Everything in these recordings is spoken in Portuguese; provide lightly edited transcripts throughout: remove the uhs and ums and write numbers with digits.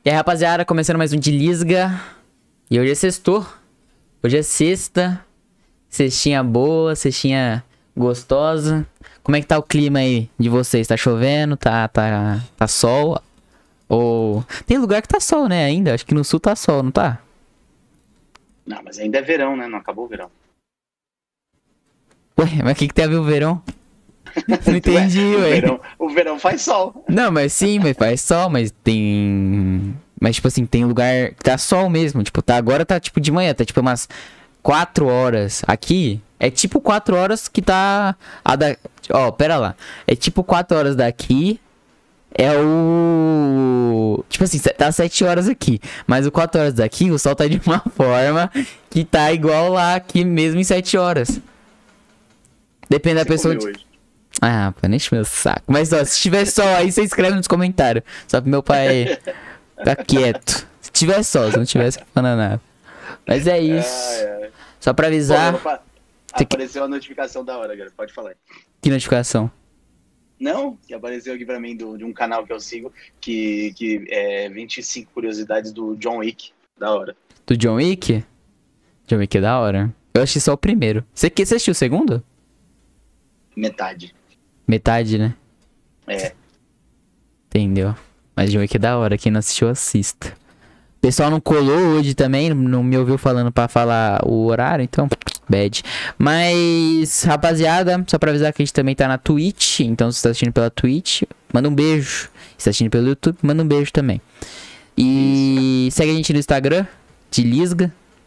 E aí, rapaziada, começando mais um de Lisga. E hoje é sextou. Hoje é sexta. Cestinha boa, cestinha gostosa. Como é que tá o clima aí de vocês? Tá chovendo? Tá sol? Ou... Tem lugar que tá sol, né, ainda? Acho que no sul tá sol, não tá? Não, mas ainda é verão, né? Não acabou o verão. Ué, mas o que tem a ver o verão? Não entendi, ué. O verão faz sol. Não, mas sim, mas faz sol, mas tem... Mas, tipo assim, tem lugar que tá sol mesmo. Tipo, tá, agora tá, tipo, de manhã. Tá, tipo, umas 4 horas. Aqui, é tipo 4 horas que tá... Ó, pera lá. É tipo 4 horas daqui. É o... Tipo assim, tá 7 horas aqui. Mas o 4 horas daqui, o sol tá de uma forma que tá igual lá aqui mesmo em 7 horas. Depende da pessoa... Ah, pô, nem enche meu saco. Mas, ó, se tiver sol aí, você escreve nos comentários. Só pro meu pai tá quieto. Se tiver sol, se não tiver, você falando nada. Mas é isso. Só pra avisar... Pô, apareceu a notificação da hora, galera. Pode falar. Que notificação? Não, que apareceu aqui pra mim de um canal que eu sigo, que é 25 curiosidades do John Wick. Da hora. Do John Wick? John Wick é da hora. Eu achei só o primeiro. Você assistiu o segundo? Metade. Metade, né? É. Entendeu? Mas John Wick é da hora. Quem não assistiu, assista. O pessoal não colou hoje também. Não me ouviu falando pra falar o horário. Então, bad. Mas, rapaziada, só pra avisar que a gente também tá na Twitch. Então, se você tá assistindo pela Twitch, manda um beijo. Se tá assistindo pelo YouTube, manda um beijo também. E segue a gente no Instagram, de Lisga.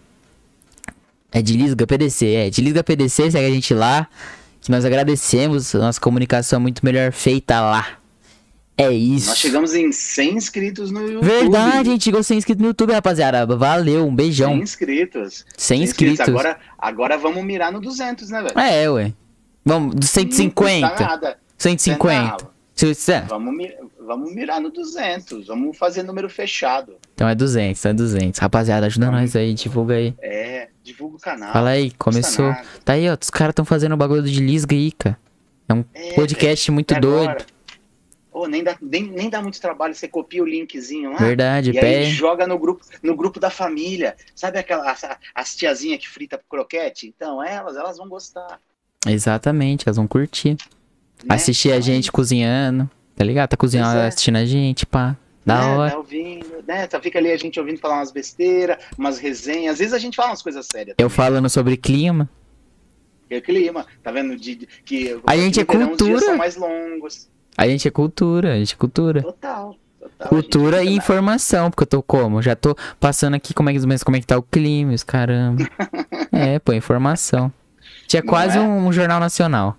É de Lisga PDC. É, de Lisga PDC. Segue a gente lá. Que nós agradecemos, a nossa comunicação é muito melhor feita lá. É isso. Nós chegamos em 100 inscritos no YouTube. Verdade, a gente chegou 100 inscritos no YouTube, rapaziada. Valeu, um beijão. 100 inscritos. 100 inscritos. Agora vamos mirar no 200, né, velho? É, ué. Vamos, 150. Não custa nada. 150. Vamos mirar no 200. Vamos fazer número fechado. Então é 200, então é 200. Rapaziada, ajuda nós aí, divulga aí. É, divulga o canal. Fala aí, começou. Tá aí, ó, os caras tão fazendo o bagulho de Lisga aí, cara. É um podcast muito doido. Oh, nem dá muito trabalho, você copia o linkzinho lá. Verdade, e aí joga no grupo da família. Sabe as tiazinhas que frita croquete? Então, elas vão gostar. Exatamente, elas vão curtir. Né? Assistir a gente cozinhando, tá ligado? Tá cozinhando, assistindo a gente, pá. Da hora. Tá ouvindo, né? Fica ali a gente ouvindo falar umas besteiras, umas resenhas. Às vezes a gente fala umas coisas sérias. Eu falando sobre clima. É clima, tá vendo? Que a gente é cultura. Os dias são mais longos. A gente é cultura, Total. Cultura e informação, porque eu tô como? Já tô passando aqui como é que tá o clima, os caramba. É, pô, informação. Tinha quase um jornal nacional.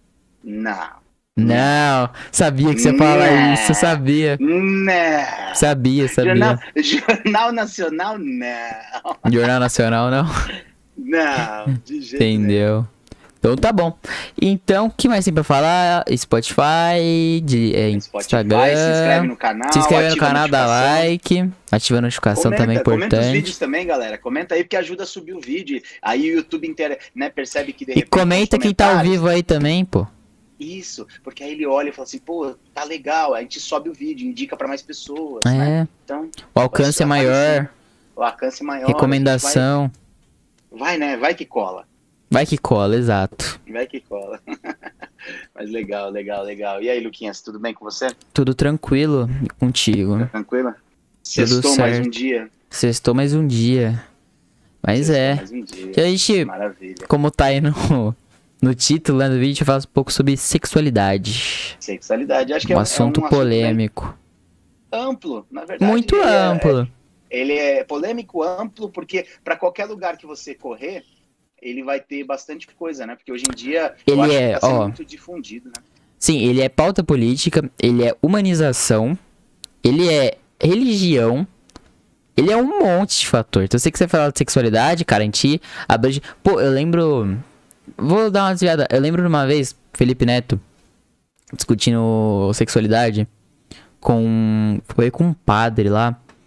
Não, sabia que você ia falar isso, sabia. Não. Sabia. Jornal Nacional, não. Jornal Nacional, não? Não, de jeito Entendeu? Nenhum. Então tá bom. Então, o que mais tem pra falar? Spotify, Instagram. Se inscreve no canal. Se inscreve no canal, dá like. Ativa a notificação também é importante. Comenta os vídeos também, galera. Comenta aí porque ajuda a subir o vídeo. Aí o YouTube inteiro, né, percebe que de repente. E comenta quem tá ao vivo aí também, pô. Isso, porque aí ele olha e fala assim, pô, tá legal. Aí a gente sobe o vídeo, indica pra mais pessoas. É. Né? Então, o alcance é maior. O alcance é maior. Recomendação. Vai, né? Vai que cola. Vai que cola, exato. Vai que cola. Mas legal. E aí, Luquinhas, tudo bem com você? Tudo tranquilo contigo. Tranquilo? Sextou mais um dia. Sextou mais um dia. Mas mais um dia. Que a gente, maravilha. Como tá aí no título né, do vídeo, fala um pouco sobre sexualidade. Sexualidade, acho que um assunto polêmico. Amplo, na verdade. Muito amplo. Ele é polêmico, amplo, porque para qualquer lugar que você correr, ele vai ter bastante coisa, né? Porque hoje em dia ele acho que tá sendo muito difundido, né? Sim, ele é pauta política, ele é humanização, ele é religião, ele é um monte de fator. Então, eu sei que você fala de sexualidade, cara, a gente abrange... Pô, eu lembro... Vou dar uma desviada. Eu lembro de uma vez, Felipe Neto, discutindo sexualidade foi com um padre lá.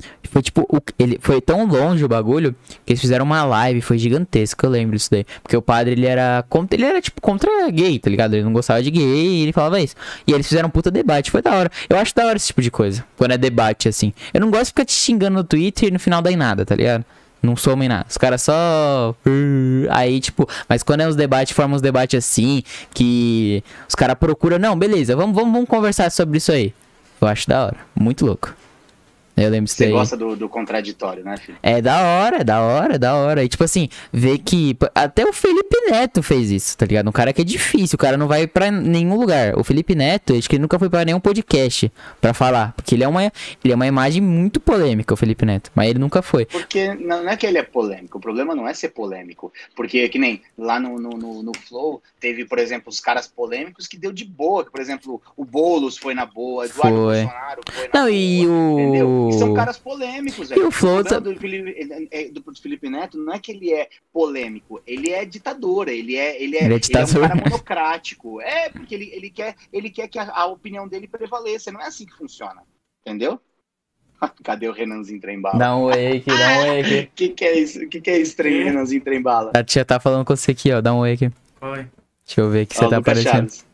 Foi tipo, ele foi tão longe o bagulho que eles fizeram uma live, foi gigantesco, eu lembro disso daí. Porque o padre, ele era tipo contra gay, tá ligado? Ele não gostava de gay e ele falava isso. E eles fizeram um puta debate, foi da hora. Eu acho da hora esse tipo de coisa, quando é debate assim. Eu não gosto de ficar te xingando no Twitter e no final dá em nada, tá ligado? Não somem nada. Os caras só. Aí, tipo. Mas quando é uns debates, formam uns debates assim. Que os caras procuram. Não, beleza, vamos conversar sobre isso aí. Eu acho da hora. Muito louco. Eu lembro disso Você daí. gosta do contraditório, né, filho? É da hora, é da hora, é da hora. E tipo assim, ver que. Até o Felipe Neto fez isso, tá ligado? Um cara que é difícil, o cara não vai pra nenhum lugar. O Felipe Neto, acho que ele nunca foi pra nenhum podcast pra falar. Porque ele é uma imagem muito polêmica, o Felipe Neto. Mas ele nunca foi. Porque não é que ele é polêmico, o problema não é ser polêmico. Porque, que nem lá no Flow, teve, por exemplo, os caras polêmicos que deu de boa. Por exemplo, o Boulos foi na boa, Eduardo Foi. Bolsonaro foi na Não, boa. e o. Entendeu? E são caras polêmicos, velho. E o Flow Do Felipe Neto não é que ele é polêmico, ele é ditador, ele é ditador. um cara monocrático. É, porque ele quer que a opinião dele prevaleça. Não é assim que funciona. Entendeu? Cadê o Renanzinho Trembala? Dá um wake, dá um wake. Que é isso? Que é isso, Renanzinho Trembala? A tia tá falando com você aqui, ó. Dá um wake. Oi. Deixa eu ver que você Ó, tá Lucas aparecendo. Chaves.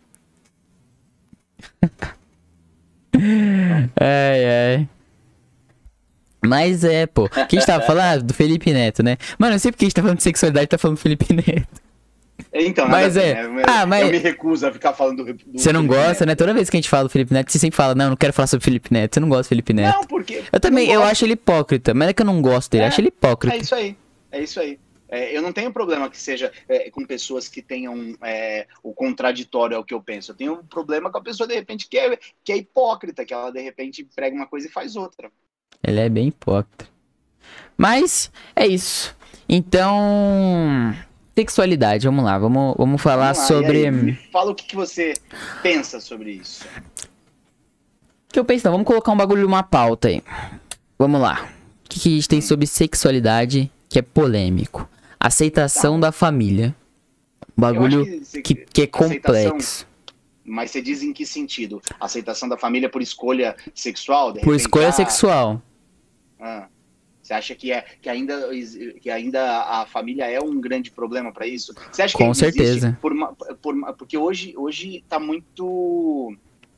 Ai, ai. Mas é, pô. O que a gente tava falando? Do Felipe Neto, né? Mano, eu sei porque a gente tá falando de sexualidade e tá falando do Felipe Neto. Então, Mas nada a é. ver, né? Ah, mas- Eu me recuso a ficar falando do Você não Felipe gosta, Neto. né? Toda vez que a gente fala do Felipe Neto, você sempre fala, não quero falar sobre o Felipe Neto. Você não gosta do Felipe Neto. Não, porque... Eu também, não eu gosto. acho ele hipócrita. Mas não é que eu não gosto dele, eu acho ele hipócrita. É isso aí. É isso aí. Eu não tenho problema que seja com pessoas que tenham o contraditório ao que eu penso. Eu tenho um problema com a pessoa, de repente, que é hipócrita, que ela, de repente, prega uma coisa e faz outra. Ele é bem hipócrita. Mas, é isso. Então... Sexualidade, vamos lá. Vamos falar Vamos lá, sobre... e aí, me fala o que você pensa sobre isso. O que eu penso, não, vamos colocar um bagulho numa pauta aí. Vamos lá. O que a gente tem sobre sexualidade que é polêmico? Aceitação da família. Um bagulho Eu acho que é aceitação- complexo. Mas você diz em que sentido? Aceitação da família por escolha sexual? De Por repente, escolha sexual. Você acha que ainda a família é um grande problema para isso? Você acha que Com ainda existe certeza. porque hoje tá muito...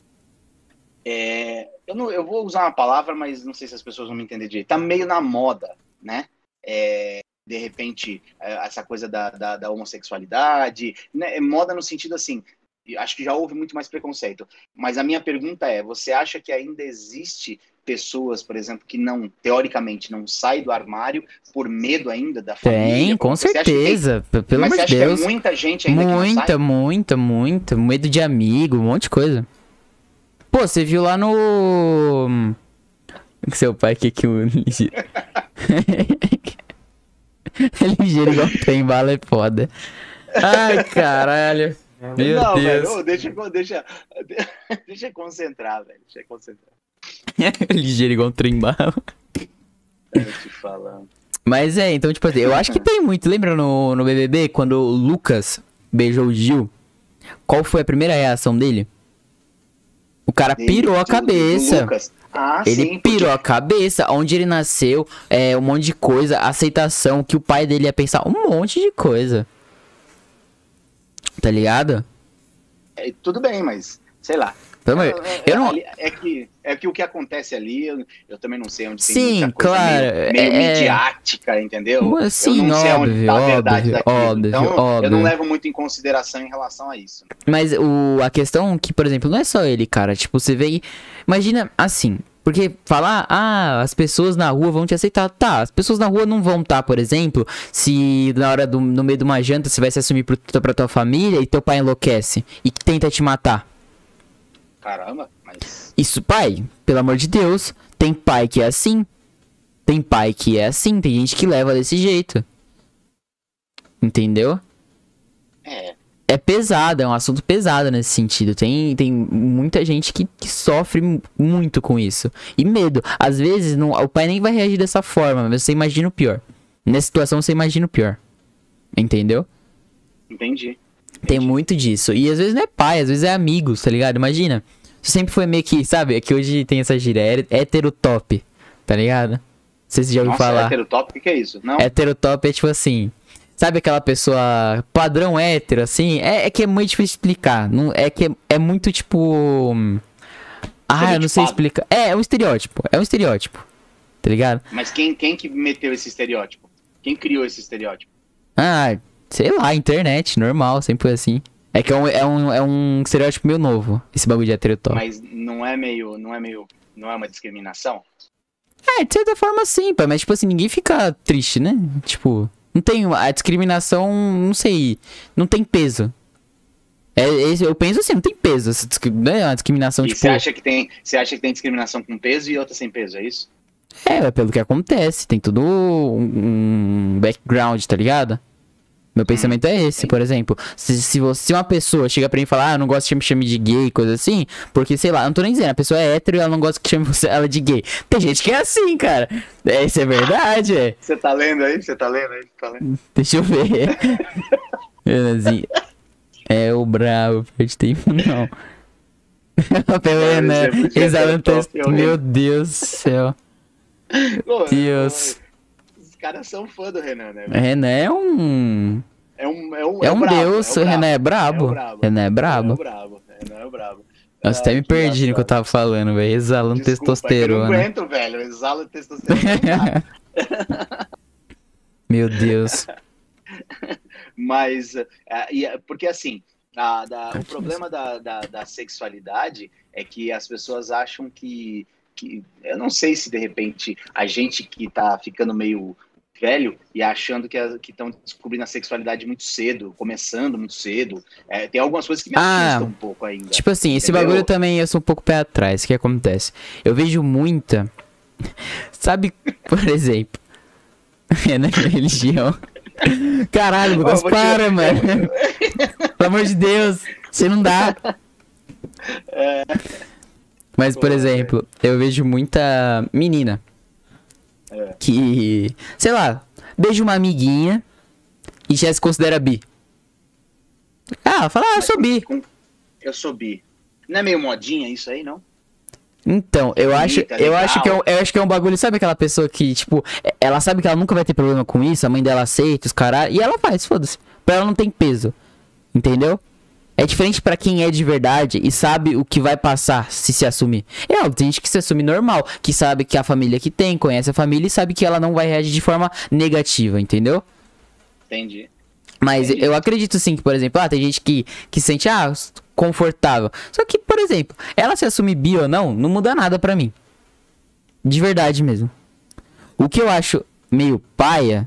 eu vou usar uma palavra, mas não sei se as pessoas vão me entender direito. Tá meio na moda, né? De repente, essa coisa da homossexualidade, né? Moda no sentido assim, acho que já houve muito mais preconceito. Mas a minha pergunta é, você acha que ainda existe pessoas, por exemplo, que teoricamente não saem do armário por medo ainda da família? Tem, com Você acha que certeza. Pelo mas amor você de acha Deus. que é muita gente ainda que não sai? Muita. Medo de amigo, um monte de coisa. Pô, você viu lá no... Seu pai, que o... É ligeiro igual tem bala, é foda. Ai, caralho. Meu Não, Deus. velho, deixa eu concentrar, velho. Deixa eu concentrar. Ligeiro igual um trem bala. Eu te falando. Mas então, tipo assim, eu acho que tem muito. Lembra no BBB, quando o Lucas beijou o Gil? Qual foi a primeira reação dele? O cara pirou a cabeça. Lucas. Ah, Ele sim, pirou a cabeça, onde ele nasceu, um monte de coisa, aceitação, que o pai dele ia pensar, um monte de coisa. Tá ligado? Tudo bem, mas sei lá. Pelo amor- eu não... É que o que acontece ali, eu também não sei onde tem Sim, muita coisa claro, meio midiática, entendeu? Sim, eu não sei onde tá a verdade daquilo. óbvio, então, eu óbvio. não levo muito em consideração em relação a isso. Mas a questão que, por exemplo, não é só ele, cara. Tipo, você vê... Imagina, assim... Porque falar, as pessoas na rua vão te aceitar. Tá, as pessoas na rua não vão tá, por exemplo, se na hora no meio de uma janta você vai se assumir pra tua família e teu pai enlouquece e tenta te matar. Caramba, mas... Isso, pai, pelo amor de Deus, tem pai que é assim. Tem pai que é assim, tem gente que leva desse jeito. Entendeu? É pesado, é um assunto pesado nesse sentido. Tem muita gente que sofre muito com isso. E medo. Às vezes, o pai nem vai reagir dessa forma, mas você imagina o pior. Nessa situação, você imagina o pior. Entendeu? Entendi. Tem muito disso. E às vezes não é pai, às vezes é amigos, tá ligado? Imagina. Você sempre foi meio que, sabe? É que hoje tem essa gíria, hétero top, tá ligado? sei se você já ouviu Nossa, falar. heterotop, o que é isso? Não? Heterotop é tipo assim. Sabe aquela pessoa padrão hétero, assim? É que é muito difícil de explicar. Não, é que é muito tipo. Ah, eu não sei Estereotipado. explicar. É um estereótipo. É um estereótipo. Tá ligado? Mas quem que meteu esse estereótipo? Quem criou esse estereótipo? Ah, sei lá, internet, normal, sempre foi assim. É que é um estereótipo meio novo, esse bagulho de heterotop. Mas não é uma discriminação? É, de certa forma sim, pai, mas tipo assim, ninguém fica triste, né? Tipo, não tem. A discriminação, não sei, não tem peso. Eu penso assim, não tem peso. Não é uma discriminação, E tipo. você acha que tem discriminação com peso e outra sem peso, é isso? É pelo que acontece, tem tudo um background, tá ligado? Meu pensamento é esse, por exemplo. Se uma pessoa chega pra mim e fala, eu não gosto que me chame de gay, coisa assim, porque, sei lá, eu não tô nem dizendo, a pessoa é hétero e ela não gosta que chame ela de gay. Tem gente que é assim, cara. Isso é verdade, é. Você tá lendo aí? Deixa eu ver. Assim, é o bravo, perde tempo, não. Pelo Renan, exala um texto. Meu Deus do céu. Deus. Os caras são fã do Renan, né? Renan é um. É um bravo, deus, o Renan é brabo. Renan é brabo. Renan é brabo. Nossa, até me perdi no que eu tava falando, velho. Exalando testosterona. Eu não aguento, velho. Exala testosterona. Meu Deus. Mas, porque assim, o problema da sexualidade é que as pessoas acham que. Eu não sei se de repente a gente que tá ficando meio velho e achando que estão descobrindo a sexualidade muito cedo, começando muito cedo. Tem algumas coisas que me assustam um pouco ainda. Tipo assim, esse bagulho também eu sou um pouco pé atrás. O que acontece? Eu vejo muita. Sabe, por exemplo, na religião. Caralho, Lucas, para, mano. Pelo amor de Deus, você não dá. Mas, por exemplo, eu vejo muita menina que, sei lá, beija uma amiguinha e já se considera bi. Fala, eu sou bi. Eu sou bi. Não é meio modinha isso aí, não? Então, eu acho que é um bagulho, sabe aquela pessoa que, tipo, ela sabe que ela nunca vai ter problema com isso, a mãe dela aceita, os caras, e ela faz, foda-se. Pra ela não tem peso, entendeu? É diferente pra quem é de verdade e sabe o que vai passar se assumir. Tem gente que se assume normal, que sabe que a família que tem, conhece a família e sabe que ela não vai reagir de forma negativa, entendeu? Entendi. Mas eu acredito sim que, por exemplo, tem gente que se sente, confortável. Só que, por exemplo, ela se assume bi ou não muda nada pra mim. De verdade mesmo. O que eu acho meio paia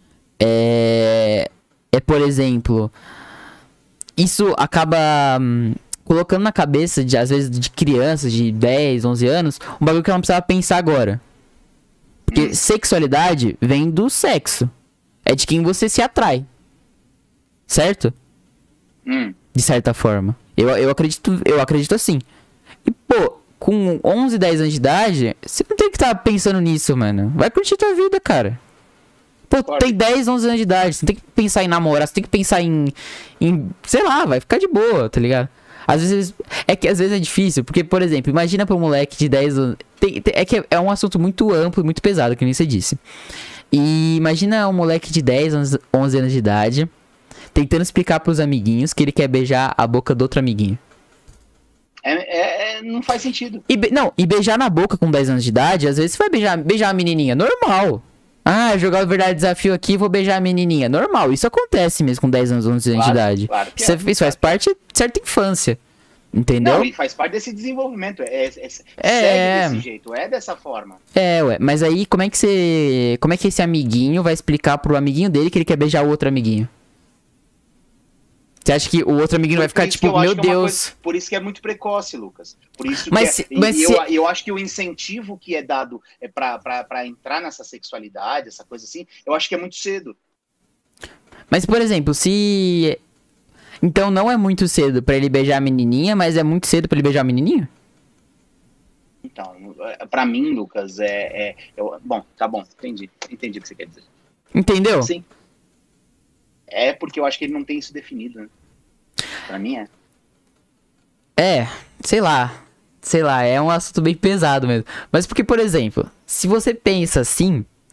é por exemplo, isso acaba colocando na cabeça, às vezes, de crianças de 10, 11 anos, um bagulho que ela não precisava pensar agora. Porque sexualidade vem do sexo. É de quem você se atrai. Certo? De certa forma. Eu acredito assim. E, pô, com 11, 10 anos de idade, você não tem que estar pensando nisso, mano. Vai curtir tua vida, cara. Pô, tem 10, 11 anos de idade, você não tem que pensar em namorar, você tem que pensar em sei lá, vai ficar de boa, tá ligado? Às vezes é difícil, porque, por exemplo, imagina pra um moleque de 10 anos, é um assunto muito amplo e muito pesado, que nem você disse. E imagina um moleque de 10, 11 anos de idade, tentando explicar pros amiguinhos que ele quer beijar a boca do outro amiguinho. Não faz sentido. E beijar na boca com 10 anos de idade, às vezes você vai beijar a menininha, normal. Jogar o verdade desafio aqui, vou beijar a menininha. Normal, isso acontece mesmo com 10 anos, 11 anos de idade. Claro isso faz parte de certa infância. Entendeu? Não, e faz parte desse desenvolvimento. Segue desse jeito, é dessa forma. Mas aí como é que esse amiguinho vai explicar pro amiguinho dele que ele quer beijar o outro amiguinho? Você acha que o outro amiguinho vai ficar tipo, meu Deus... Por isso que é muito precoce, Lucas. Por isso eu acho que o incentivo que é dado pra entrar nessa sexualidade, essa coisa assim, eu acho que é muito cedo. Mas, por exemplo, se... Então não é muito cedo pra ele beijar a menininha, mas é muito cedo pra ele beijar a menininha? Então, pra mim, Lucas, bom, tá bom, entendi o que você quer dizer. Entendeu? Sim. Porque eu acho que ele não tem isso definido, né? Pra mim sei lá, é um assunto bem pesado mesmo. Mas porque, por exemplo, se você pensa assim,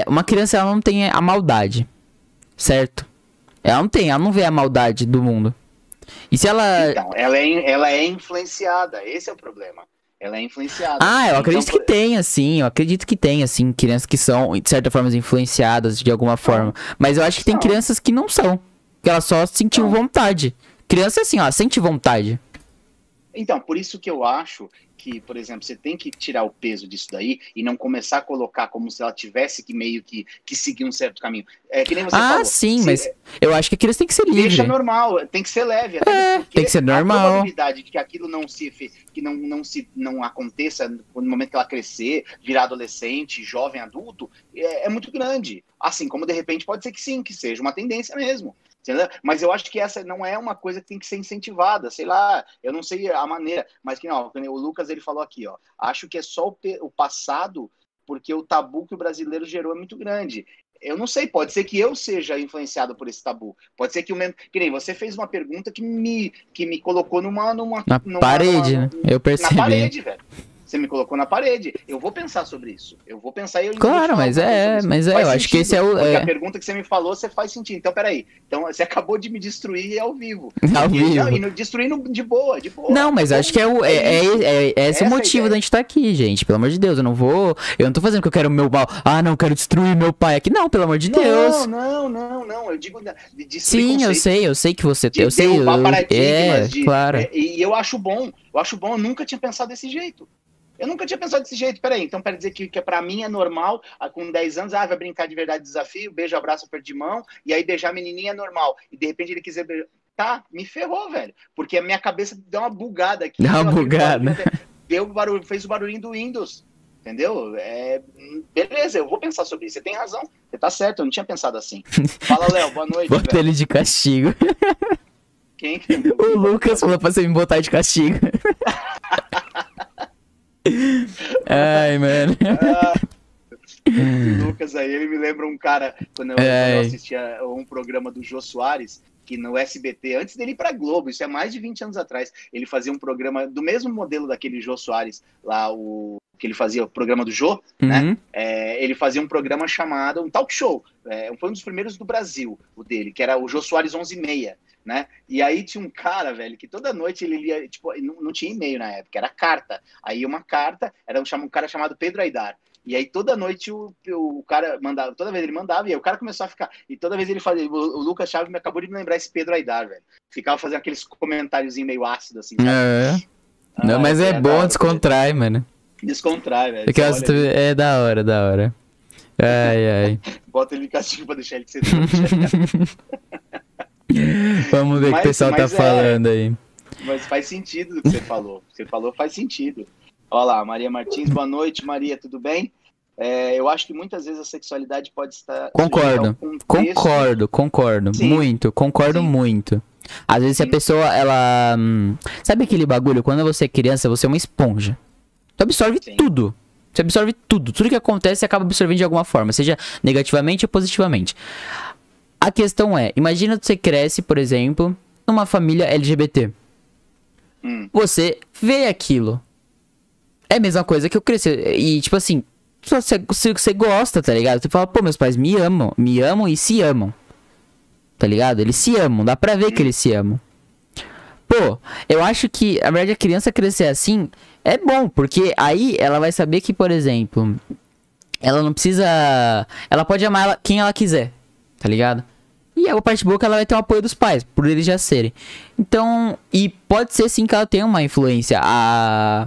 uma criança ela não tem a maldade, certo? Ela não vê a maldade do mundo. E se ela... Então, ela é influenciada, esse é o problema. Ela é influenciada. Ah, eu Então, acredito que tenha, sim. Eu acredito que tenha, sim, crianças que são, de certa forma, influenciadas de alguma forma. Mas eu acho que tem crianças que não são. Que elas só sentiu vontade. Criança é assim, ó, sente vontade. Então, por isso que eu acho que, por exemplo, você tem que tirar o peso disso daí e não começar a colocar como se ela tivesse que meio que seguir um certo caminho. É que nem você falou. Sim, mas eu acho que a criança tem que ser livre. Deixa normal, tem que ser leve. Até tem que ser normal. A probabilidade de que aquilo não aconteça no momento que ela crescer, virar adolescente, jovem, adulto, é muito grande. Assim como, de repente, pode ser que sim, que seja uma tendência mesmo. Entendeu? Mas eu acho que essa não é uma coisa que tem que ser incentivada, sei lá, eu não sei a maneira, mas que não, o Lucas ele falou aqui, ó, acho que é só o passado, porque o tabu que o brasileiro gerou é muito grande. Eu não sei, pode ser que eu seja influenciado por esse tabu, pode ser que que nem você fez uma pergunta que me colocou numa parede, né? Eu percebi. Na parede, velho. Você me colocou na parede. Eu vou pensar sobre isso. Eu vou pensar e eu Claro, mas eu acho que esse é o... Porque a pergunta que você me falou, você faz sentido. Então, peraí. Então, você acabou de me destruir ao vivo. Ao vivo. E destruindo de boa. Não, mas acho que esse é o motivo da gente estar aqui, gente. Pelo amor de Deus, eu não tô fazendo porque eu quero o meu mal. Ah, não, eu quero destruir meu pai aqui. Não, pelo amor de Deus. Não. Eu digo de destruir Sim, eu sei que você... Eu sei, claro. E eu acho bom. Eu nunca tinha pensado desse jeito. Eu nunca tinha pensado desse jeito. Peraí, então quer dizer que pra mim é normal, com 10 anos, vai brincar de verdade desafio, beijo, abraço, aperto de mão, e aí beijar a menininha é normal. E de repente ele quiser beijar. Tá, me ferrou, velho. Porque a minha cabeça deu uma bugada aqui. Deu uma bugada. Fez o barulhinho do Windows. Entendeu? Beleza, eu vou pensar sobre isso. Você tem razão. Você tá certo, eu não tinha pensado assim. Fala, Léo, boa noite. Bota ele de castigo. Quem que tem? O Lucas falou pra você me botar de castigo. Ai, mano. O Lucas aí, ele me lembra um cara, quando eu assistia um programa do Jô Soares, que no SBT, antes dele ir pra Globo, isso é mais de 20 anos atrás, ele fazia um programa do mesmo modelo daquele Jô Soares, lá que ele fazia o programa do Jô, né? Ele fazia um programa chamado, um talk show, foi um dos primeiros do Brasil, o dele, que era o Jô Soares 11h30. Né? E aí tinha um cara, velho, que toda noite ele lia, tipo, não tinha e-mail na época, era carta. Aí uma carta, era um cara chamado Pedro Aidar. E aí toda noite o cara mandava, toda vez ele mandava, e aí o cara começou a ficar, e toda vez ele fazia, o Lucas Chaves me acabou de me lembrar esse Pedro Aidar, velho. Ficava fazendo aqueles comentários meio ácidos, assim, sabe? Não, mas é bom, descontrai, mano. Descontrai, velho. É da hora. Ai. Bota ele de castigo pra deixar ele de ser Vamos ver o que o pessoal tá falando aí. Mas faz sentido o que você falou. Você falou faz sentido. Olha lá, Maria Martins, boa noite, Maria, tudo bem? Eu acho que muitas vezes a sexualidade pode estar... Concordo. Sim. Muito, concordo muito. Às vezes se a pessoa, ela... Sabe aquele bagulho? Quando você é criança, você é uma esponja. Você absorve tudo. Você absorve tudo. Tudo que acontece, você acaba absorvendo de alguma forma. Seja negativamente ou positivamente. A questão é, imagina que você cresce, por exemplo, numa família LGBT. Você vê aquilo. É a mesma coisa que eu cresci. E, tipo assim, você gosta, tá ligado? Você fala, pô, meus pais me amam e se amam. Tá ligado? Eles se amam, dá pra ver que eles se amam. Pô, eu acho que, na verdade, a criança crescer assim é bom, porque aí ela vai saber que, por exemplo, ela não precisa... Ela pode amar quem ela quiser, tá ligado? E a parte boa é que ela vai ter o apoio dos pais, por eles já serem. Então, e pode ser sim que ela tenha uma influência a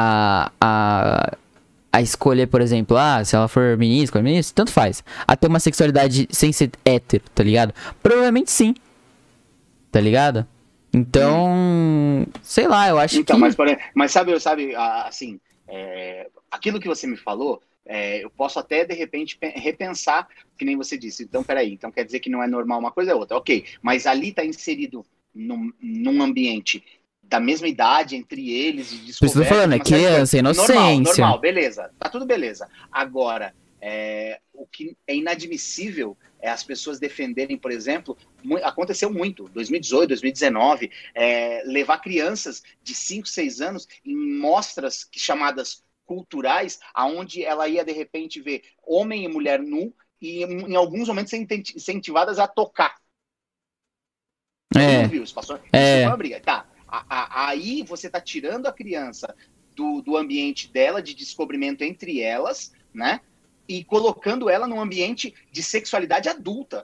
escolher, por exemplo, se ela for ministro, tanto faz. A ter uma sexualidade sem ser hétero, tá ligado? Provavelmente sim. Tá ligado? Então, sei lá, eu acho que... Mas sabe, assim, aquilo que você me falou, eu posso até, de repente, repensar, que nem você disse. Então, peraí, então quer dizer que não é normal uma coisa é outra. Ok, mas ali tá inserido num ambiente da mesma idade, entre eles, de descoberta... Por isso que eu tô falando, é criança, inocência. Normal, beleza, tá tudo beleza. Agora, o que é inadmissível é as pessoas defenderem, por exemplo, aconteceu muito, 2018, 2019, levar crianças de 5, 6 anos em mostras chamadas culturais, aonde ela ia, de repente, ver homem e mulher nu e, em alguns momentos, ser incentivadas a tocar. Todo mundo viu, isso passou. Isso foi uma briga. Tá. Aí você tá tirando a criança do ambiente dela, de descobrimento entre elas, né? E colocando ela num ambiente de sexualidade adulta.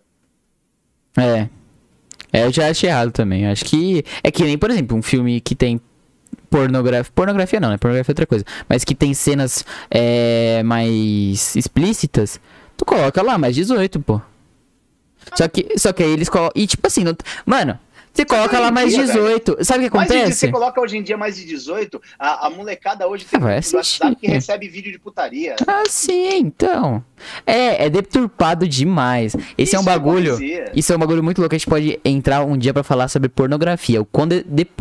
Eu já achei errado também. Acho que é que nem, por exemplo, um filme que tem pornografia não, né? Pornografia é outra coisa. Mas que tem cenas mais explícitas, tu coloca lá mais 18, pô. Só que aí eles colocam. E tipo assim, mano, você coloca lá mais 18. Velho. Sabe o que acontece? Mas você coloca hoje em dia mais de 18, a molecada hoje tem WhatsApp que recebe vídeo de putaria. Sim, então. É deturpado demais. Esse é um bagulho. Isso é um bagulho muito louco. A gente pode entrar um dia pra falar sobre pornografia. O quando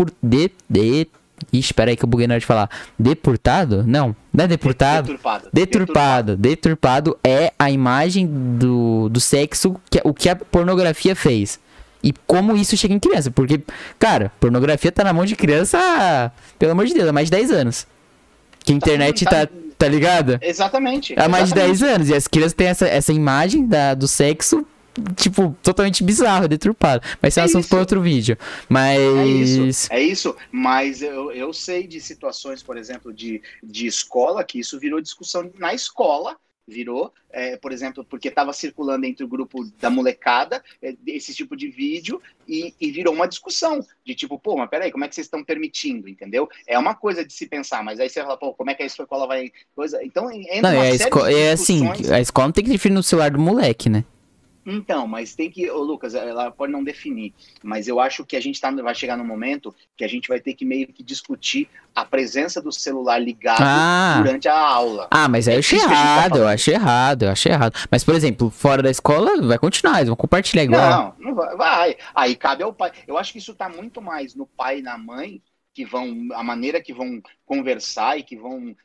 Ixi, peraí que eu buguei na hora de falar. Deturpado? Não é deturpado. Deturpado é a imagem do sexo, o que a pornografia fez. E como isso chega em criança. Porque, cara, pornografia tá na mão de criança, pelo amor de Deus, há mais de 10 anos. Que a internet tá ligada? Exatamente. Há mais de 10 anos. E as crianças têm essa imagem do sexo, tipo, totalmente bizarro, deturpado. Mas isso é um assunto para outro vídeo. Mas... É isso. Mas eu sei de situações, por exemplo, de escola, que isso virou discussão na escola. Por exemplo, porque estava circulando entre o grupo da molecada esse tipo de vídeo e virou uma discussão de tipo, pô, mas peraí, como é que vocês estão permitindo, entendeu? É uma coisa de se pensar, mas aí você fala, pô, como é que a escola vai... Então, entra uma série de discussões... assim, a escola não tem que definir no celular do moleque, né? Então, mas tem que... Lucas, ela pode não definir, mas eu acho que a gente vai chegar num momento que a gente vai ter que meio que discutir a presença do celular ligado durante a aula. Mas aí eu acho errado. Mas, por exemplo, fora da escola, vai continuar, eles vão compartilhar igual. Não vai. Aí cabe ao pai. Eu acho que isso tá muito mais no pai e na mãe, que vão, a maneira que vão conversar e que vão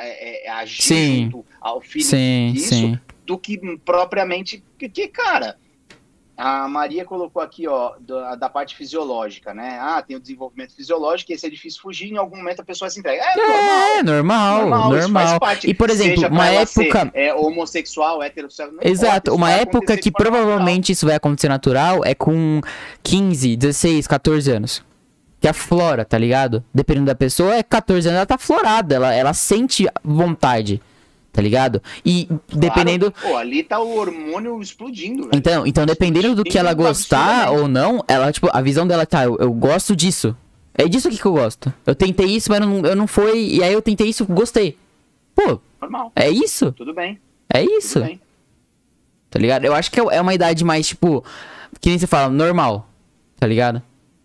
agir junto ao filho disso, do que propriamente, porque, cara, a Maria colocou aqui, ó, da parte fisiológica, né? Tem o desenvolvimento fisiológico, e esse é difícil fugir, em algum momento a pessoa se entrega. Normal. Isso faz parte. E, por exemplo, uma época... homossexual, heterossexual... Exato, uma época que provavelmente isso vai acontecer natural é com 15, 16, 14 anos. Que aflora, tá ligado? Dependendo da pessoa, 14 anos, ela tá florada, ela sente vontade, tá ligado? E dependendo... Pô, ali tá o hormônio explodindo, velho. Então dependendo do que ela gostar ou não, ela, tipo, a visão dela tá, eu gosto disso. É disso aqui que eu gosto. Eu tentei isso, mas eu não foi, e aí eu tentei isso, gostei. Pô, normal. É isso? Tudo bem. É isso. Tudo bem. Tá ligado? Eu acho que é uma idade mais, tipo, que nem você fala, normal, tá ligado?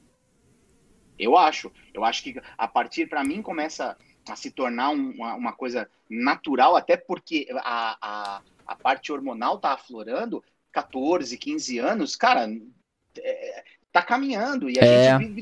Eu acho que a partir, pra mim, começa a se tornar uma coisa natural, até porque a parte hormonal tá aflorando, 14, 15 anos, cara, tá caminhando, e a gente vive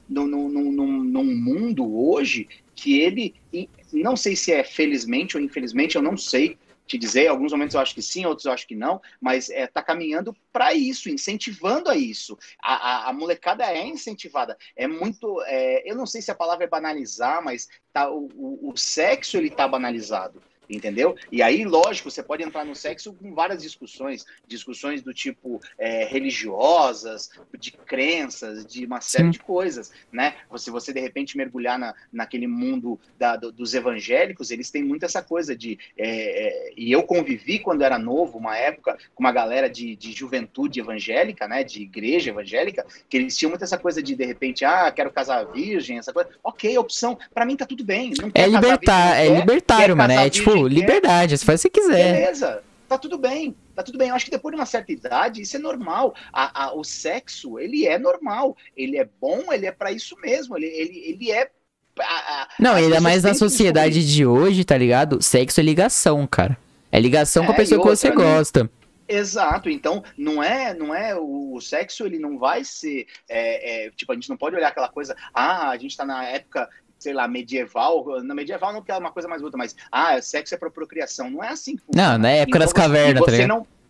num mundo hoje que ele, não sei se é felizmente ou infelizmente, eu não sei te dizer, em alguns momentos eu acho que sim, outros eu acho que não, mas tá caminhando para isso, incentivando a isso. A molecada é incentivada. É muito... eu não sei se a palavra é banalizar, mas o sexo ele tá banalizado. Entendeu? E aí, lógico, você pode entrar no sexo com várias discussões do tipo religiosas, de crenças, de uma série de coisas, né? Se você de repente mergulhar naquele mundo dos evangélicos, eles têm muito essa coisa de... e eu convivi quando era novo, uma época, com uma galera de juventude evangélica, né? De igreja evangélica, que eles tinham muito essa coisa de repente, quero casar virgem, essa coisa. Ok, opção. Pra mim tá tudo bem. Não quer libertário, mano. É tipo, liberdade, você faz o que você quiser. Beleza, tá tudo bem. Eu acho que depois de uma certa idade, isso é normal. O sexo, ele é normal. Ele é bom, ele é pra isso mesmo. Ele é... Não, ainda mais na sociedade de hoje, tá ligado? Sexo é ligação, cara. É ligação com a pessoa que você gosta. Exato, então não é o sexo, ele não vai ser tipo, a gente não pode olhar aquela coisa, a gente tá na época, sei lá, medieval. Na medieval não, porque é uma coisa mais bruta, mas sexo é pra procriação. Não é assim que funciona. Não, na época das cavernas, tá ligado?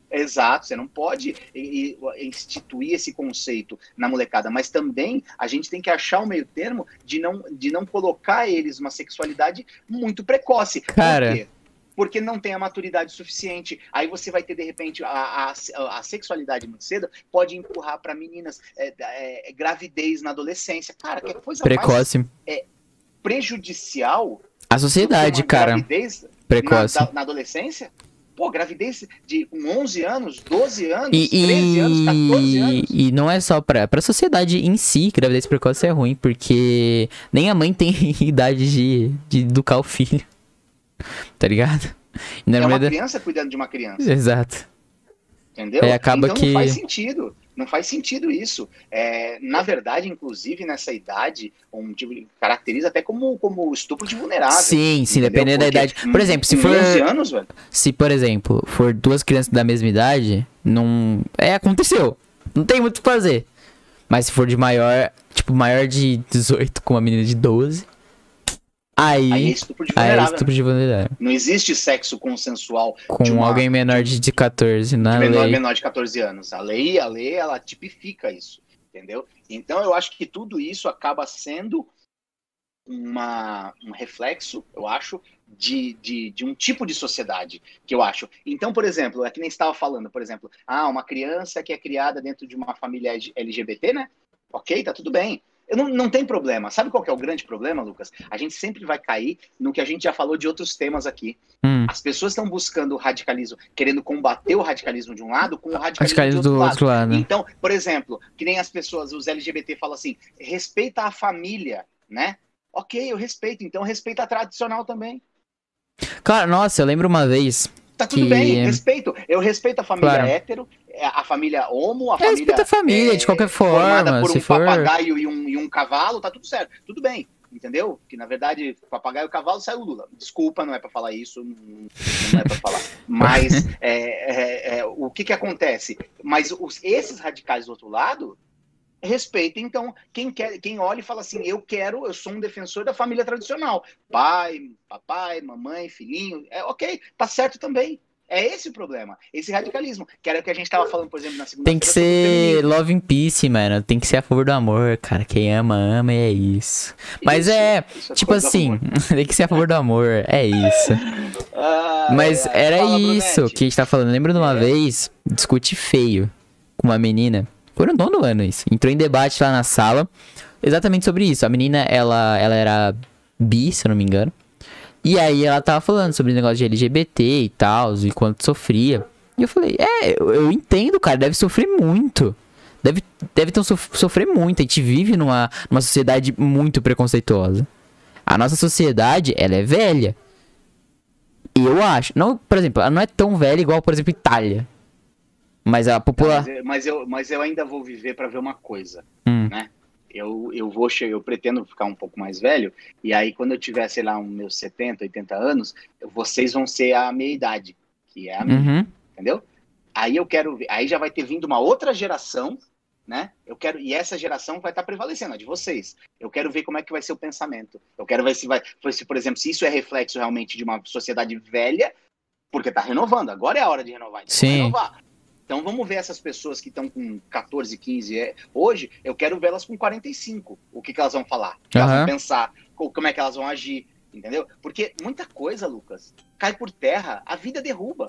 Exato, você não pode instituir esse conceito na molecada, mas também a gente tem que achar o meio termo de não colocar eles numa sexualidade muito precoce. Cara, Por quê? Porque não tem a maturidade suficiente. Aí você vai ter, de repente, a sexualidade muito cedo pode empurrar para meninas gravidez na adolescência. Cara, que é coisa precoce. mais prejudicial A sociedade, cara, gravidez precoce. na adolescência? Pô, gravidez com 11 anos, 12 anos, 13 anos, 14 anos. E não é só pra sociedade em si, gravidez precoce é ruim, porque nem a mãe tem idade de educar o filho. Tá ligado? Uma criança cuidando de uma criança. Exato. Entendeu? Acaba então que... não faz sentido. Não faz sentido isso. Na verdade, inclusive, nessa idade, caracteriza até como estupro de vulnerável. Sim, entendeu? Dependendo da idade. Por exemplo, se for 11 anos, velho. Se, por exemplo, for duas crianças da mesma idade, não... aconteceu. Não tem muito o que fazer. Mas se for de maior, tipo, maior de 18 com uma menina de 12... Aí é estupro de vulnerável. Não existe sexo consensual com alguém menor de 14 na lei. Menor de 14 anos. A lei, ela tipifica isso, entendeu? Então eu acho que tudo isso acaba sendo um reflexo, eu acho, de um tipo de sociedade, que eu acho. Então, por exemplo, é que nem estava falando, por exemplo, uma criança que é criada dentro de uma família LGBT, né? Ok, tá tudo bem. Não tem problema. Sabe qual que é o grande problema, Lucas? A gente sempre vai cair no que a gente já falou de outros temas aqui. As pessoas estão buscando o radicalismo, querendo combater o radicalismo de um lado com o radicalismo do outro lado. Então, por exemplo, que nem as pessoas, os LGBT falam assim, respeita a família, né? Ok, eu respeito. Então respeita a tradicional também. Cara, nossa, eu lembro uma vez... Tá tudo bem, respeito. Eu respeito a família hétero, a família homo, a família... Respeita a família, de qualquer forma. Formada por se um for... papagaio e um cavalo, tá tudo certo. Tudo bem, entendeu? Que, na verdade, papagaio e cavalo saiu Lula. Desculpa, não é pra falar isso, não é pra falar. Mas, o que acontece? Mas esses radicais do outro lado... Respeita, então, quem olha e fala assim, eu sou um defensor da família tradicional. Pai, papai, mamãe, filhinho, ok, tá certo também. É esse o problema, esse radicalismo. Que era o que a gente tava falando, por exemplo, na segunda. Tem que ser love and peace, mano. Tem que ser a favor do amor, cara. Quem ama, ama e é isso. Mas tipo assim, tem que ser a favor do amor, é isso. Mas era isso que a gente tá falando. Lembro de uma vez, discutir feio com uma menina. Foi no 9º ano isso. Entrou em debate lá na sala. Exatamente sobre isso. A menina, ela era bi, se eu não me engano. E aí ela tava falando sobre o negócio de LGBT e tal, e quanto sofria. E eu falei, eu entendo, cara, deve sofrer muito. Deve sofrer muito. A gente vive numa sociedade muito preconceituosa. A nossa sociedade, ela é velha. Eu acho. Não, por exemplo, ela não é tão velha igual, por exemplo, Itália. Mas a população... Mas eu ainda vou viver para ver uma coisa, né? Eu pretendo ficar um pouco mais velho, e aí quando eu tiver, sei lá, meus 70, 80 anos, vocês vão ser a minha idade, que é a minha, entendeu? Aí eu quero ver, aí já vai ter vindo uma outra geração, né? E essa geração vai estar prevalecendo, a de vocês. Eu quero ver como é que vai ser o pensamento. Eu quero ver se por exemplo, se isso é reflexo realmente de uma sociedade velha, porque tá renovando, agora é a hora de renovar. Então sim. Renovar. Então vamos ver essas pessoas que estão com 14, 15... Hoje, eu quero vê-las com 45. O que elas vão falar? O que elas vão pensar? Como é que elas vão agir? Entendeu? Porque muita coisa, Lucas, cai por terra. A vida derruba.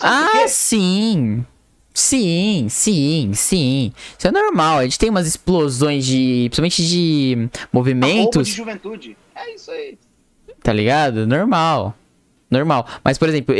Sim. Sim. Isso é normal. A gente tem umas explosões principalmente de movimentos... Roubo de juventude. É isso aí. Tá ligado? Normal. Mas, por exemplo,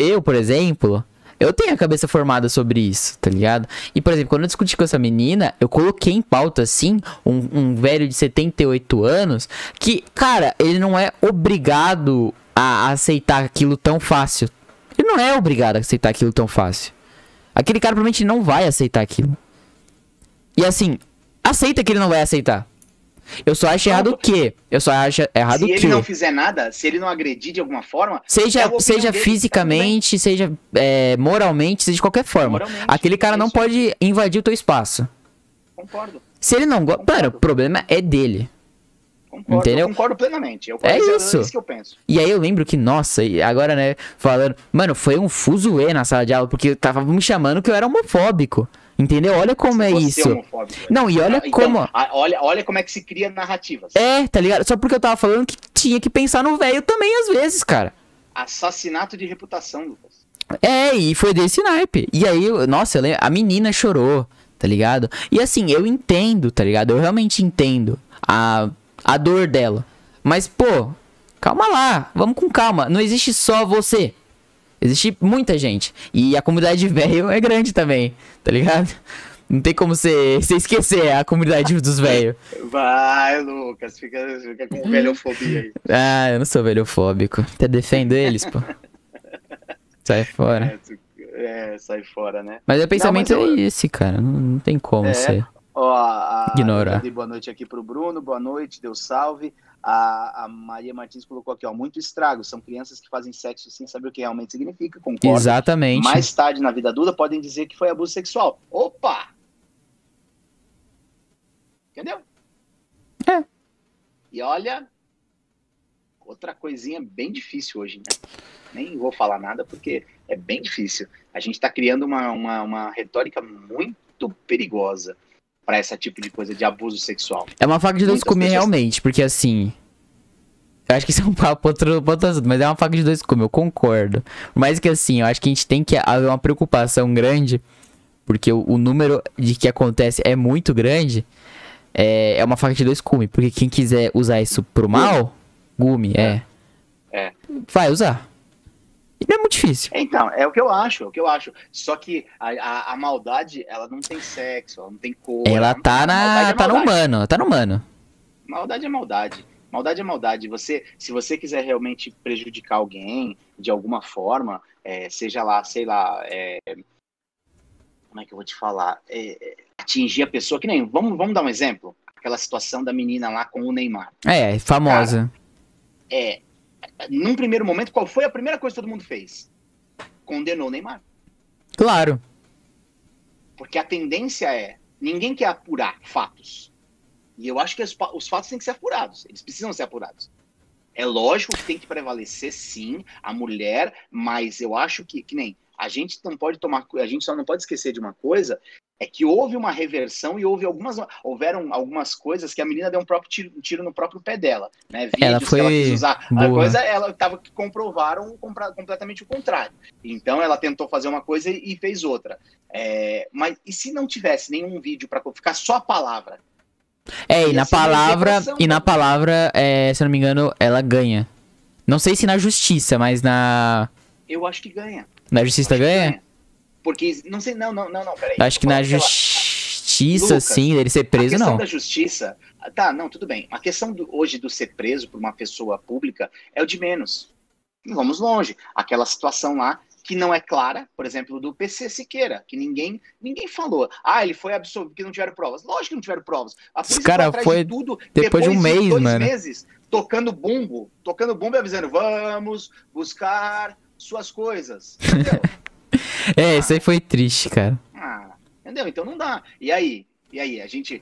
eu tenho a cabeça formada sobre isso, tá ligado? E, por exemplo, quando eu discuti com essa menina, eu coloquei em pauta, assim, um velho de 78 anos, que, cara, ele não é obrigado a aceitar aquilo tão fácil. Ele não é obrigado a aceitar aquilo tão fácil. Aquele cara provavelmente não vai aceitar aquilo. E, assim, aceita que ele não vai aceitar. Eu só acho errado o quê? Se ele não fizer nada, se ele não agredir de alguma forma... Seja fisicamente, seja moralmente, seja de qualquer forma. Aquele cara não pode invadir o teu espaço. Concordo. Se ele não gosta... Mano, o problema é dele. Entendeu? Eu concordo plenamente. É isso. É isso que eu penso. E aí eu lembro que, nossa, e agora, né, falando... Mano, foi um fuzuê na sala de aula, porque tava me chamando que eu era homofóbico. Entendeu? Olha como é Você isso. homofóbico, Não, e olha então, como... Olha como é que se cria narrativas. É, tá ligado? Só porque eu tava falando que tinha que pensar no velho também, às vezes, cara. Assassinato de reputação, Lucas. É, e foi desse naipe. E aí, nossa, a menina chorou, tá ligado? E assim, eu entendo, tá ligado? Eu realmente entendo a dor dela. Mas, pô, calma lá, vamos com calma. Não existe só você. Existe muita gente. E a comunidade de velho é grande também, tá ligado? Não tem como você esquecer a comunidade dos velhos. Vai, Lucas, fica com velhofobia aí. Ah, eu não sou velhofóbico. Até defendo eles, pô. Sai fora. Sai fora, né? Mas o pensamento é esse, cara. Não tem como você ignorar. Eu dei boa noite aqui pro Bruno, boa noite, Deus salve. A Maria Martins colocou aqui, ó, muito estrago. São crianças que fazem sexo sem saber o que realmente significa, concordo. Exatamente. Mais tarde, na vida adulta, podem dizer que foi abuso sexual. Opa! Entendeu? É. E olha, outra coisinha bem difícil hoje, né? Nem vou falar nada porque é bem difícil. A gente tá criando uma retórica muito perigosa para esse tipo de coisa de abuso sexual. É uma faca de dois gumes realmente, porque assim... Eu acho que isso é um papo outro assunto, mas é uma faca de dois gumes, eu concordo. Mas que assim, eu acho que a gente tem que haver uma preocupação grande, porque o número de que acontece é muito grande, é uma faca de dois gumes. Porque quem quiser usar isso pro mal, gume, vai usar. E não é muito difícil. Então, é o que eu acho. Só que a maldade, ela não tem sexo, ela não tem cor. Ela tá no humano. Maldade é maldade. Maldade é maldade. Se você quiser realmente prejudicar alguém de alguma forma, seja lá, sei lá, como é que eu vou te falar? Atingir a pessoa, que nem, vamos dar um exemplo? Aquela situação da menina lá com o Neymar. Famosa. Cara, num primeiro momento, qual foi a primeira coisa que todo mundo fez? Condenou o Neymar. Claro. Porque a tendência ninguém quer apurar fatos. E eu acho que os fatos têm que ser apurados. Eles precisam ser apurados. É lógico que tem que prevalecer, sim, a mulher, mas eu acho que nem a gente só não pode esquecer de uma coisa, é que houve uma reversão e houveram algumas coisas que a menina deu um tiro no próprio pé dela, né? Vídeos ela foi que ela quis usar. boa. A coisa, ela tava que comprovaram completamente o contrário. Então ela tentou fazer uma coisa e fez outra. Mas e se não tivesse nenhum vídeo para ficar só a palavra? E na palavra, se eu não me engano, ela ganha. Não sei se na justiça, mas na... Eu acho que ganha. Na justiça ganha? Porque, não sei, não, peraí. Acho que na justiça, Lucas, sim, ele ser preso, não. A questão da justiça, não, tudo bem. A questão hoje do ser preso por uma pessoa pública é o de menos. Vamos longe. Aquela situação lá que não é clara, por exemplo, do PC Siqueira, que ninguém falou. Ele foi absolvido porque não tiveram provas. Lógico que não tiveram provas. A polícia foi atrás de tudo depois de um mês, 2 meses, tocando bumbo e avisando, vamos buscar suas coisas. Entendeu? Isso aí foi triste, cara. Entendeu? Então não dá. E aí, a gente...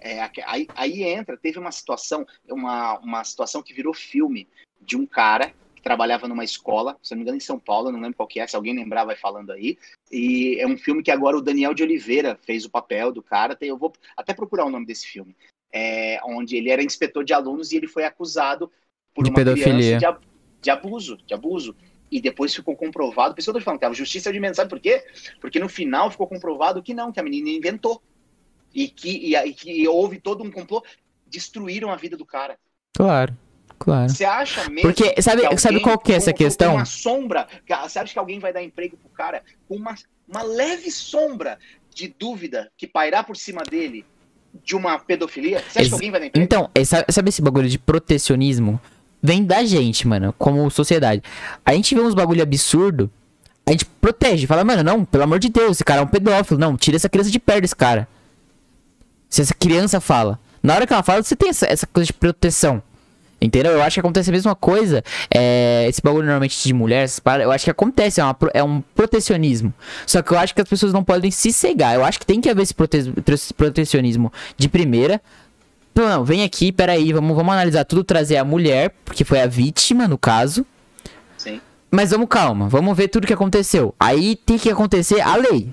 aí entra, teve uma situação que virou filme de um cara que trabalhava numa escola, se não me engano em São Paulo, não lembro qual que é, se alguém lembrar vai falando aí, e é um filme que agora o Daniel de Oliveira fez o papel do cara, eu vou até procurar o nome desse filme, onde ele era inspetor de alunos e ele foi acusado por uma pedofilia. Criança de abuso. E depois ficou comprovado, por isso que eu tô falando, que a justiça é de menos, sabe por quê? Porque no final ficou comprovado que não, que a menina inventou. E que houve todo um complô, destruíram a vida do cara. Claro. Você acha mesmo? Porque sabe qual que é essa questão? Com uma sombra, você acha que alguém vai dar emprego pro cara com uma leve sombra de dúvida que pairar por cima dele de uma pedofilia? Você acha que alguém vai dar emprego? Então, sabe esse bagulho de protecionismo? Vem da gente, mano, como sociedade. A gente vê uns bagulho absurdo, a gente protege, fala, mano, não, pelo amor de Deus, esse cara é um pedófilo, não, tira essa criança de perto desse cara. Se essa criança fala, na hora que ela fala, você tem essa coisa de proteção. Entendeu? Eu acho que acontece a mesma coisa. Esse bagulho normalmente de mulheres, eu acho que acontece, é um protecionismo. Só que eu acho que as pessoas não podem se cegar. Eu acho que tem que haver esse protecionismo de primeira. Não, vem aqui, peraí, vamos analisar tudo, trazer a mulher, porque foi a vítima, no caso. Sim. Mas calma, vamos ver tudo que aconteceu. Aí tem que acontecer a lei.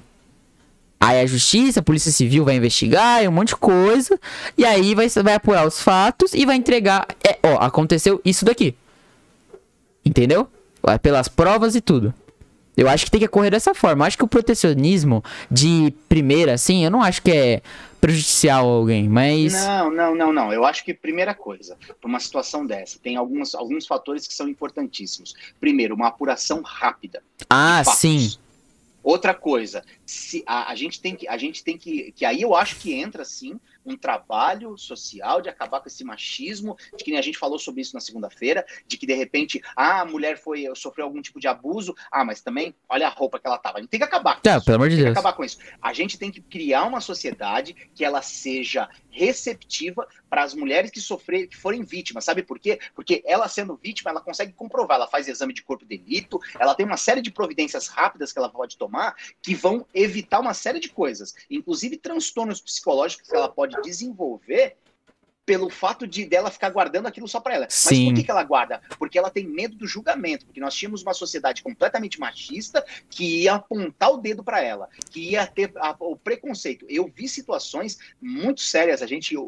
Aí a justiça, a polícia civil vai investigar, um monte de coisa. E aí vai apurar os fatos e vai entregar. Aconteceu isso daqui. Entendeu? Pelas provas e tudo. Eu acho que tem que ocorrer dessa forma. Eu acho que o protecionismo de primeira, assim, eu não acho que é prejudicial a alguém, mas... Não. Eu acho que, primeira coisa, para uma situação dessa, tem alguns fatores que são importantíssimos. Primeiro, uma apuração rápida. Ah, sim. Outra coisa, a gente tem que aí eu acho que entra, sim, um trabalho social de acabar com esse machismo, de que nem a gente falou sobre isso na segunda-feira, de que de repente, a mulher sofreu algum tipo de abuso, mas também, olha a roupa que ela tava. A gente tem que acabar com isso. Pelo amor de Deus. Tem que acabar com isso. A gente tem que criar uma sociedade que ela seja receptiva para as mulheres que forem vítimas. Sabe por quê? Porque ela sendo vítima, ela consegue comprovar, ela faz exame de corpo de delito, ela tem uma série de providências rápidas que ela pode tomar que vão evitar uma série de coisas, inclusive transtornos psicológicos que ela pode desenvolver pelo fato dela ficar guardando aquilo só para ela. Sim. Mas por que ela guarda? Porque ela tem medo do julgamento, porque nós tínhamos uma sociedade completamente machista que ia apontar o dedo para ela, que ia ter o preconceito. Eu vi situações muito sérias,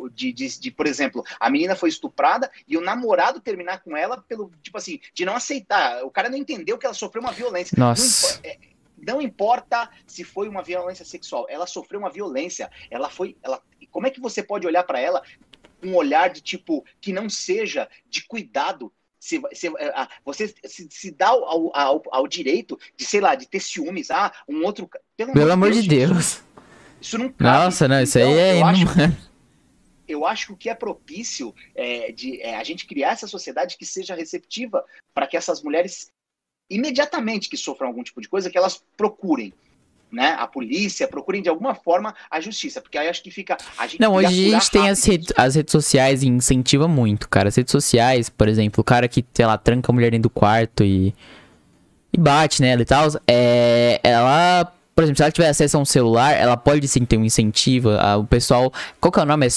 por exemplo, a menina foi estuprada e o namorado terminar com ela pelo, tipo assim, de não aceitar. O cara não entendeu que ela sofreu uma violência. Nossa. Não importa se foi uma violência sexual, ela sofreu uma violência. Como é que você pode olhar para ela com um olhar de tipo que não seja de cuidado? Você se dá ao direito de, sei lá, de ter ciúmes. Um outro. Pelo amor de Deus. Isso não cabe. Nossa, não, isso aí é inumano. Eu acho que o que é propício é a gente criar essa sociedade que seja receptiva para que essas mulheres, imediatamente que sofram algum tipo de coisa, que elas procurem, né, a polícia, procurem de alguma forma a justiça, porque aí acho que fica... Hoje a gente tem as redes sociais e incentiva muito, cara. As redes sociais, por exemplo, o cara que, sei lá, tranca a mulher dentro do quarto e bate nela e tal, ela... Por exemplo, se ela tiver acesso a um celular, ela pode sim ter um incentivo. O pessoal... Qual que é o nome?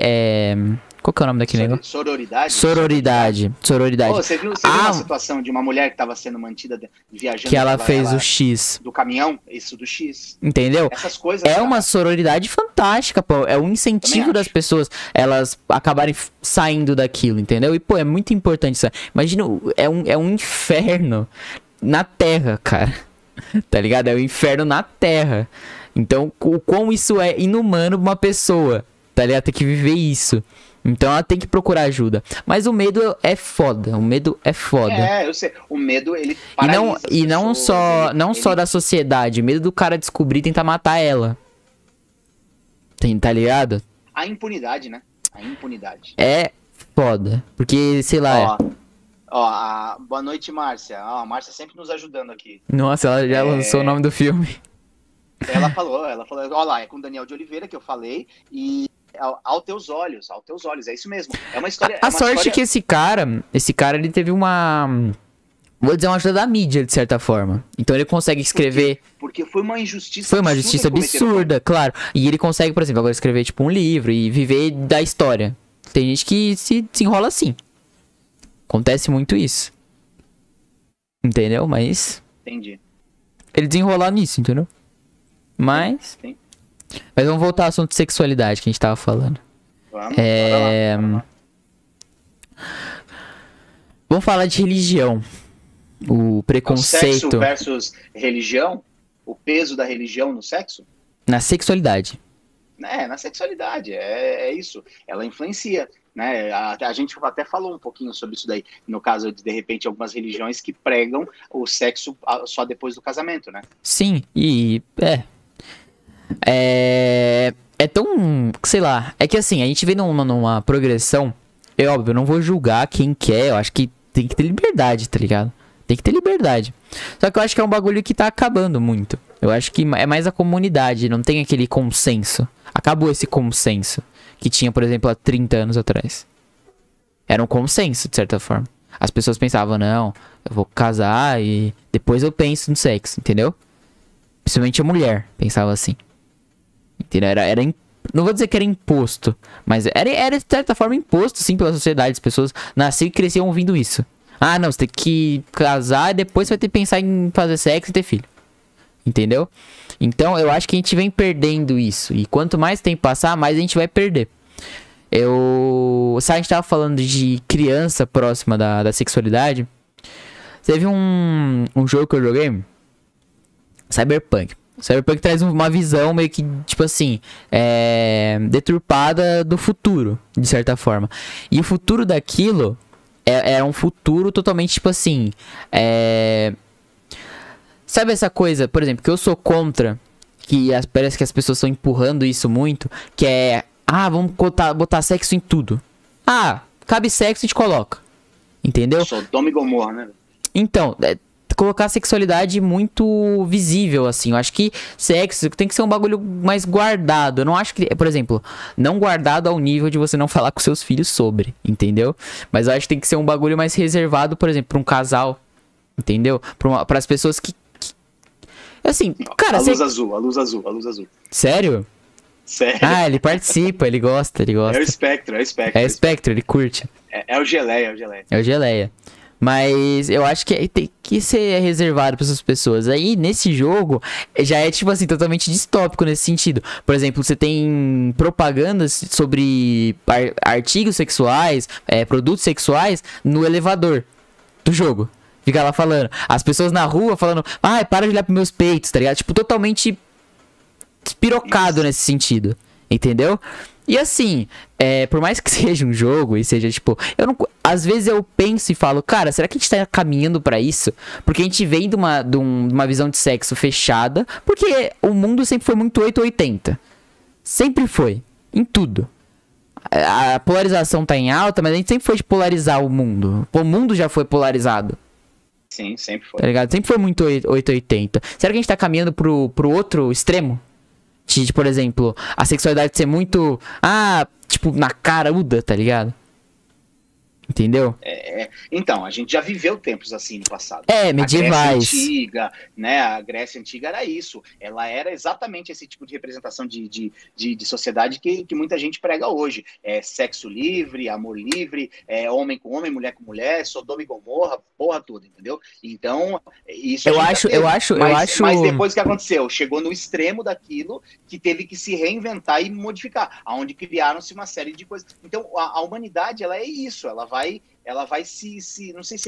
Qual que é o nome daquele negócio? Sororidade. Sororidade. Você viu uma situação de uma mulher que estava sendo mantida viajando... Que ela fez o X. Do caminhão, isso do X. Entendeu? Essas coisas... É uma sororidade fantástica, pô. É um incentivo das pessoas, elas acabarem saindo daquilo, entendeu? E, pô, é muito importante isso. Imagina, é um inferno na Terra, cara. Tá ligado? É um inferno na Terra. Então, o quão isso é inumano pra uma pessoa, tá ligado? Tem que viver isso. Então ela tem que procurar ajuda. Mas o medo é foda. O medo é foda. Eu sei. O medo, ele paralisa não só da sociedade. Medo do cara descobrir e tentar matar ela. Tá ligado? A impunidade, né? A impunidade. É foda. Porque, sei lá... boa noite, Márcia. A Márcia sempre nos ajudando aqui. Nossa, ela já lançou o nome do filme. Ela falou, ó lá, é com Daniel de Oliveira que eu falei, e aos teus olhos, é isso mesmo. É uma história... A sorte é que esse cara, ele teve uma... Vou dizer, uma ajuda da mídia, de certa forma. Então ele consegue escrever... Porque foi uma injustiça... Foi uma injustiça absurda, claro. E ele consegue, por exemplo, agora escrever tipo um livro e viver da história. Tem gente que se enrola assim. Acontece muito isso. Entendeu? Mas... Entendi. Ele desenrolar nisso, entendeu? Mas... Sim. Mas vamos voltar ao assunto de sexualidade que a gente tava falando. Vamos lá. Vamos falar de religião. O preconceito... O sexo versus religião? O peso da religião no sexo? Na sexualidade. Na sexualidade. É isso. Ela influencia. Né? A gente até falou um pouquinho sobre isso daí, no caso de repente, algumas religiões que pregam o sexo só depois do casamento, né? Sim, e é tão, sei lá, é que assim, a gente vê numa progressão, é óbvio, eu não vou julgar quem quer, eu acho que tem que ter liberdade, tá ligado? Tem que ter liberdade. Só que eu acho que é um bagulho que tá acabando muito. Eu acho que é mais a comunidade, não tem aquele consenso. Acabou esse consenso que tinha, por exemplo, há 30 anos atrás. Era um consenso, de certa forma. As pessoas pensavam, não, eu vou casar e depois eu penso no sexo, entendeu? Principalmente a mulher pensava assim. Entendeu? Era Não vou dizer que era imposto, mas era de certa forma imposto, sim, pela sociedade. As pessoas nasciam e cresciam ouvindo isso. Ah, não, você tem que casar e depois você vai ter que pensar em fazer sexo e ter filho. Entendeu? Então, eu acho que a gente vem perdendo isso. E quanto mais tempo passar, mais a gente vai perder. Sabe, a gente tava falando de criança próxima da sexualidade. Teve um jogo que eu joguei, Cyberpunk. Cyberpunk traz uma visão meio que, tipo assim, deturpada do futuro, de certa forma. E o futuro daquilo é um futuro totalmente, tipo assim, sabe essa coisa, por exemplo, que eu sou contra, que parece que as pessoas estão empurrando isso muito, que vamos botar sexo em tudo. Cabe sexo e te coloca. Entendeu? Sodoma e Gomorra, né? Então, colocar a sexualidade muito visível, assim. Eu acho que sexo tem que ser um bagulho mais guardado. Eu não acho que, por exemplo, não guardado ao nível de você não falar com seus filhos sobre, entendeu? Mas eu acho que tem que ser um bagulho mais reservado, por exemplo, pra um casal, entendeu? Para as pessoas que... Assim, cara... A luz azul, a luz azul, a luz azul. Sério? Sério. Ele participa, ele gosta. É o espectro, é o espectro. É o espectro, ele curte. É o geleia, é o geleia. É o geleia. Mas eu acho que tem que ser reservado para essas pessoas. Aí, nesse jogo, já é, tipo assim, totalmente distópico nesse sentido. Por exemplo, você tem propagandas sobre artigos sexuais, produtos sexuais, no elevador do jogo. Fica lá falando. As pessoas na rua falando, para de olhar pros meus peitos, tá ligado? Tipo, totalmente despirocado nesse sentido. Entendeu? E assim, por mais que seja um jogo e seja, tipo... às vezes eu penso e falo, cara, será que a gente tá caminhando pra isso? Porque a gente vem de uma visão de sexo fechada. Porque o mundo sempre foi muito 880. Sempre foi. Em tudo. A polarização tá em alta, mas a gente sempre foi de polarizar o mundo. O mundo já foi polarizado. Sim, sempre foi. Tá ligado? Sempre foi muito 880. Será que a gente tá caminhando pro outro extremo? De, por exemplo, a sexualidade ser muito... tipo, na caruda, tá ligado? Entendeu? Então, a gente já viveu tempos assim no passado. Medievais. A Grécia Antiga, né? A Grécia Antiga era isso. Ela era exatamente esse tipo de representação de sociedade que muita gente prega hoje. Sexo livre, amor livre, homem com homem, mulher com mulher, Sodoma e Gomorra, porra toda, entendeu? Então, isso eu acho. Mas depois o que aconteceu? Chegou no extremo daquilo que teve que se reinventar e modificar, aonde criaram-se uma série de coisas. Então, a humanidade, ela é isso, ela vai se não sei se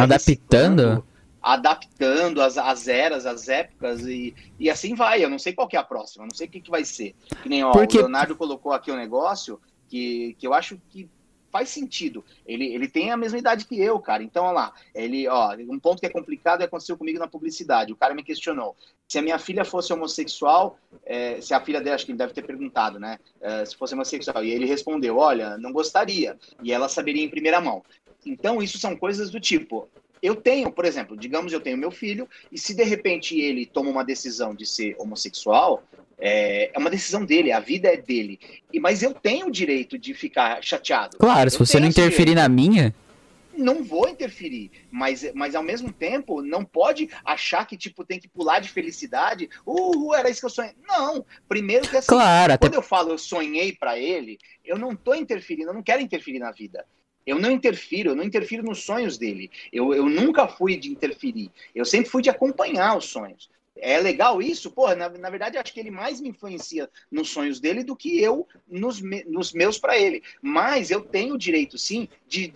adaptando as eras, as épocas e assim vai. Eu não sei qual que é a próxima, eu não sei o que vai ser. Que nem o Leonardo colocou aqui um negócio que eu acho que faz sentido. Ele tem a mesma idade que eu, cara. Então, olha lá, um ponto que é complicado aconteceu comigo na publicidade. O cara me questionou. Se a minha filha fosse homossexual, se a filha dela, acho que ele deve ter perguntado, né? Se fosse homossexual. E ele respondeu, olha, não gostaria. E ela saberia em primeira mão. Então, isso são coisas do tipo... Eu tenho, por exemplo, digamos eu tenho meu filho, e se de repente ele toma uma decisão de ser homossexual, é uma decisão dele, a vida é dele. Mas eu tenho o direito de ficar chateado. Claro, se você não interferir na minha... Não vou interferir, mas ao mesmo tempo não pode achar que tipo tem que pular de felicidade. Era isso que eu sonhei. Não, primeiro que assim, quando eu falo eu sonhei pra ele, eu não tô interferindo, eu não quero interferir na vida. Eu não interfiro nos sonhos dele. Eu nunca fui de interferir. Eu sempre fui de acompanhar os sonhos. É legal isso? Porra, na verdade, acho que ele mais me influencia nos sonhos dele do que eu nos meus para ele. Mas eu tenho o direito, sim,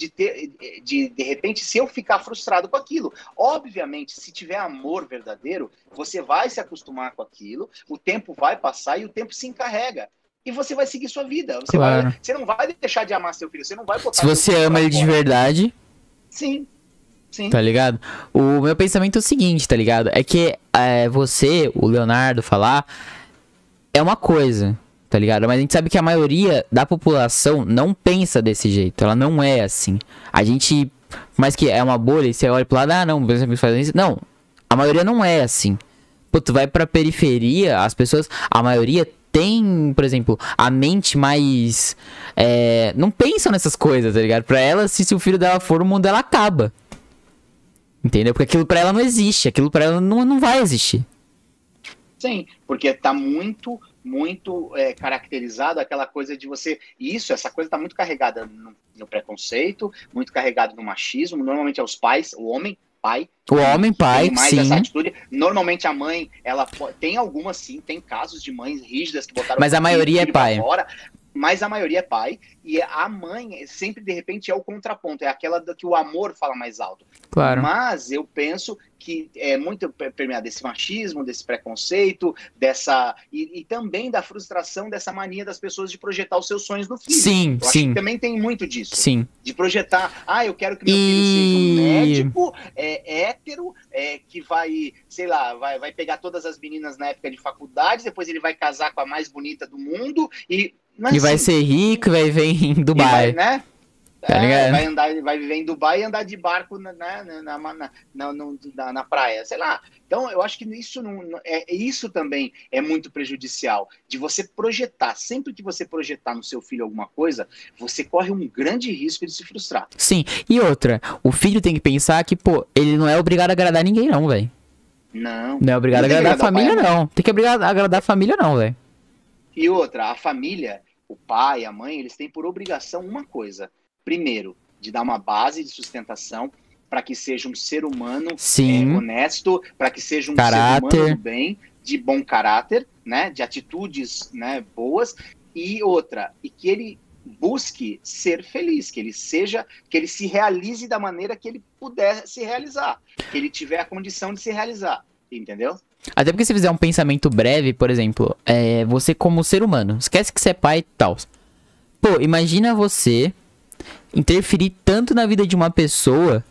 de repente, se eu ficar frustrado com aquilo. Obviamente, se tiver amor verdadeiro, você vai se acostumar com aquilo, o tempo vai passar e o tempo se encarrega. E você vai seguir sua vida. Você não vai deixar de amar seu filho, você não vai botar... Se você ama ele de verdade... Sim. Sim. Tá ligado? O meu pensamento é o seguinte, tá ligado? É que você, o Leonardo, falar é uma coisa, tá ligado? Mas a gente sabe que a maioria da população não pensa desse jeito. Ela não é assim. A gente, mas que é uma bolha, e você olha pro lado, não, meus amigos fazem isso. Não, a maioria não é assim. Pô, tu vai pra periferia, as pessoas, a maioria tem, por exemplo, a mente mais... não pensam nessas coisas, tá ligado? Pra ela, se o filho dela for, o mundo dela acaba. Entendeu? Porque aquilo pra ela não existe. Aquilo pra ela não vai existir. Sim, porque tá muito caracterizado aquela coisa de você. Isso, essa coisa tá muito carregada no preconceito, muito carregado no machismo. Normalmente é os pais, o homem, pai, O homem, que pai, tem mais essa sim. atitude. Normalmente a mãe, ela tem algumas sim, tem casos de mães rígidas que botaram Mas a maioria é filho pra pai. fora, mas a maioria é pai. E a mãe sempre, de repente, é o contraponto, é aquela que o amor fala mais alto. Claro. Mas eu penso que é muito permeado desse machismo, desse preconceito, dessa e também da frustração dessa mania das pessoas de projetar os seus sonhos no filho. Sim, eu acho sim. que também tem muito disso. Sim. De projetar, eu quero que meu filho seja um médico, hétero, que vai, sei lá, vai pegar todas as meninas na época de faculdade, depois ele vai casar com a mais bonita do mundo e vai ser rico e vai viver em Dubai. Vai, né? Tá ligado? Vai viver em Dubai e andar de barco na praia, sei lá. Então, eu acho que isso também é muito prejudicial, de você projetar. Sempre que você projetar no seu filho alguma coisa, você corre um grande risco de se frustrar. Sim, e outra, o filho tem que pensar que, pô, ele não é obrigado a agradar ninguém não, velho. Não. Não é obrigado a agradar a família, não. Tem que agradar a família, não, velho. E outra, a família, o pai, a mãe, eles têm por obrigação uma coisa. Primeiro, de dar uma base de sustentação para que seja um ser humano honesto, para que seja um ser humano do bem, de bom caráter, né, de atitudes, né, boas, e outra, e que ele busque ser feliz, que ele se realize da maneira que ele puder se realizar, que ele tiver a condição de se realizar, entendeu? Até porque se fizer um pensamento breve, por exemplo, você como ser humano, esquece que você é pai e tal. Pô, imagina você interferir tanto na vida de uma pessoa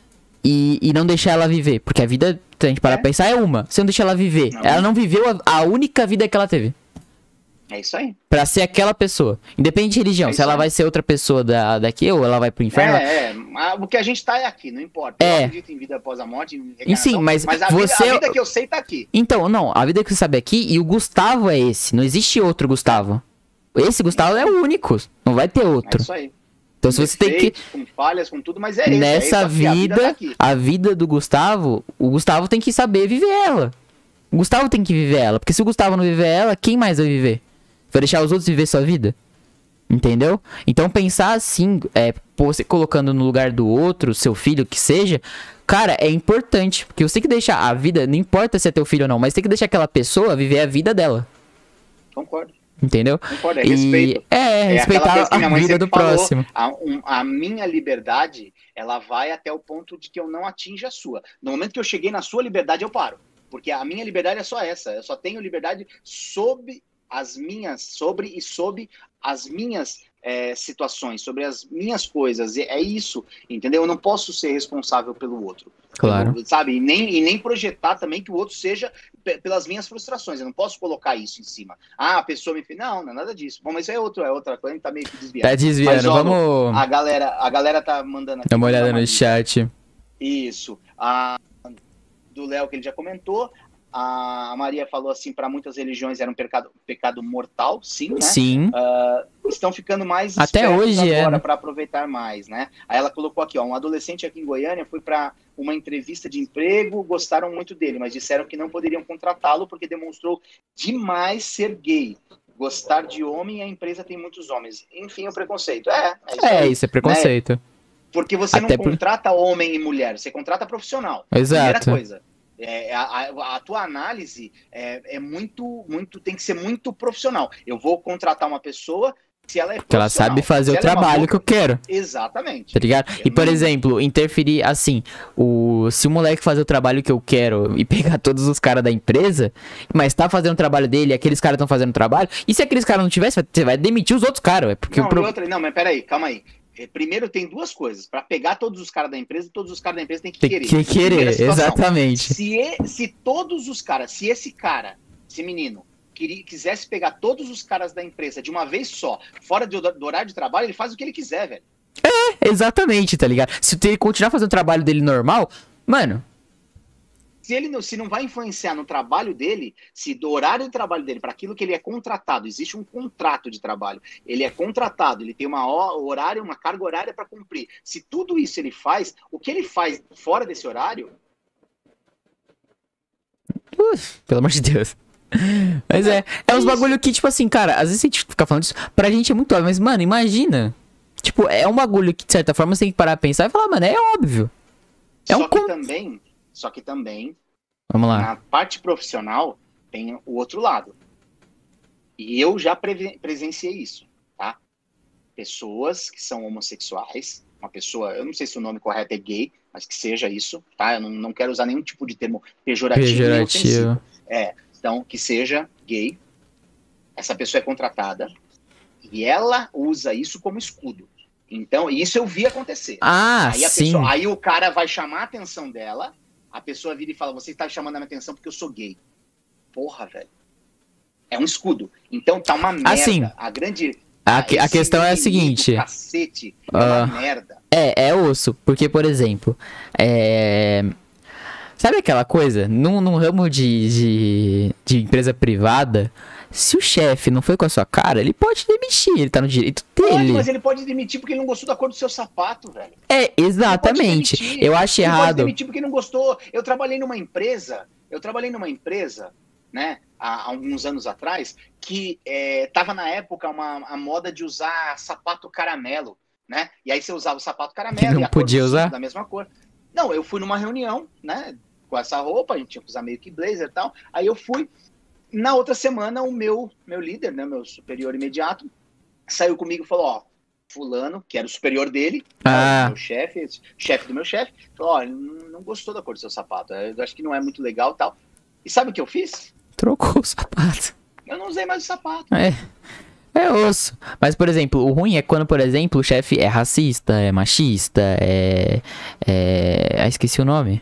e não deixar ela viver. Porque a vida, se a gente parar pra pensar, é uma. Você não deixa ela viver. Ela não viveu a única vida que ela teve. É isso aí. Pra ser aquela pessoa. Independente de religião. Se ela vai ser outra pessoa daqui ou ela vai pro inferno. O que a gente tá é aqui, não importa. Eu acredito em vida após a morte, em sim, mas a vida que eu sei tá aqui. Então, não. A vida que você sabe aqui e o Gustavo é esse. Não existe outro Gustavo. Esse Gustavo é o único. Não vai ter outro. É isso aí. Então, se você tem que. Com falhas, com tudo, mas nessa vida, a vida do Gustavo, o Gustavo tem que saber viver ela. O Gustavo tem que viver ela. Porque se o Gustavo não viver ela, quem mais vai viver? Vai deixar os outros viver sua vida? Entendeu? Então, pensar assim, você colocando no lugar do outro, seu filho, que seja, cara, é importante. Porque você tem que deixar a vida, não importa se é teu filho ou não, mas tem que deixar aquela pessoa viver a vida dela. Concordo. Entendeu? Concordo, respeito. Respeitar a vida do próximo. A minha liberdade, ela vai até o ponto de que eu não atinja a sua. No momento que eu cheguei na sua liberdade, eu paro. Porque a minha liberdade é só essa. Eu só tenho liberdade sob as minhas situações, sobre as minhas coisas. É isso, entendeu? Eu não posso ser responsável pelo outro. Claro. Sabe? E nem projetar também que o outro seja pelas minhas frustrações. Eu não posso colocar isso em cima. A pessoa me fez. Não é nada disso. Bom, mas isso é outra coisa, a gente tá meio que desviando. Tá desviando, mas, ó, vamos. A galera tá mandando aqui. Dá uma olhada no chat. Isso. Do Léo, que ele já comentou. A Maria falou assim, para muitas religiões era um pecado mortal, sim, né? Sim. Estão ficando mais até hoje agora para aproveitar mais, né? Aí ela colocou aqui, um adolescente aqui em Goiânia foi para uma entrevista de emprego, gostaram muito dele, mas disseram que não poderiam contratá-lo porque demonstrou demais ser gay. Gostar de homem e a empresa tem muitos homens. Enfim, o preconceito. Isso é preconceito. Né? Porque você não contrata homem e mulher, você contrata profissional. Exato. Primeira coisa. A tua análise tem que ser muito profissional. Eu vou contratar uma pessoa se ela é profissional. Que ela sabe fazer o trabalho que eu quero. Exatamente. Tá ligado? E, por exemplo, interferir, assim, se o moleque fazer o trabalho que eu quero e pegar todos os caras da empresa, mas tá fazendo o trabalho dele e aqueles caras estão fazendo o trabalho, e se aqueles caras não tivessem, você vai demitir os outros caras. Porque não, mas peraí, calma aí. Primeiro tem duas coisas. Para pegar todos os caras da empresa, todos os caras da empresa têm que querer. Tem que querer, exatamente. Se todos os caras, se esse menino, quisesse pegar todos os caras da empresa de uma vez só, fora do horário de trabalho, ele faz o que ele quiser, velho. Exatamente, tá ligado? Se ele continuar fazendo o trabalho dele normal, mano... Se não vai influenciar no trabalho dele, se do horário de trabalho dele para aquilo que ele é contratado, existe um contrato de trabalho, ele é contratado, ele tem uma carga horária para cumprir. Se tudo isso ele faz, o que ele faz fora desse horário... Pelo amor de Deus. Mas é uns isso. bagulho que, tipo assim, cara, às vezes a gente fica falando isso, pra gente é muito óbvio, mas, mano, imagina. Tipo, é um bagulho que, de certa forma, você tem que parar pra pensar e falar, mano, é óbvio. É um Só que também, Vamos lá. na parte profissional, tem o outro lado. E eu já presenciei isso, tá? Pessoas que são homossexuais, uma pessoa, eu não sei se o nome correto é gay, mas que seja isso, tá? Eu não quero usar nenhum tipo de termo pejorativo nem ofensivo. Então, que seja gay, essa pessoa é contratada e ela usa isso como escudo. Então, isso eu vi acontecer. Ah, Aí sim. aí o cara vai chamar a atenção dela, a pessoa vira e fala, você está chamando a minha atenção porque eu sou gay. Porra, velho. É um escudo. Então tá uma merda. Assim, a questão é a seguinte. Cacete, é uma merda. É osso. Porque, por exemplo, sabe aquela coisa? Num ramo de empresa privada, se o chefe não foi com a sua cara, ele pode demitir, ele tá no direito dele. Mas ele pode demitir porque ele não gostou da cor do seu sapato, velho. Exatamente. Eu acho errado. Ele pode demitir porque não gostou. Eu trabalhei numa empresa, né, há alguns anos atrás, que tava na época a moda de usar sapato caramelo, né? E aí você usava o sapato caramelo que não e a podia cor do usar da mesma cor. Não, eu fui numa reunião, né, com essa roupa, a gente tinha que usar meio que blazer e tal. Aí eu fui. Na outra semana, o meu líder, né, meu superior imediato, saiu comigo e falou, ó, fulano, que era o superior dele, meu chefe do meu chefe, falou, ó, ele não gostou da cor do seu sapato, eu acho que não é muito legal e tal. E sabe o que eu fiz? Trocou o sapato. Eu não usei mais o sapato. É osso. Mas, por exemplo, o ruim é quando, por exemplo, o chefe é racista, é machista, esqueci o nome.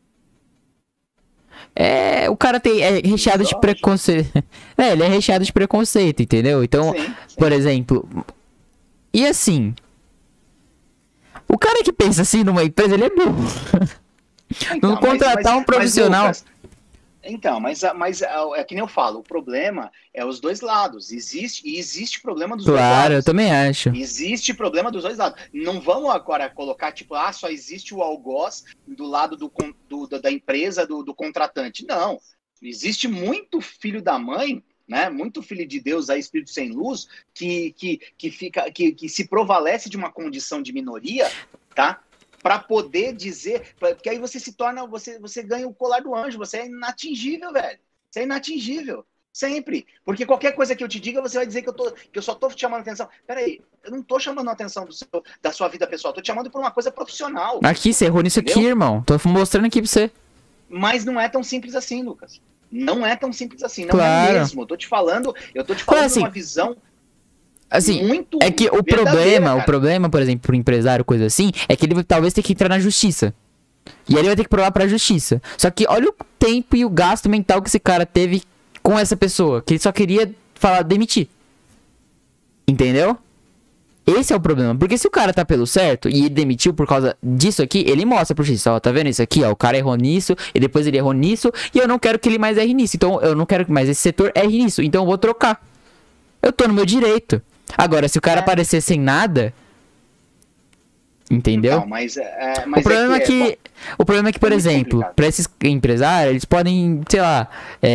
O cara é recheado de preconceito. Ele é recheado de preconceito, entendeu? Então, sim. Por exemplo. E assim. O cara que pensa assim numa empresa, ele é burro. Então, não contratar um profissional. Lucas, então, mas é que nem eu falo, o problema é os dois lados. Existe problema dos dois lados. Claro, eu também acho. Existe problema dos dois lados. Não vamos agora colocar, tipo, só existe o algoz do lado da empresa, do contratante. Não. Existe muito filho da mãe, né? Muito filho de Deus, aí, espírito sem luz, que se prevalece de uma condição de minoria, tá? Para poder dizer, porque aí você se torna, você ganha o colar do anjo, você é inatingível, velho. Você é inatingível, sempre. Porque qualquer coisa que eu te diga, você vai dizer que eu só tô te chamando atenção. Peraí, eu não tô chamando a atenção da sua vida pessoal, tô te chamando por uma coisa profissional. Aqui, você errou nisso aqui, irmão. Tô mostrando aqui pra você. Mas não é tão simples assim, Lucas. Não é tão simples assim, não claro. é mesmo. Eu tô te falando assim, uma visão... Assim, muito é que o problema, por exemplo, pro empresário, coisa assim, é que ele vai talvez ter que entrar na justiça. E aí ele vai ter que provar pra justiça. Só que olha o tempo e o gasto mental que esse cara teve com essa pessoa, que ele só queria demitir. Entendeu? Esse é o problema. Porque se o cara tá pelo certo e ele demitiu por causa disso aqui, ele mostra pro justiça, ó, tá vendo isso aqui, ó, o cara errou nisso, e depois ele errou nisso, e eu não quero que ele mais erre nisso. Então eu não quero que mais esse setor erre nisso, então eu vou trocar. Eu tô no meu direito. Agora, se o cara aparecer sem nada, entendeu? Não, mas o problema é que, por exemplo, para esses empresários, eles podem, sei lá,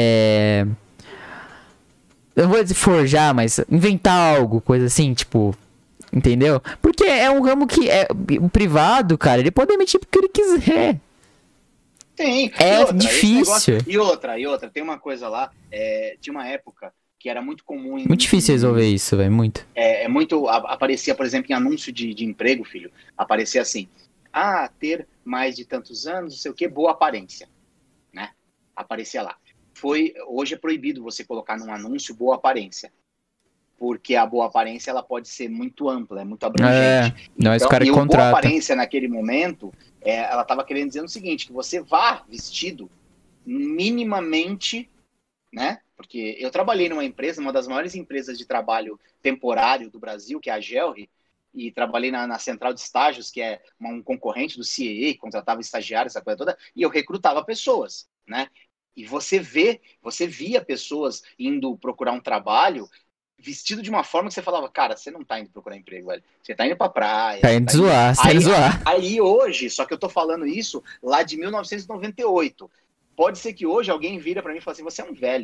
eu não vou dizer forjar, mas inventar algo, coisa assim, tipo, entendeu? Porque é um ramo que o privado, cara, ele pode emitir porque ele quiser. Sim. Difícil. E outra, tem uma coisa lá, tinha uma época que era muito comum... Muito difícil resolver isso, velho, muito. Aparecia, por exemplo, em anúncio de emprego, filho, aparecia assim, ter mais de tantos anos, não sei o que, boa aparência, né? Aparecia lá. Hoje é proibido você colocar num anúncio boa aparência, porque a boa aparência, ela pode ser muito ampla, é muito abrangente. Não, esse cara que contrata. Boa aparência, naquele momento, ela estava querendo dizer o seguinte, que você vá vestido minimamente, né? Porque eu trabalhei numa empresa, uma das maiores empresas de trabalho temporário do Brasil, que é a Gelri, e trabalhei na central de estágios, que é um concorrente do CEE, que contratava estagiários, essa coisa toda, e eu recrutava pessoas, né? E você via pessoas indo procurar um trabalho vestido de uma forma que você falava, cara, você não tá indo procurar emprego, velho. Você tá indo pra praia. Tá indo zoar, você tá indo zoar. Aí hoje, só que eu tô falando isso lá de 1998. Pode ser que hoje alguém vira pra mim e fala assim, você é um velho.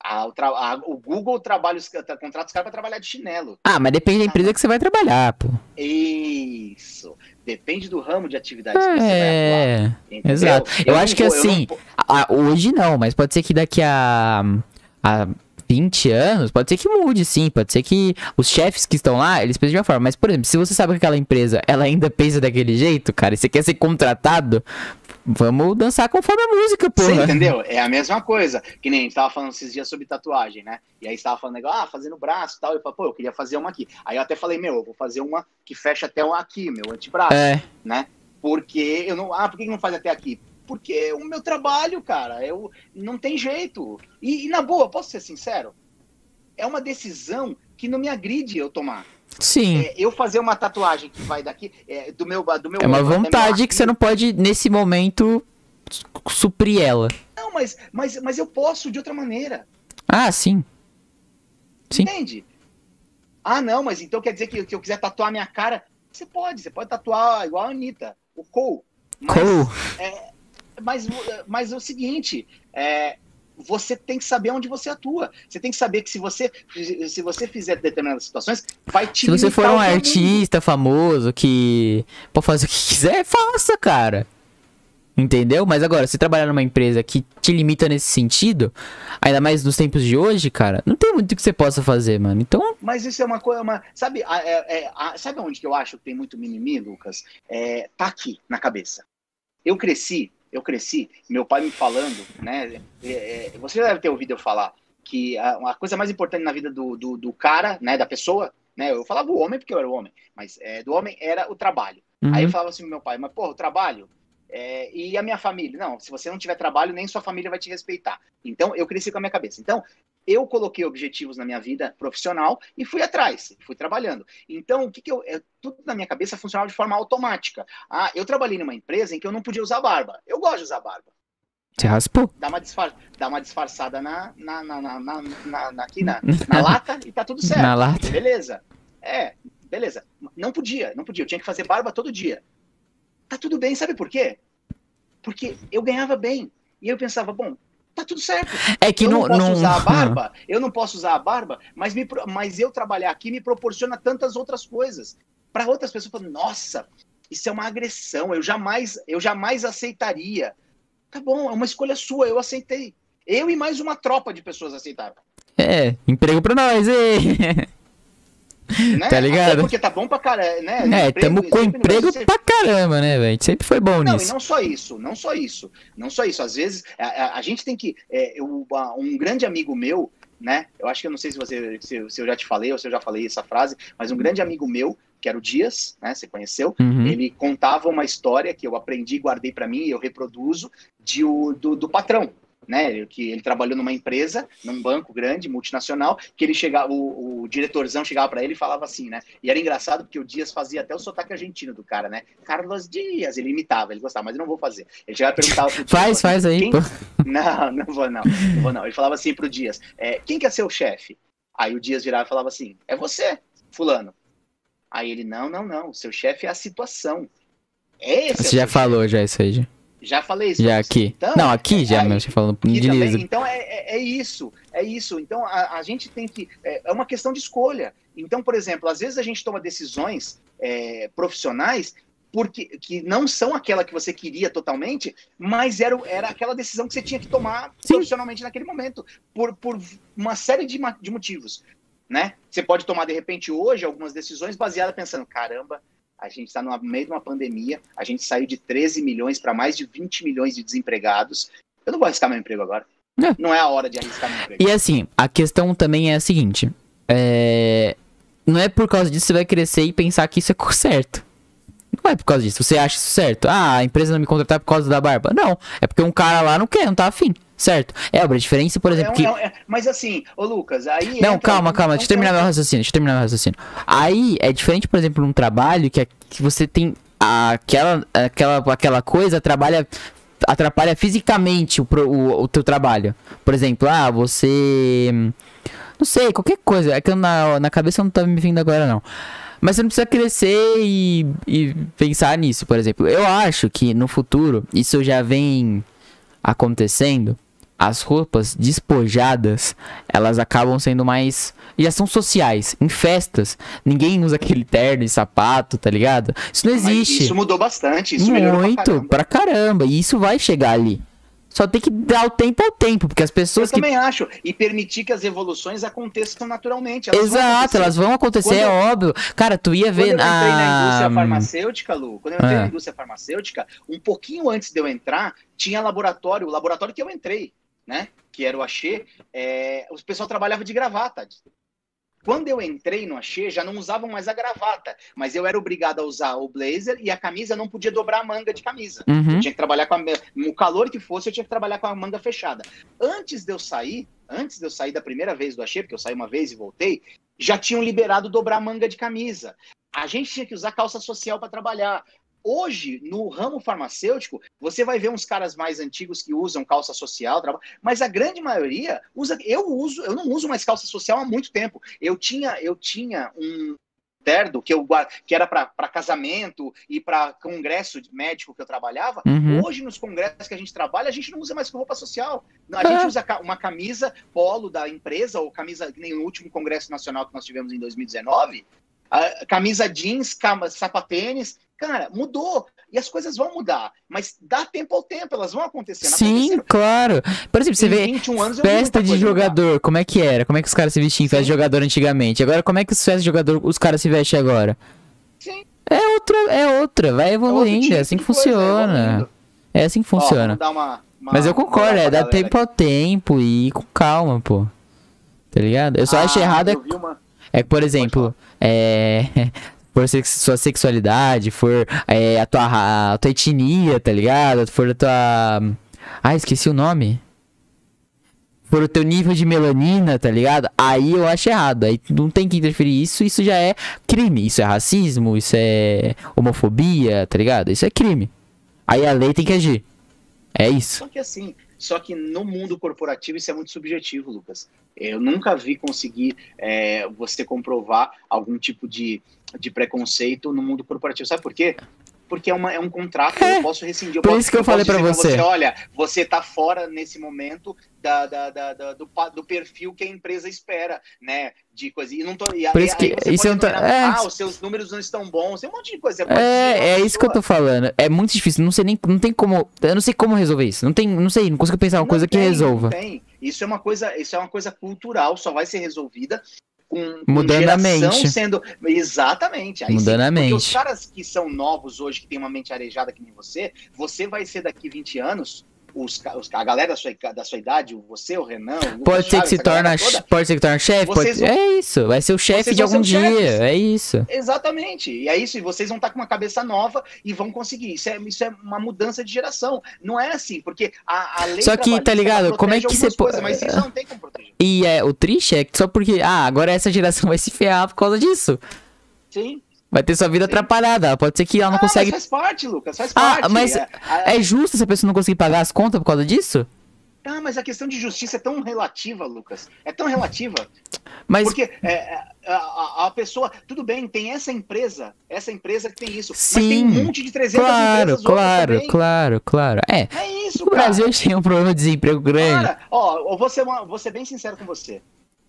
O Google contrata os caras para trabalhar de chinelo. Ah, mas depende da empresa que você vai trabalhar, pô. Isso. Depende do ramo de atividade que você vai atuar. Entendeu? Exato. Eu acho que assim, hoje não, mas pode ser que daqui a 20 anos, pode ser que mude, sim. Pode ser que os chefes que estão lá, eles pensam de uma forma. Mas, por exemplo, se você sabe que aquela empresa, ela ainda pensa daquele jeito, cara, e você quer ser contratado, vamos dançar conforme a música, pô. Você entendeu? É a mesma coisa. Que nem a gente tava falando esses dias sobre tatuagem, né? E aí você tava falando, fazendo braço e tal. Eu falei, pô, eu queria fazer uma aqui. Aí eu até falei, eu vou fazer uma que fecha até aqui, meu antebraço, né? Porque eu não... por que não faz até aqui? Porque o meu trabalho, cara, não tem jeito. E na boa, posso ser sincero? É uma decisão que não me agride eu tomar. Sim. Eu fazer uma tatuagem que vai daqui, do meu é uma vontade que você não pode, nesse momento, suprir ela. Não, mas eu posso de outra maneira. Ah, sim. Sim. Entende? Ah, não, mas então quer dizer que eu quiser tatuar minha cara? Você pode tatuar igual a Anitta, o Cole. Mas é o seguinte, você tem que saber onde você atua. Você tem que saber que se você fizer determinadas situações, vai te limitar. Se você for um artista famoso que pode fazer o que quiser, faça, cara. Entendeu? Mas agora, se trabalhar numa empresa que te limita nesse sentido, ainda mais nos tempos de hoje, cara, não tem muito que você possa fazer, mano. Então... Mas isso é uma coisa... Sabe onde que eu acho que tem muito mimimi, Lucas? Tá aqui, na cabeça. Eu cresci, meu pai me falando, né? Você já deve ter ouvido eu falar que a coisa mais importante na vida do cara, né? Da pessoa, né? Eu falava o homem porque eu era o homem, mas do homem era o trabalho. Uhum. Aí eu falava assim pro meu pai, mas porra, o trabalho... e a minha família? Não, se você não tiver trabalho, nem sua família vai te respeitar. Então, eu cresci com a minha cabeça. Então, eu coloquei objetivos na minha vida profissional e fui atrás, fui trabalhando. Então, tudo na minha cabeça funcionava de forma automática. Eu trabalhei numa empresa em que eu não podia usar barba. Eu gosto de usar barba. Você raspou? Dá uma disfarçada aqui na lata e tá tudo certo. Na lata. Beleza. Beleza. Não podia. Eu tinha que fazer barba todo dia. Tá tudo bem, sabe por quê? Porque eu ganhava bem. E eu pensava, bom, tá tudo certo. É que eu não posso usar a barba, mas eu trabalhar aqui me proporciona tantas outras coisas. Para outras pessoas, falando, nossa, isso é uma agressão, eu jamais aceitaria. Tá bom, é uma escolha sua, eu aceitei. Eu e mais uma tropa de pessoas aceitaram. Emprego pra nós, né? Tá ligado? Até porque tá bom pra caramba, né? Tamo com emprego pra caramba, né, velho? Sempre foi bom nisso. E não só isso. Às vezes, a gente tem que... um grande amigo meu, né? Eu acho que eu não sei se eu já te falei ou se eu já falei essa frase, mas um grande amigo meu, que era o Dias, né? Você conheceu? Uhum. Ele contava uma história que eu aprendi, guardei pra mim e eu reproduzo do patrão. Né, que ele trabalhou numa empresa, num banco grande, multinacional, que ele chegava, o diretorzão chegava para ele e falava assim, né? E era engraçado porque o Dias fazia até o sotaque argentino do cara, né? Carlos Dias, ele imitava, ele gostava, mas eu não vou fazer. Ele chegava e perguntava pro Dias, faz aí, pô. Não vou não. Ele falava assim pro Dias, quem que é seu chefe? Aí o Dias virava e falava assim, é você, fulano. Aí ele, não, o seu chefe é a situação. Você já falou já isso aí, já falei isso. Já aqui. Então, não, aqui já, mas você falando de liso. Então é isso. Então a gente tem que... É uma questão de escolha. Então, por exemplo, às vezes a gente toma decisões profissionais que não são aquela que você queria totalmente, mas era aquela decisão que você tinha que tomar profissionalmente naquele momento, por uma série de motivos. Né? Você pode tomar, de repente, hoje, algumas decisões baseadas pensando, caramba, a gente está no meio de uma pandemia, a gente saiu de 13 milhões para mais de 20 milhões de desempregados. Eu não vou arriscar meu emprego agora. Não é a hora de arriscar meu emprego. E assim, a questão também é a seguinte. Não é por causa disso que você vai crescer e pensar que isso é certo. Não é por causa disso. Você acha isso certo? A empresa não me contratar por causa da barba. Não, é porque um cara lá não quer, não tá afim. Certo? A diferença, por exemplo, mas assim, ô Lucas, aí... Não, calma, deixa eu terminar meu raciocínio. Aí, é diferente, por exemplo, num trabalho que você tem aquela coisa atrapalha fisicamente o teu trabalho. Por exemplo, você... Não sei, qualquer coisa. É que na cabeça não tá me vindo agora, não. Mas você não precisa crescer e pensar nisso, por exemplo. Eu acho que no futuro, isso já vem acontecendo... as roupas despojadas, elas acabam sendo mais... Já são sociais. Em festas, ninguém usa aquele terno e sapato, tá ligado? Isso não Mas existe. isso mudou bastante, isso melhorou Muito, pra caramba. E isso vai chegar ali. Só tem que dar o tempo ao tempo, porque as Eu pessoas que... também acho. E permitir que as evoluções aconteçam naturalmente. Elas vão Exato, acontecer. elas vão acontecer, Quando é eu- óbvio. Cara, tu ia Quando ver eu entrei na indústria a... farmacêutica, Lu, quando eu entrei Ah. na indústria farmacêutica, um pouquinho antes de eu entrar, tinha laboratório, o laboratório que eu entrei, né? Que era o Axê, o pessoal trabalhava de gravata. Quando eu entrei no Axê, já não usavam mais a gravata, mas eu era obrigado a usar o blazer e a camisa não podia dobrar a manga de camisa. Uhum. Eu tinha que trabalhar no calor que fosse, eu tinha que trabalhar com a manga fechada. Antes de eu sair da primeira vez do Axê, porque eu saí uma vez e voltei, já tinham liberado dobrar a manga de camisa. A gente tinha que usar calça social para trabalhar. Hoje, no ramo farmacêutico, você vai ver uns caras mais antigos que usam calça social, mas a grande maioria usa. Eu não uso mais calça social há muito tempo. Eu tinha um terno que era para casamento e para congresso médico que eu trabalhava. Uhum. Hoje, nos congressos que a gente trabalha, a gente não usa mais roupa social. A gente usa uma camisa polo da empresa, ou camisa, que nem no último congresso nacional que nós tivemos em 2019, camisa jeans, sapatênis. Cara, mudou. E as coisas vão mudar. Mas dá tempo ao tempo, elas vão acontecer. Sim, claro. Por exemplo, você Em vê 21 anos eu vi festa muita de coisa jogador, como é que era? Como é que os caras se vestiam em festa de Sim. jogador antigamente? Agora, como é que os festas de jogador os caras se vestem agora? Sim. É outra, vai evoluindo, tipo é assim que de coisa, funciona. evoluindo. É assim que Ó, funciona. vamos dar uma Mas eu concordo, moral pra dá galera tempo ao tempo e ir com calma, pô. Tá ligado? Eu só acho errado eu vi uma... é que, por exemplo, por sua sexualidade, for a tua etnia, tá ligado? For a tua... Ah, esqueci o nome. For o teu nível de melanina, tá ligado? Aí eu acho errado. Aí não tem que interferir isso já é crime. Isso é racismo, isso é homofobia, tá ligado? Isso é crime. Aí a lei tem que agir. É isso. Só que no mundo corporativo isso é muito subjetivo, Lucas. Eu nunca vi conseguir você comprovar algum tipo de preconceito no mundo corporativo. Sabe por quê? Porque é um contrato, eu posso rescindir. Por isso que eu falei pra você. Olha, você tá fora nesse momento do perfil que a empresa espera, né? De coisa. E não tô, Por isso que isso não tá... os seus números não estão bons, tem um monte de coisa. É isso que eu tô falando. É muito difícil, não tem como, eu não sei como resolver isso. Não sei, não consigo pensar uma coisa que resolva. Não tem. Isso é uma coisa cultural, só vai ser resolvida mudando a mente. Exatamente. Aí mudando a mente. Porque os caras que são novos hoje, que tem uma mente arejada que nem você vai ser daqui 20 anos, a galera da sua idade, você, o Renan, o pode ser que se torne chefe, é isso, vai ser o chefe de algum dia, é isso. Exatamente, e é isso, e vocês vão estar com uma cabeça nova e vão conseguir, isso é uma mudança de geração, não é assim, porque a lei só que, tá ligado, como é que você pode... Mas isso não tem como proteger. E o triste é que só porque, agora essa geração vai se ferrar por causa disso. Sim. Vai ter sua vida atrapalhada. Pode ser que ela não consegue. Mas faz parte, Lucas, faz parte. Mas é justo essa pessoa não conseguir pagar as contas por causa disso? Mas a questão de justiça é tão relativa, Lucas. É tão relativa. Mas... Porque a pessoa... Tudo bem, tem essa empresa que tem isso. Sim, mas tem um monte de 300 empresas outras também. Claro. É isso, cara. O Brasil tem um problema de desemprego grande. Cara, eu vou ser bem sincero com você.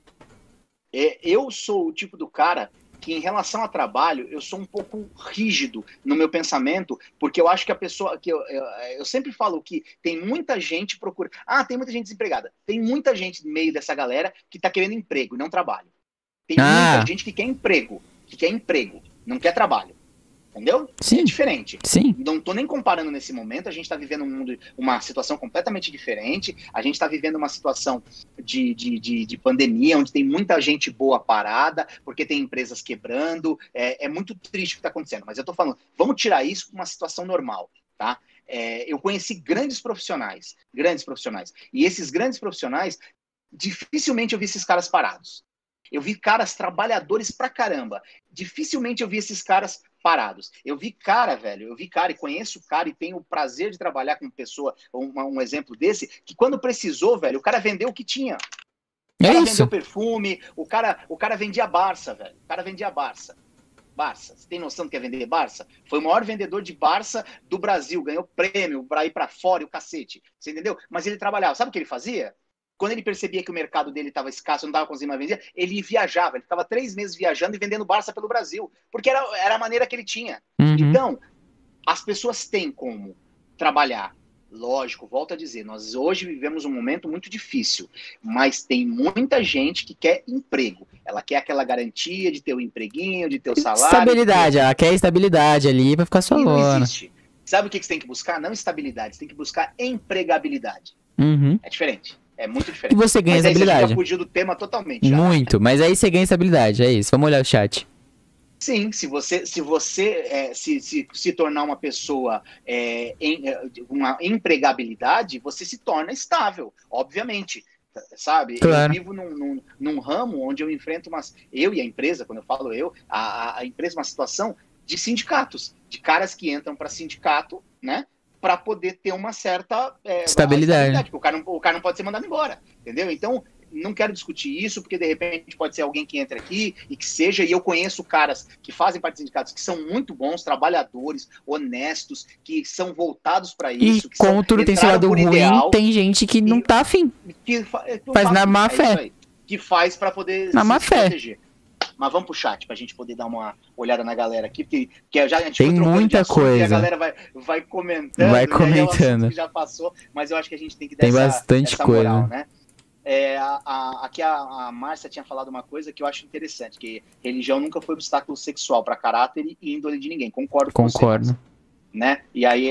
Eu sou o tipo do cara que, em relação a trabalho, eu sou um pouco rígido no meu pensamento, porque eu acho que a pessoa... eu sempre falo que tem muita gente procurando... tem muita gente desempregada. Tem muita gente no meio dessa galera que tá querendo emprego e não trabalho. Tem muita gente que quer emprego, não quer trabalho. Entendeu? Sim. É diferente. Sim. Não tô nem comparando nesse momento, a gente tá vivendo uma situação completamente diferente, a gente tá vivendo uma situação de pandemia, onde tem muita gente boa parada, porque tem empresas quebrando, é muito triste o que tá acontecendo, mas eu tô falando, vamos tirar isso para uma situação normal, tá? Eu conheci grandes profissionais, e esses grandes profissionais, dificilmente eu vi esses caras parados. Eu vi caras trabalhadores pra caramba. Dificilmente eu vi esses caras parados. Eu vi cara e conheço cara e tenho o prazer de trabalhar com pessoa, um exemplo desse, que quando precisou, velho, o cara vendeu o que tinha. O cara vendeu perfume, o cara vendia Barça, velho. O cara vendia Barça. Barça. Você tem noção do que é vender Barça? Foi o maior vendedor de Barça do Brasil, ganhou prêmio pra ir pra fora e o cacete. Você entendeu? Mas ele trabalhava. Sabe o que ele fazia? Quando ele percebia que o mercado dele estava escasso, não estava conseguindo mais vender, ele viajava. Ele ficava 3 meses viajando e vendendo Barça pelo Brasil. Porque era a maneira que ele tinha. Uhum. Então, as pessoas têm como trabalhar. Lógico, volto a dizer, nós hoje vivemos um momento muito difícil, mas tem muita gente que quer emprego. Ela quer aquela garantia de ter um empreguinho, de ter o salário. Estabilidade, ela quer estabilidade ali pra ficar só E não lona. existe. Sabe o que você tem que buscar? Não estabilidade, você tem que buscar empregabilidade. Uhum. É diferente, é muito diferente. E você ganha Mas aí estabilidade. Você já fugiu do tema totalmente. Já. Muito, mas aí você ganha estabilidade, é isso. Vamos olhar o chat. Sim, se você se tornar uma pessoa uma empregabilidade, você se torna estável, obviamente, sabe? Claro. Eu vivo num ramo onde eu enfrento eu e a empresa, quando eu falo a empresa, uma situação de sindicatos, de caras que entram para sindicato, né? Para poder ter uma certa estabilidade. Porque o cara não pode ser mandado embora, entendeu? Então, não quero discutir isso, porque de repente pode ser alguém que entra aqui e que seja, e eu conheço caras que fazem parte de sindicatos que são muito bons, trabalhadores, honestos, que são voltados para isso. E como tudo tem esse lado ruim, ideal, tem gente que não tá afim. Faz na má fé. Que faz para poder na má fé. Proteger. Mas vamos pro chat pra gente poder dar uma olhada na galera aqui, porque a gente tem muita coisa. E a galera vai comentando. Vai comentando. Que já passou, mas eu acho que a gente tem que dar tem bastante essa coisa. moral, né? Aqui a Márcia tinha falado uma coisa que eu acho interessante, que religião nunca foi obstáculo sexual para caráter e índole de ninguém. Concordo com você, né? E aí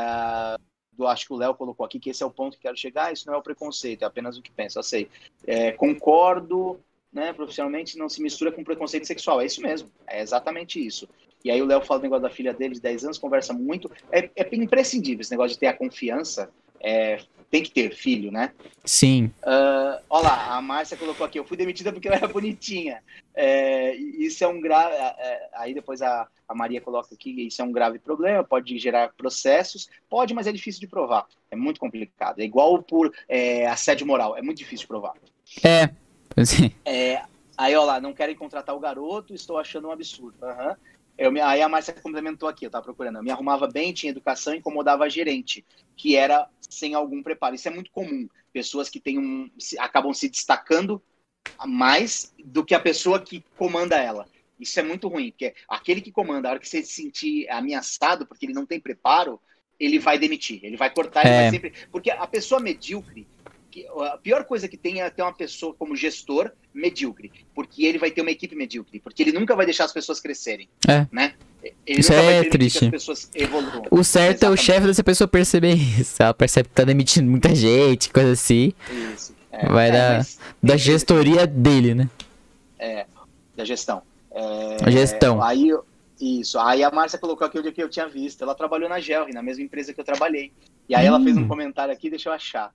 eu acho que o Léo colocou aqui que esse é o ponto que quero chegar. Isso não é o preconceito, é apenas o que penso. Eu sei. Concordo, né? Profissionalmente não se mistura com preconceito sexual. É isso mesmo, é exatamente isso. E aí o Léo fala do negócio da filha dele de 10 anos, conversa muito. É imprescindível esse negócio de ter a confiança. Tem que ter filho, né? Sim. Olha lá, a Márcia colocou aqui, eu fui demitida porque eu era bonitinha. Isso é um grave... aí depois a Maria coloca aqui, isso é um grave problema, pode gerar processos. Pode, mas é difícil de provar. É muito complicado. É igual por assédio moral, é muito difícil de provar. Sim. Aí, olha lá, não querem contratar o garoto, estou achando um absurdo. Aí a Márcia complementou aqui, eu tava procurando. Eu me arrumava bem, tinha educação, incomodava a gerente, que era sem algum preparo. Isso é muito comum. Pessoas que acabam se destacando mais do que a pessoa que comanda ela. Isso é muito ruim, porque aquele que comanda, a hora que você se sentir ameaçado porque ele não tem preparo, ele vai demitir, ele vai cortar, ele vai sempre... Porque a pessoa medíocre, a pior coisa que tem é ter uma pessoa como gestor medíocre, porque ele vai ter uma equipe medíocre, porque ele nunca vai deixar as pessoas crescerem, né? Ele isso nunca vai permitir triste. Que as pessoas evoluam. O certo é o chefe dessa pessoa perceber isso. Ela percebe que tá demitindo muita gente, coisa assim. Isso. Vai da gestoria dele, né? Da gestão. A gestão. Aí a Márcia colocou aqui onde que eu tinha visto. Ela trabalhou na Gelri, na mesma empresa que eu trabalhei. E aí ela fez um comentário aqui, deixa eu achar.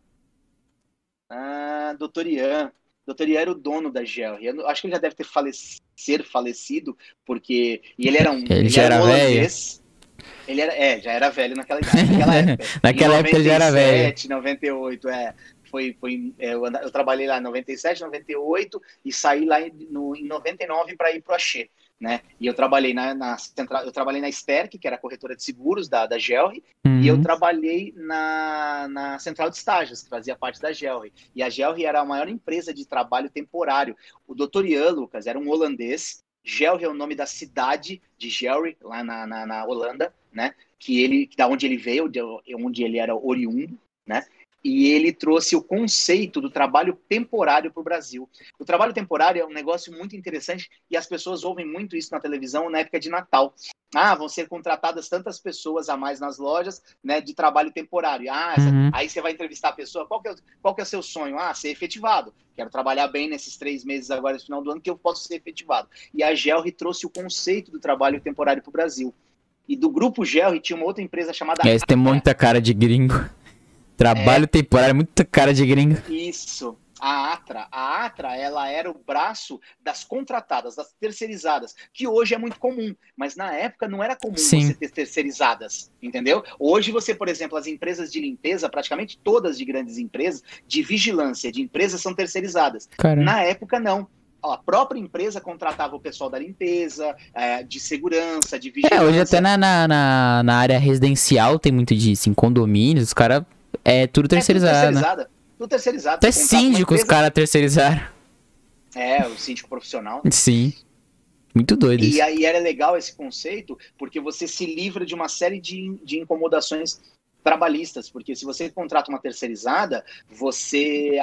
Dr. Ian. Dr. Ian era o dono da Gelri. Eu acho que ele já deve ter falecido, porque... E ele era ele já era holandês. Ele era, já era velho naquela época. Naquela época ele já era velho. 98, eu trabalhei lá em 97, 98 e saí lá em 99 para ir pro Axê, né? E eu trabalhei na central, eu trabalhei na Sterk, que era a corretora de seguros da Gelri, e eu trabalhei na central de estágios, que fazia parte da Gelri. E a Gelri era a maior empresa de trabalho temporário. O Dr. Ian, Lucas, era um holandês. Gelri é o nome da cidade de Gelri, lá na Holanda, né? Da onde ele veio, onde ele era oriundo, né? E ele trouxe o conceito do trabalho temporário para o Brasil. O trabalho temporário é um negócio muito interessante e as pessoas ouvem muito isso na televisão na época de Natal. Vão ser contratadas tantas pessoas a mais nas lojas, né, de trabalho temporário. Aí você vai entrevistar a pessoa, qual que é o seu sonho? Ser efetivado. Quero trabalhar bem nesses 3 meses agora, no final do ano, que eu posso ser efetivado. E a Gelri trouxe o conceito do trabalho temporário para o Brasil. E do grupo Gelri tinha uma outra empresa chamada... Esse tem muita cara de gringo. Trabalho temporário, muita cara de gringo. Isso. A Atra, ela era o braço das contratadas, das terceirizadas, que hoje é muito comum, mas na época não era comum você ter terceirizadas, entendeu? Hoje você, por exemplo, as empresas de limpeza, praticamente todas de grandes empresas, de vigilância, de empresas são terceirizadas. Caramba. Na época não. a própria empresa contratava o pessoal da limpeza, de segurança, de vigilância. Hoje até na área residencial tem muito disso, em condomínios, os caras tudo terceirizado, né? Tudo terceirizado. Até síndico os caras terceirizaram. O síndico profissional. Sim. Muito doido isso. E aí era legal esse conceito, porque você se livra de uma série de incomodações trabalhistas, porque se você contrata uma terceirizada, você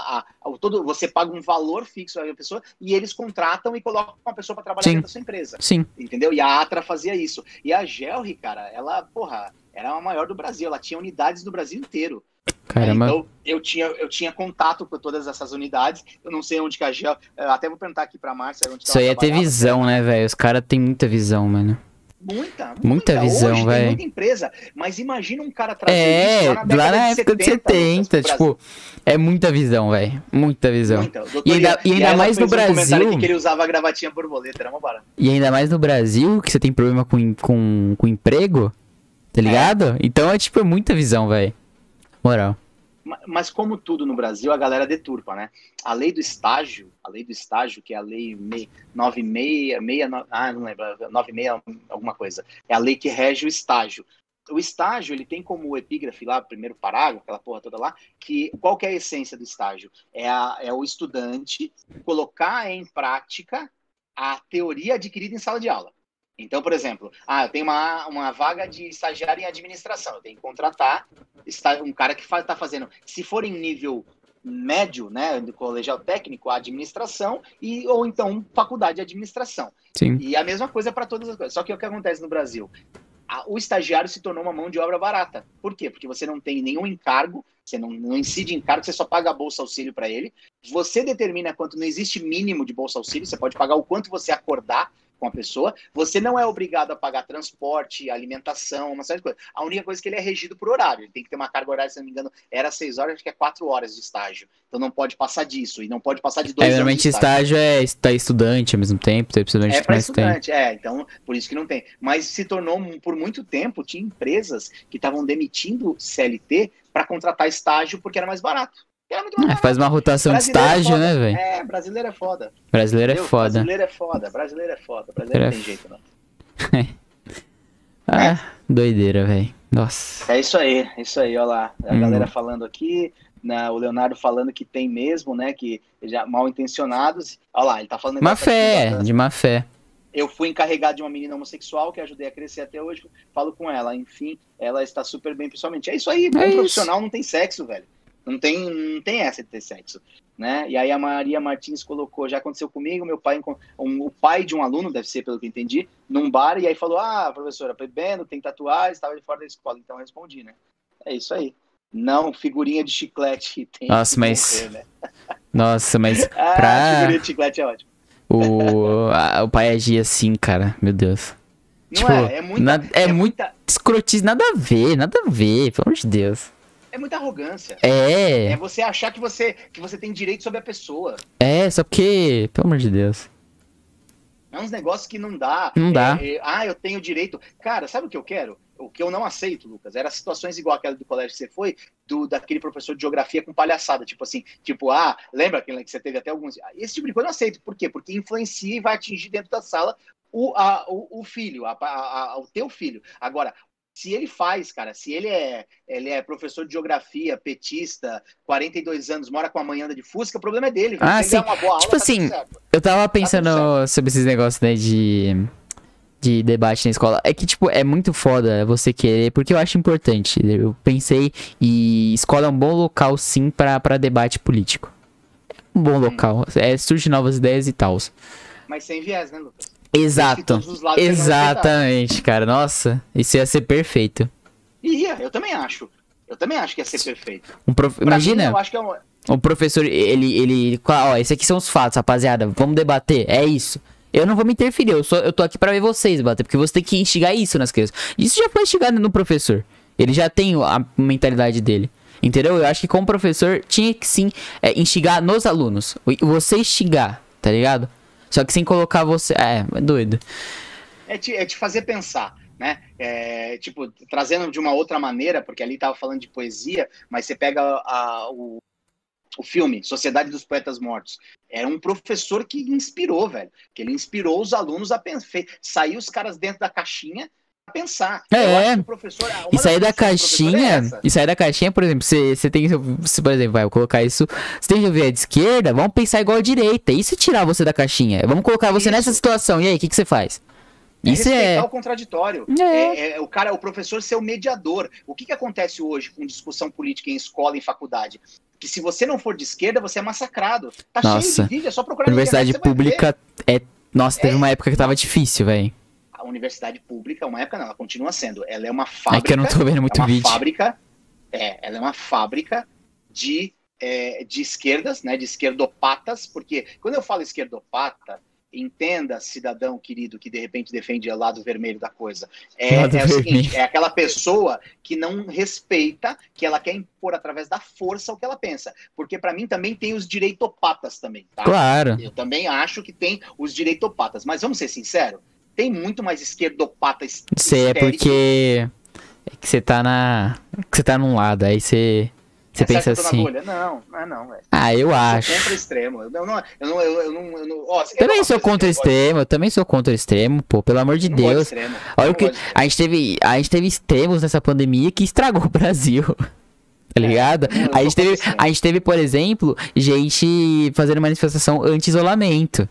você paga um valor fixo à pessoa e eles contratam e colocam uma pessoa para trabalhar dentro da sua empresa. Sim. Entendeu? E a Atra fazia isso. E a Gelri, cara, ela, era a maior do Brasil, ela tinha unidades no Brasil inteiro. Caramba. Então, eu tinha contato com todas essas unidades. Eu não sei onde que a Gel... Eu até vou perguntar aqui pra Márcia onde isso aí é ter visão, né, velho? Os caras têm muita visão, mano. Muita visão, velho. Tem muita empresa, mas imagina um cara trazer isso lá na época de 70, tipo, é muita visão, velho. Muita visão. E ainda mais no Brasil. Que ele usava a gravatinha borboleta, era uma barata. E ainda mais no Brasil, que você tem problema com emprego, tá ligado? Então é muita visão, velho. Moral. Mas como tudo no Brasil, a galera deturpa, né? A lei do estágio, que é a lei 96, não lembro, 96 alguma coisa. É a lei que rege o estágio. O estágio, ele tem como epígrafe lá, primeiro parágrafo, aquela porra toda lá, que qual que é a essência do estágio? É o estudante colocar em prática a teoria adquirida em sala de aula. Então, por exemplo, eu tenho uma vaga de estagiário em administração, eu tenho que contratar um cara que está fazendo, se for em nível médio, né, do colegial técnico, a administração, ou então faculdade de administração. Sim. E a mesma coisa para todas as coisas. Só que o que acontece no Brasil? O estagiário se tornou uma mão de obra barata. Por quê? Porque você não tem nenhum encargo, você não incide encargo, você só paga a bolsa auxílio para ele. Você determina quanto, não existe mínimo de bolsa auxílio, você pode pagar o quanto você acordar com a pessoa, você não é obrigado a pagar transporte, alimentação, uma série de coisas. A única coisa é que ele é regido por horário, ele tem que ter uma carga horária, se não me engano, era 6 horas, acho que é 4 horas de estágio. Então não pode passar disso, e não pode passar de 2 anos normalmente de estágio. Estar estudante ao mesmo tempo, ter estudante para estudante, então por isso que não tem. Mas se tornou, por muito tempo, tinha empresas que estavam demitindo CLT para contratar estágio porque era mais barato. Faz uma rotação de estágio, né, velho? Brasileiro é foda. Brasileiro é foda. Brasileiro não tem jeito, não. Doideira, velho. Nossa. É isso aí, olha lá. A galera falando aqui, né, o Leonardo falando que tem mesmo, né, que já mal intencionados. Olha lá, ele tá falando... de má fé. Eu fui encarregado de uma menina homossexual que ajudei a crescer até hoje. Falo com ela, enfim, ela está super bem pessoalmente. É isso aí, bom profissional não tem sexo, velho. Não tem essa de ter sexo, né? E aí a Maria Martins colocou, já aconteceu comigo, meu pai, o pai de um aluno, deve ser pelo que eu entendi, num bar, e aí falou, professora, bebendo, tem tatuagem, estava de fora da escola, então eu respondi, né? É isso aí. Não, figurinha de chiclete tem. Nossa, mas... Morrer, né? Nossa, mas... Figurinha de chiclete é ótimo. O pai agir assim, cara, meu Deus. Não é muito escrotice, nada a ver, pelo amor de Deus. É muita arrogância. É você achar que você tem direito sobre a pessoa. Só porque, pelo amor de Deus. É uns negócios que não dá. Não dá. Eu tenho direito. Cara, sabe o que eu quero? O que eu não aceito, Lucas, era situações igual aquela do colégio que você foi, daquele professor de geografia com palhaçada, lembra que você teve até alguns... Esse tipo de coisa eu não aceito. Por quê? Porque influencia e vai atingir dentro da sala o filho, o teu filho. Agora, se ele faz, cara, se ele é professor de geografia, petista, 42 anos, mora com a mãe, anda de Fusca, o problema é dele. Sim. Uma boa aula, eu tava pensando sobre esses negócios, né, de debate na escola. É que, é muito foda você querer, porque eu acho importante. Eu pensei, e escola é um bom local, sim, pra debate político. Um bom local. Surge novas ideias e tal. Mas sem viés, né, Lucas? Exato, exatamente, cara. Nossa, isso ia ser perfeito. Eu também acho. Que ia ser perfeito. Imagina, mim, eu acho que o professor, ele... esses aqui são os fatos, rapaziada. Vamos debater, é isso. Eu não vou me interferir, eu tô aqui pra ver vocês debater, porque você tem que instigar isso nas crianças. Isso já foi instigado no professor. Ele já tem a mentalidade dele. Entendeu? Eu acho que como professor tinha que sim instigar nos alunos. Você instigar, tá ligado? Só que sem colocar você... É doido. É te fazer pensar, né? Trazendo de uma outra maneira, porque ali tava falando de poesia, mas você pega O filme Sociedade dos Poetas Mortos. Era um professor que inspirou, velho. Que ele inspirou os alunos a pensar. Saiu os caras dentro da caixinha a pensar. Eu acho que o professor. E sair da caixinha. E sair da caixinha, por exemplo, você tem que. Se, por exemplo, vai eu colocar isso. Você tem que ver a de esquerda, vamos pensar igual a direita. E se tirar você da caixinha? Vamos colocar você nessa situação. E aí, o que você faz? Isso respeitar o contraditório. O professor ser o mediador. O que acontece hoje com discussão política em escola e em faculdade? Que se você não for de esquerda, você é massacrado. Tá cheio de vídeo, é só procurar. Universidade pública Nossa, teve uma época que tava difícil, velho. A universidade pública, uma época não, ela continua sendo. Ela é uma fábrica. É que eu não tô vendo muito vídeo. Ela é uma fábrica de esquerdas, né? De esquerdopatas, porque quando eu falo esquerdopata, entenda, cidadão querido, que de repente defende o lado vermelho da coisa. É o seguinte, é aquela pessoa que não respeita, que ela quer impor através da força o que ela pensa. Porque para mim também tem os direitopatas também, tá? Claro. Eu também acho que tem os direitopatas, mas vamos ser sinceros, tem muito mais esquerdopata histérico. É porque que você tá num lado, aí você pensa assim. Não, velho. Eu acho. Eu sou contra extremo. Eu não. Também sou contra extremo. Eu também sou contra extremo, pô. Pelo amor de Deus. Olha o que a gente teve extremos nessa pandemia que estragou o Brasil. Tá ligado? A gente teve, por exemplo, gente fazendo manifestação anti-isolamento.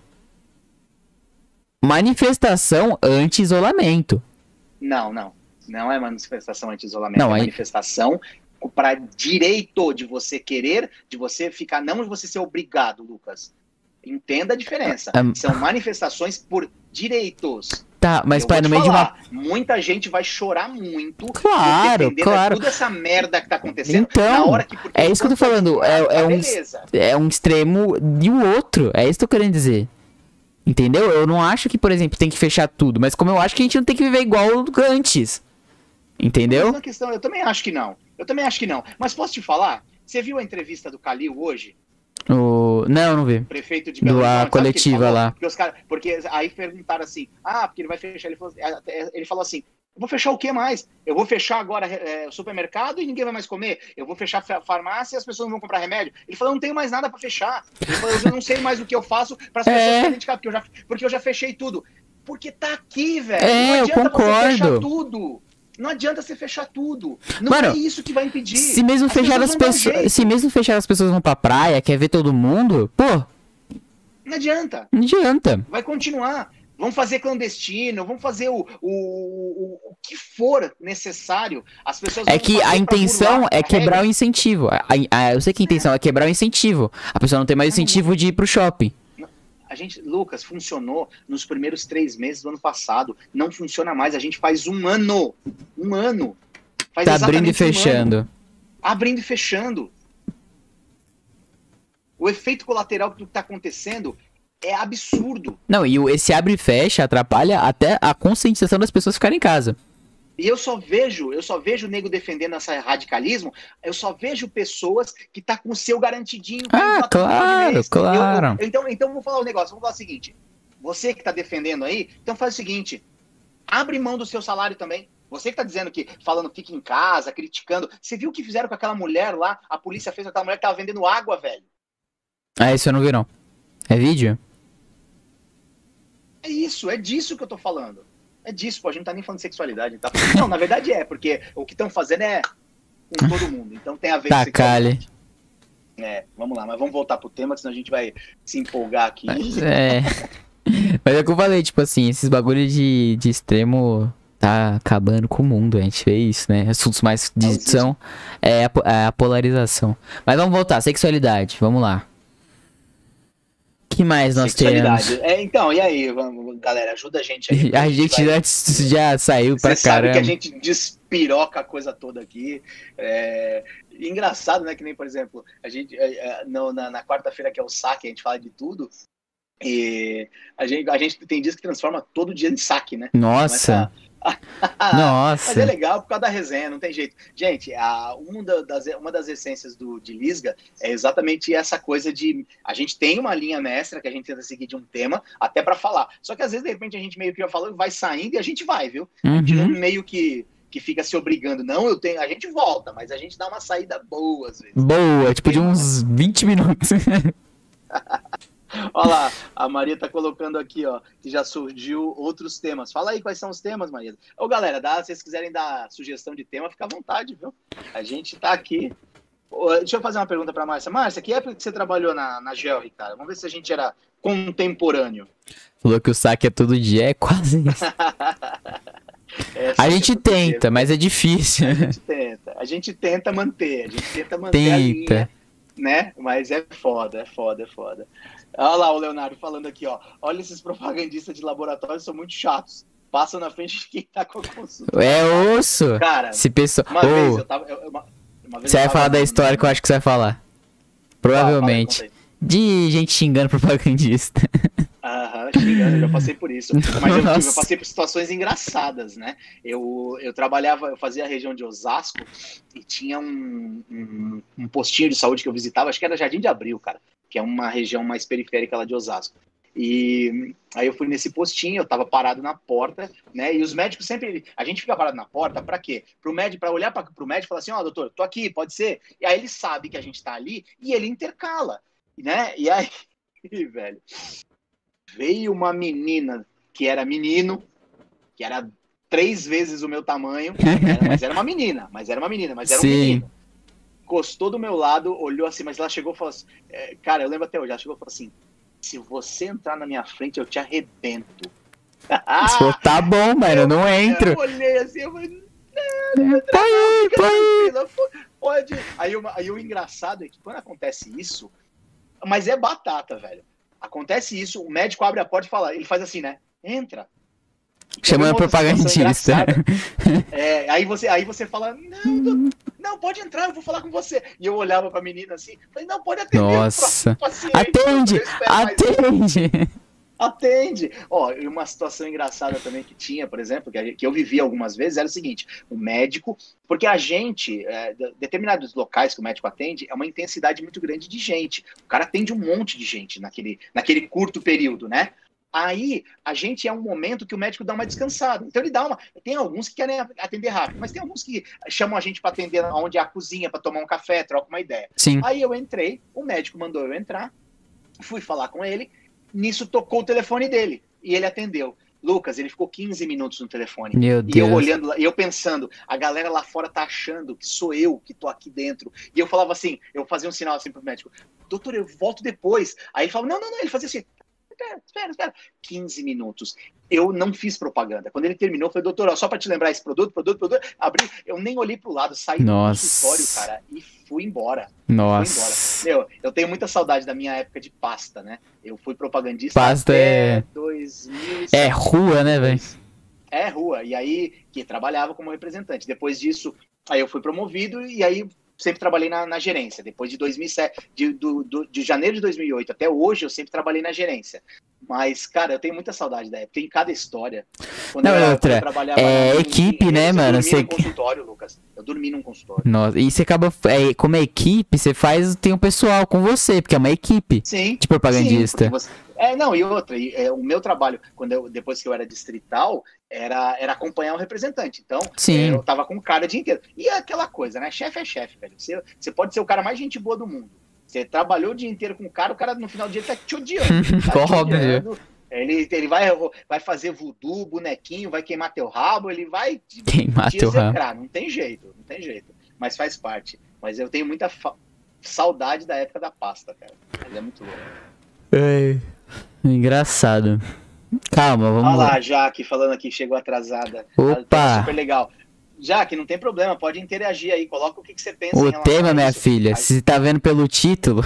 Manifestação anti-isolamento. Não é manifestação anti-isolamento. É manifestação para direito de você querer, de você ficar, não de você ser obrigado, Lucas. Entenda a diferença. São manifestações por direitos. Tá, mas pai, no meio de uma... Muita gente vai chorar muito. Claro. Toda essa merda que tá acontecendo. Então, na hora que, é isso que eu tô falando. É um extremo e o outro. É isso que eu tô querendo dizer. Entendeu? Eu não acho que, por exemplo, tem que fechar tudo. Mas como eu acho que a gente não tem que viver igual antes. Entendeu? Eu também acho que não. Mas posso te falar? Você viu a entrevista do Calil hoje? Não vi. Prefeito de Belo Horizonte. Coletiva lá. Porque aí perguntaram assim, porque ele vai fechar. Ele falou assim, eu vou fechar o que mais? Eu vou fechar agora o supermercado e ninguém vai mais comer. Eu vou fechar a farmácia e as pessoas não vão comprar remédio. Ele falou, eu não tenho mais nada para fechar. Ele falou, eu não sei mais o que eu faço para as pessoas ficarem de casa, porque eu já fechei tudo. Porque tá aqui, velho. Não adianta eu concordo. Você fechar tudo. Não adianta você fechar tudo. Não é isso que vai impedir. Se mesmo fechar as pessoas vão pra praia, quer ver todo mundo, pô. Não adianta. Não adianta. Vai continuar. Vamos fazer clandestino, vamos fazer o que for necessário. As pessoas É que a intenção é quebrar o incentivo. Eu sei que a intenção é quebrar o incentivo. A pessoa não tem mais incentivo de ir pro shopping. Lucas, funcionou nos primeiros 3 meses do ano passado. Não funciona mais. A gente faz 1 ano. 1 ano. Tá abrindo e fechando. Abrindo e fechando. O efeito colateral que tá acontecendo é absurdo. Não, e esse abre e fecha atrapalha até a conscientização das pessoas ficarem em casa. E eu só vejo o nego defendendo esse radicalismo, eu só vejo pessoas que tá com o seu garantidinho. Claro. Então vou falar o negócio, vou falar o seguinte, você que tá defendendo aí, então faz o seguinte, abre mão do seu salário também. Você que tá dizendo falando fica em casa, criticando, você viu o que fizeram com aquela mulher lá, a polícia fez com aquela mulher que tava vendendo água, velho. Isso eu não vi não. É vídeo? É isso, é disso que eu tô falando. É disso, pô, a gente não tá nem falando de sexualidade. Tá? Não, na verdade porque o que estão fazendo é com todo mundo. Então tem a ver com sexualidade. Vamos lá, mas vamos voltar pro tema, senão a gente vai se empolgar aqui. Mas é que eu falei, tipo assim, esses bagulhos de extremo tá acabando com o mundo, a gente vê isso, né? Assuntos mais de edição é a polarização. Mas vamos voltar, sexualidade, vamos lá. Que mais nós temos? Então, e aí, vamos, galera, ajuda a gente aí. A gente já saiu pra caramba. Você sabe que a gente despiroca a coisa toda aqui. Engraçado, né? Que nem, por exemplo, a gente na quarta-feira, que é o saque, a gente fala de tudo. E a gente tem dias que transforma todo dia em saque, né? Nossa! Nossa! Mas é legal por causa da resenha, não tem jeito. Gente, uma das essências de Lisga é exatamente essa coisa de... A gente tem uma linha mestra que a gente tenta seguir de um tema até pra falar. Só que às vezes, de repente, a gente meio que já falou, vai saindo e a gente vai, viu? A gente não meio que que fica se obrigando. Não, a gente volta, mas a gente dá uma saída boa às vezes. Boa, tipo de uns 20 minutos. Olha lá, a Maria tá colocando aqui, ó, que já surgiu outros temas. Fala aí quais são os temas, Maria. Ô, galera, se vocês quiserem dar sugestão de tema, fica à vontade, viu? A gente tá aqui. Deixa eu fazer uma pergunta pra Márcia. Márcia, que época que você trabalhou na GEL, cara? Vamos ver se a gente era contemporâneo. Falou que o saque é todo dia, é quase isso. A gente tenta, mas é difícil. A gente tenta manter a linha, né? Mas é foda. Olha lá o Leonardo falando aqui, ó. Olha, esses propagandistas de laboratório são muito chatos. Passam na frente de quem tá com a consulta. É osso. Cara, se pessoa... vez eu tava... Você vai falar da história que eu acho que você vai falar. Provavelmente. De gente xingando propagandista. Aham, xingando, eu já passei por isso. Mas eu passei por situações engraçadas, né? Eu fazia a região de Osasco e tinha um postinho de saúde que eu visitava, acho que era Jardim de Abril, cara, que é uma região mais periférica lá de Osasco. E aí eu fui nesse postinho, eu tava parado na porta, né? E os médicos sempre... A gente fica parado na porta pra quê? Pra olhar pro médico e falar assim, ó, doutor, tô aqui, pode ser? E aí ele sabe que a gente tá ali e ele intercala, né? E aí, velho... Veio uma menina que era menino, que era 3 vezes o meu tamanho, mas era uma menina, mas era um menino. Encostou do meu lado, olhou assim, mas ela chegou e falou assim, cara, eu lembro até hoje, ela chegou e falou assim, se você entrar na minha frente, eu te arrebento. Tá bom, mano, eu não entro. Eu olhei assim, eu falei, pode. Aí o engraçado é que quando acontece isso, mas é batata, velho. Acontece isso, o médico abre a porta e fala, ele faz assim, né? Entra. Chamando propagandista. Aí você fala, não, pode entrar, eu vou falar com você. E eu olhava pra menina assim, falei, não, pode atender. Nossa. Atende. Ó, e uma situação engraçada também que tinha, por exemplo, que eu vivi algumas vezes, era o seguinte, o médico, porque a gente, determinados locais que o médico atende, é uma intensidade muito grande de gente. O cara atende um monte de gente naquele curto período, né? Aí, a gente é um momento que o médico dá uma descansada. Então, ele dá uma... Tem alguns que querem atender rápido, mas tem alguns que chamam a gente para atender onde é a cozinha, para tomar um café, troca uma ideia. Sim. Aí eu entrei, o médico mandou eu entrar, fui falar com ele, nisso tocou o telefone dele, e ele atendeu. Lucas, ele ficou 15 minutos no telefone. Meu Deus. E eu olhando, e eu pensando, a galera lá fora tá achando que sou eu que tô aqui dentro. E eu falava assim, eu fazia um sinal assim pro médico, doutor, eu volto depois. Aí ele falava, não, ele fazia assim, espera. 15 minutos. Eu não fiz propaganda. Quando ele terminou, eu falei, doutor, ó, só para te lembrar esse produto, abri, eu nem olhei pro lado, saí do consultório, cara, e fui embora. Nossa. Meu, eu tenho muita saudade da minha época de pasta, né? Eu fui propagandista até 2007. É rua, né, velho? É rua. E aí, que trabalhava como representante. Depois disso, aí eu fui promovido e aí sempre trabalhei na gerência. Depois de 2007, de janeiro de 2008 até hoje, eu sempre trabalhei na gerência. Mas, cara, eu tenho muita saudade da época. Tem cada história. Quando eu trabalhava equipe, né, mano? Eu dormi num consultório, Lucas. Eu dormi num consultório. Nossa, e você acaba, como é equipe, você tem um pessoal com você, porque é uma equipe de propagandista. Sim, e outra, o meu trabalho, depois que eu era distrital, era acompanhar o representante. Então, eu tava com o cara o dia inteiro. E é aquela coisa, né? Chefe é chefe, velho. Você pode ser o cara mais gente boa do mundo. Você trabalhou o dia inteiro com o cara no final do dia tá te odiando. Óbvio. Ele vai fazer voodoo, bonequinho, vai queimar teu rabo, ele vai te execrar. Não tem jeito. Mas faz parte. Mas eu tenho muita saudade da época da pasta, cara. Mas é muito louco. Engraçado. Calma, vamos lá. Olha lá, Jaque falando aqui, chegou atrasada. Opa! Super legal. Jaque, não tem problema, pode interagir aí, coloca o que você pensa o tema, minha filha, se você tá vendo pelo título...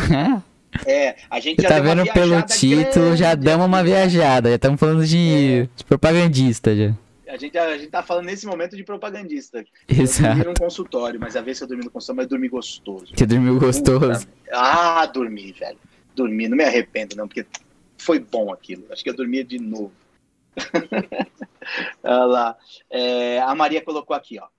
a gente já tá vendo pelo título, grande, já damos uma viajada, já estamos falando de propagandista já. A gente tá falando nesse momento de propagandista. Exato. Eu dormi num consultório, mas a vez que eu dormi no consultório, mas eu dormi gostoso. Você dormiu gostoso? Dormi, velho. Dormi, não me arrependo não, porque foi bom aquilo. Acho que eu dormia de novo. Olha lá. A Maria colocou aqui, ó.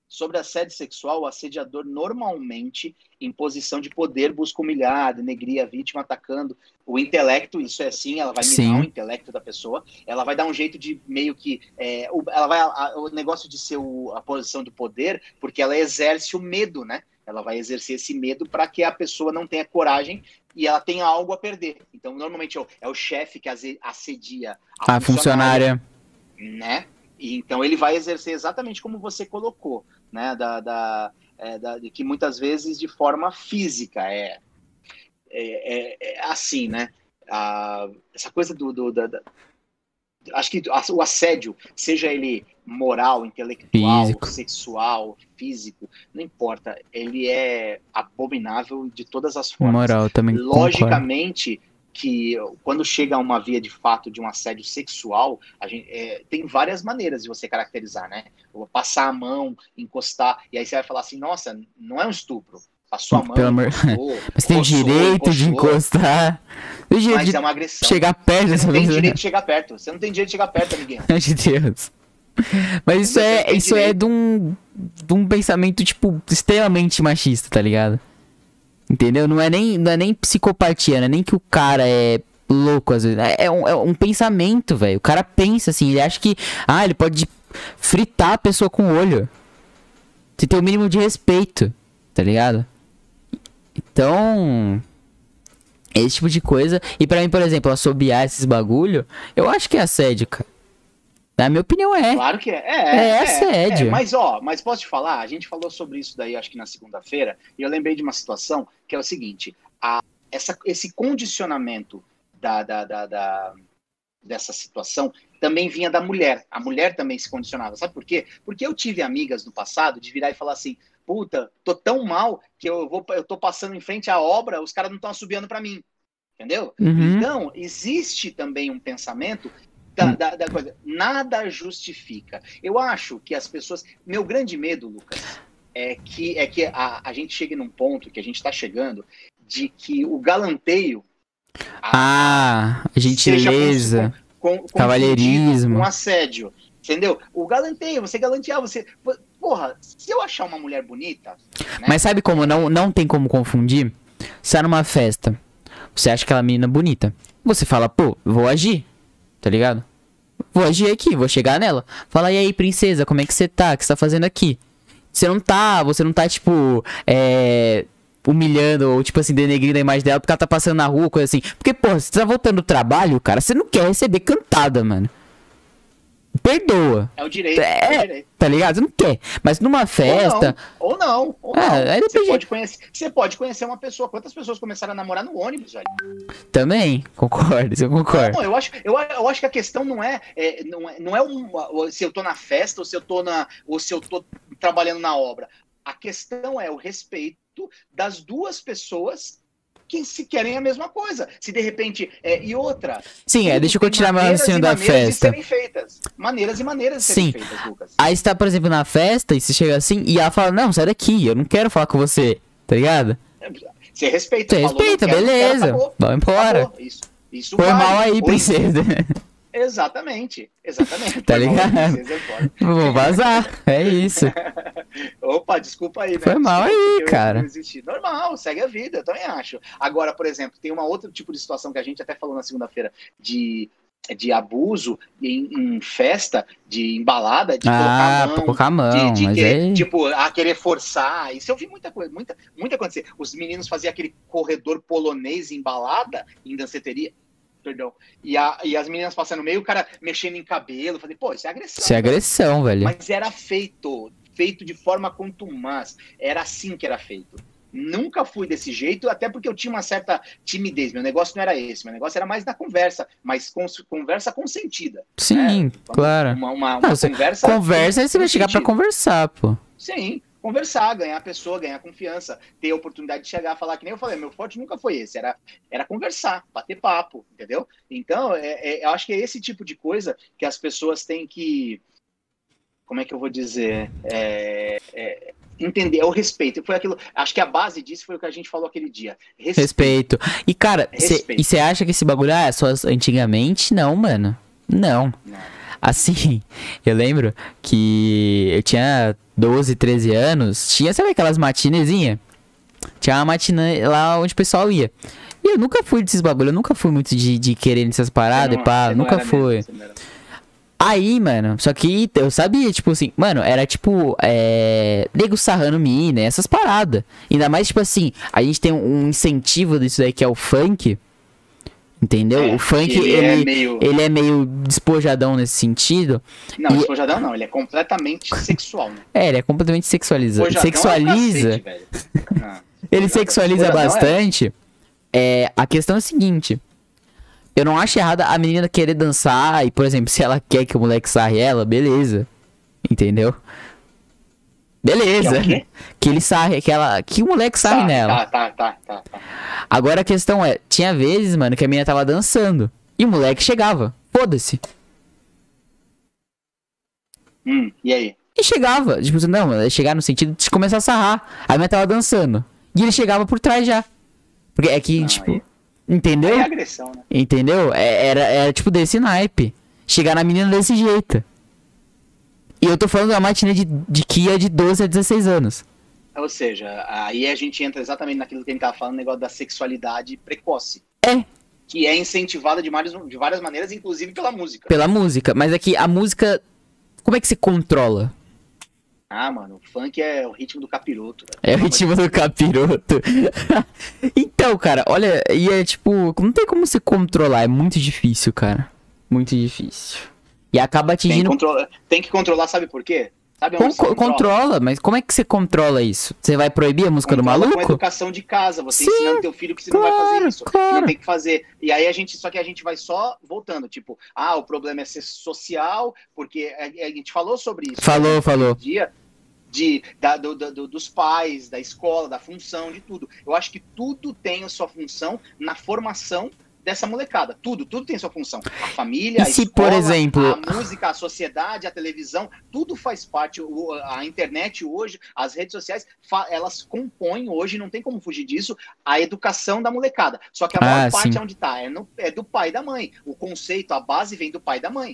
Sobre assédio sexual, o assediador normalmente, em posição de poder, busca humilhar, denegrir a vítima, atacando o intelecto. Isso é assim, ela vai minar o intelecto da pessoa. Ela vai dar um jeito de meio que... o negócio de ser a posição do poder, porque ela exerce o medo, né? Ela vai exercer esse medo para que a pessoa não tenha coragem e ela tenha algo a perder. Então, normalmente, é o chefe que assedia a funcionária. Né? E, então, ele vai exercer exatamente como você colocou, né? De que muitas vezes de forma física é assim, né? Essa coisa acho que o assédio, seja ele moral, intelectual, Físico. sexual, físico, não importa, ele é abominável de todas as formas. Moral, também logicamente que quando chega a uma via de fato de um assédio sexual, tem várias maneiras de você caracterizar, né? Passar a mão, encostar, e aí você vai falar assim, nossa, não é um estupro. Passou a mão, mas tem o direito de encostar. Tem direito mas de é uma agressão. Chegar perto dessa Você não tem pessoa. direito de chegar perto. Você não tem direito de chegar perto, amiguinho. Meu Deus. Mas isso é de um pensamento, tipo, extremamente machista, tá ligado? Entendeu? Não é nem psicopatia, não é nem que o cara é louco, às vezes. É um pensamento, velho. O cara pensa assim, ele acha que... ele pode fritar a pessoa com o olho. Você tem o mínimo de respeito, tá ligado? Então... esse tipo de coisa. E pra mim, por exemplo, assobiar esses bagulho, eu acho que é assédio, cara. Na minha opinião é. Claro que é. É assédio. Mas posso te falar? A gente falou sobre isso daí, acho que na segunda-feira, e eu lembrei de uma situação que é o seguinte: esse condicionamento dessa situação também vinha da mulher. A mulher também se condicionava. Sabe por quê? Porque eu tive amigas no passado de virar e falar assim: puta, tô tão mal que eu tô passando em frente à obra, os caras não estão assobiando pra mim. Entendeu? Uhum. Então, existe também um pensamento da coisa. Nada justifica. Eu acho que as pessoas... Meu grande medo, Lucas, é que a gente chegue num ponto que a gente tá chegando de que o galanteio... a gentileza, cavalheirismo, um assédio. Entendeu? O galanteio, você galantear, você... Porra, se eu achar uma mulher bonita... Né? Mas sabe como não tem como confundir? Você tá numa festa, você acha aquela menina bonita, você fala, pô, vou agir, tá ligado? Vou agir aqui, vou chegar nela. Fala, e aí, princesa, como é que você tá? O que você tá fazendo aqui? Você não tá, tipo, humilhando ou, tipo assim, denegrindo a imagem dela porque ela tá passando na rua, coisa assim. Porque, pô, você tá voltando do trabalho, cara, você não quer receber cantada, mano. Perdoa. É o direito, é o direito. Tá ligado? Você não quer. Mas numa festa... Ou não. Aí você pode conhecer uma pessoa. Quantas pessoas começaram a namorar no ônibus, velho? Também, concordo, eu concordo. Não, eu acho que a questão não é se eu tô na festa ou se eu tô trabalhando na obra. A questão é o respeito das duas pessoas que se querem a mesma coisa. Se de repente... e outra... Sim, deixa eu continuar meu raciocínio da festa. Maneiras e maneiras de serem feitas, Lucas. Aí você tá, por exemplo, na festa e você chega assim e ela fala, não, sai daqui, eu não quero falar com você, tá ligado? Você respeita. Você respeita, beleza. Vamos embora. Acabou. Isso foi vale. mal aí, princesa. Exatamente. Tá ligado? Vou vazar, é isso. Opa, desculpa aí, né? Foi mal aí, cara. Normal, segue a vida, eu também acho. Agora, por exemplo, tem uma outra tipo de situação que a gente até falou na segunda-feira de abuso em festa, de embalada, de colocar a mão, de mas querer, tipo, querer forçar. Isso eu vi muita coisa, muita acontecer. Os meninos faziam aquele corredor polonês embalada em danceteria. Perdão. E as meninas passando no meio, o cara mexendo em cabelo. Falei, pô, isso é agressão. Isso é agressão, velho. Mas era feito de forma contumaz. Era assim que era feito. Nunca fui desse jeito, até porque eu tinha uma certa timidez. Meu negócio não era esse. Meu negócio era mais na conversa, mas conversa consentida. Sim, né? claro. Uma conversa. Conversa e você vai chegar pra conversar, pô. Sim. Conversar, ganhar a pessoa, ganhar confiança, ter a oportunidade de chegar a falar, que nem eu falei, meu forte nunca foi esse, era conversar, bater papo, entendeu? Então, eu acho que é esse tipo de coisa que as pessoas têm que, como é que eu vou dizer, entender, é o respeito. Foi aquilo, acho que a base disso foi o que a gente falou aquele dia. Respeito. E, cara, você acha que esse bagulho é só antigamente? Não, mano. Não. Assim, eu lembro que eu tinha 12, 13 anos, tinha, sabe aquelas matinezinhas? Tinha uma matinê lá onde o pessoal ia. E eu nunca fui desses bagulho, eu nunca fui muito de querer nessas paradas e pá, nunca fui. Aí, mano, só que eu sabia, tipo assim, mano, era tipo, nego sarrando mina, essas paradas. Ainda mais, tipo assim, a gente tem um incentivo disso daí que é o funk, entendeu? O funk, ele é meio despojadão nesse sentido. Não, despojadão não, ele é completamente sexual, né? Ele é completamente sexualizado. Sexualiza. É cacete, ele sexualiza bastante. A questão é a seguinte. Eu não acho errado a menina querer dançar e, por exemplo, se ela quer que o moleque sarre ela, beleza. Entendeu? Beleza. Que ele sarre, que o moleque sarre nela. Tá. Agora a questão é, tinha vezes, mano, que a menina tava dançando e o moleque chegava. Foda-se. E aí? E chegava. Tipo, não, chegar no sentido de começar a sarrar. A menina tava dançando. E ele chegava por trás já. Porque é que, tipo... Aí... Entendeu? É agressão, né? Entendeu? Era tipo desse naipe. Chegar na menina desse jeito. E eu tô falando da matinê de que ia de 12 a 16 anos. Ou seja, aí a gente entra exatamente naquilo que a gente tava falando, negócio da sexualidade precoce. Que é incentivada de várias maneiras, inclusive pela música. Pela música. Mas é que a música... Como é que se controla? Mano, o funk é o ritmo do capiroto. É o ritmo do capiroto. Então, cara, olha, e é tipo, não tem como se controlar, é muito difícil, cara. Muito difícil. E acaba atingindo... Tem que controlar, sabe por quê? Sabe controla, mas como é que você controla isso? Você vai proibir a música do maluco? Com a educação de casa, você ensinando teu filho que você não vai fazer isso, que não tem que fazer. E aí a gente vai só voltando, tipo, o problema é ser social, porque a gente falou sobre isso. Falou. Dia dos pais, da escola, da função, de tudo. Eu acho que tudo tem a sua função na formação dessa molecada. Tudo tem sua função. A família, a escola, por exemplo, a música, a sociedade, a televisão, tudo faz parte. A internet hoje, as redes sociais, elas compõem hoje, não tem como fugir disso, a educação da molecada. Só que a maior parte é onde tá, é do pai e da mãe. O conceito, a base vem do pai e da mãe.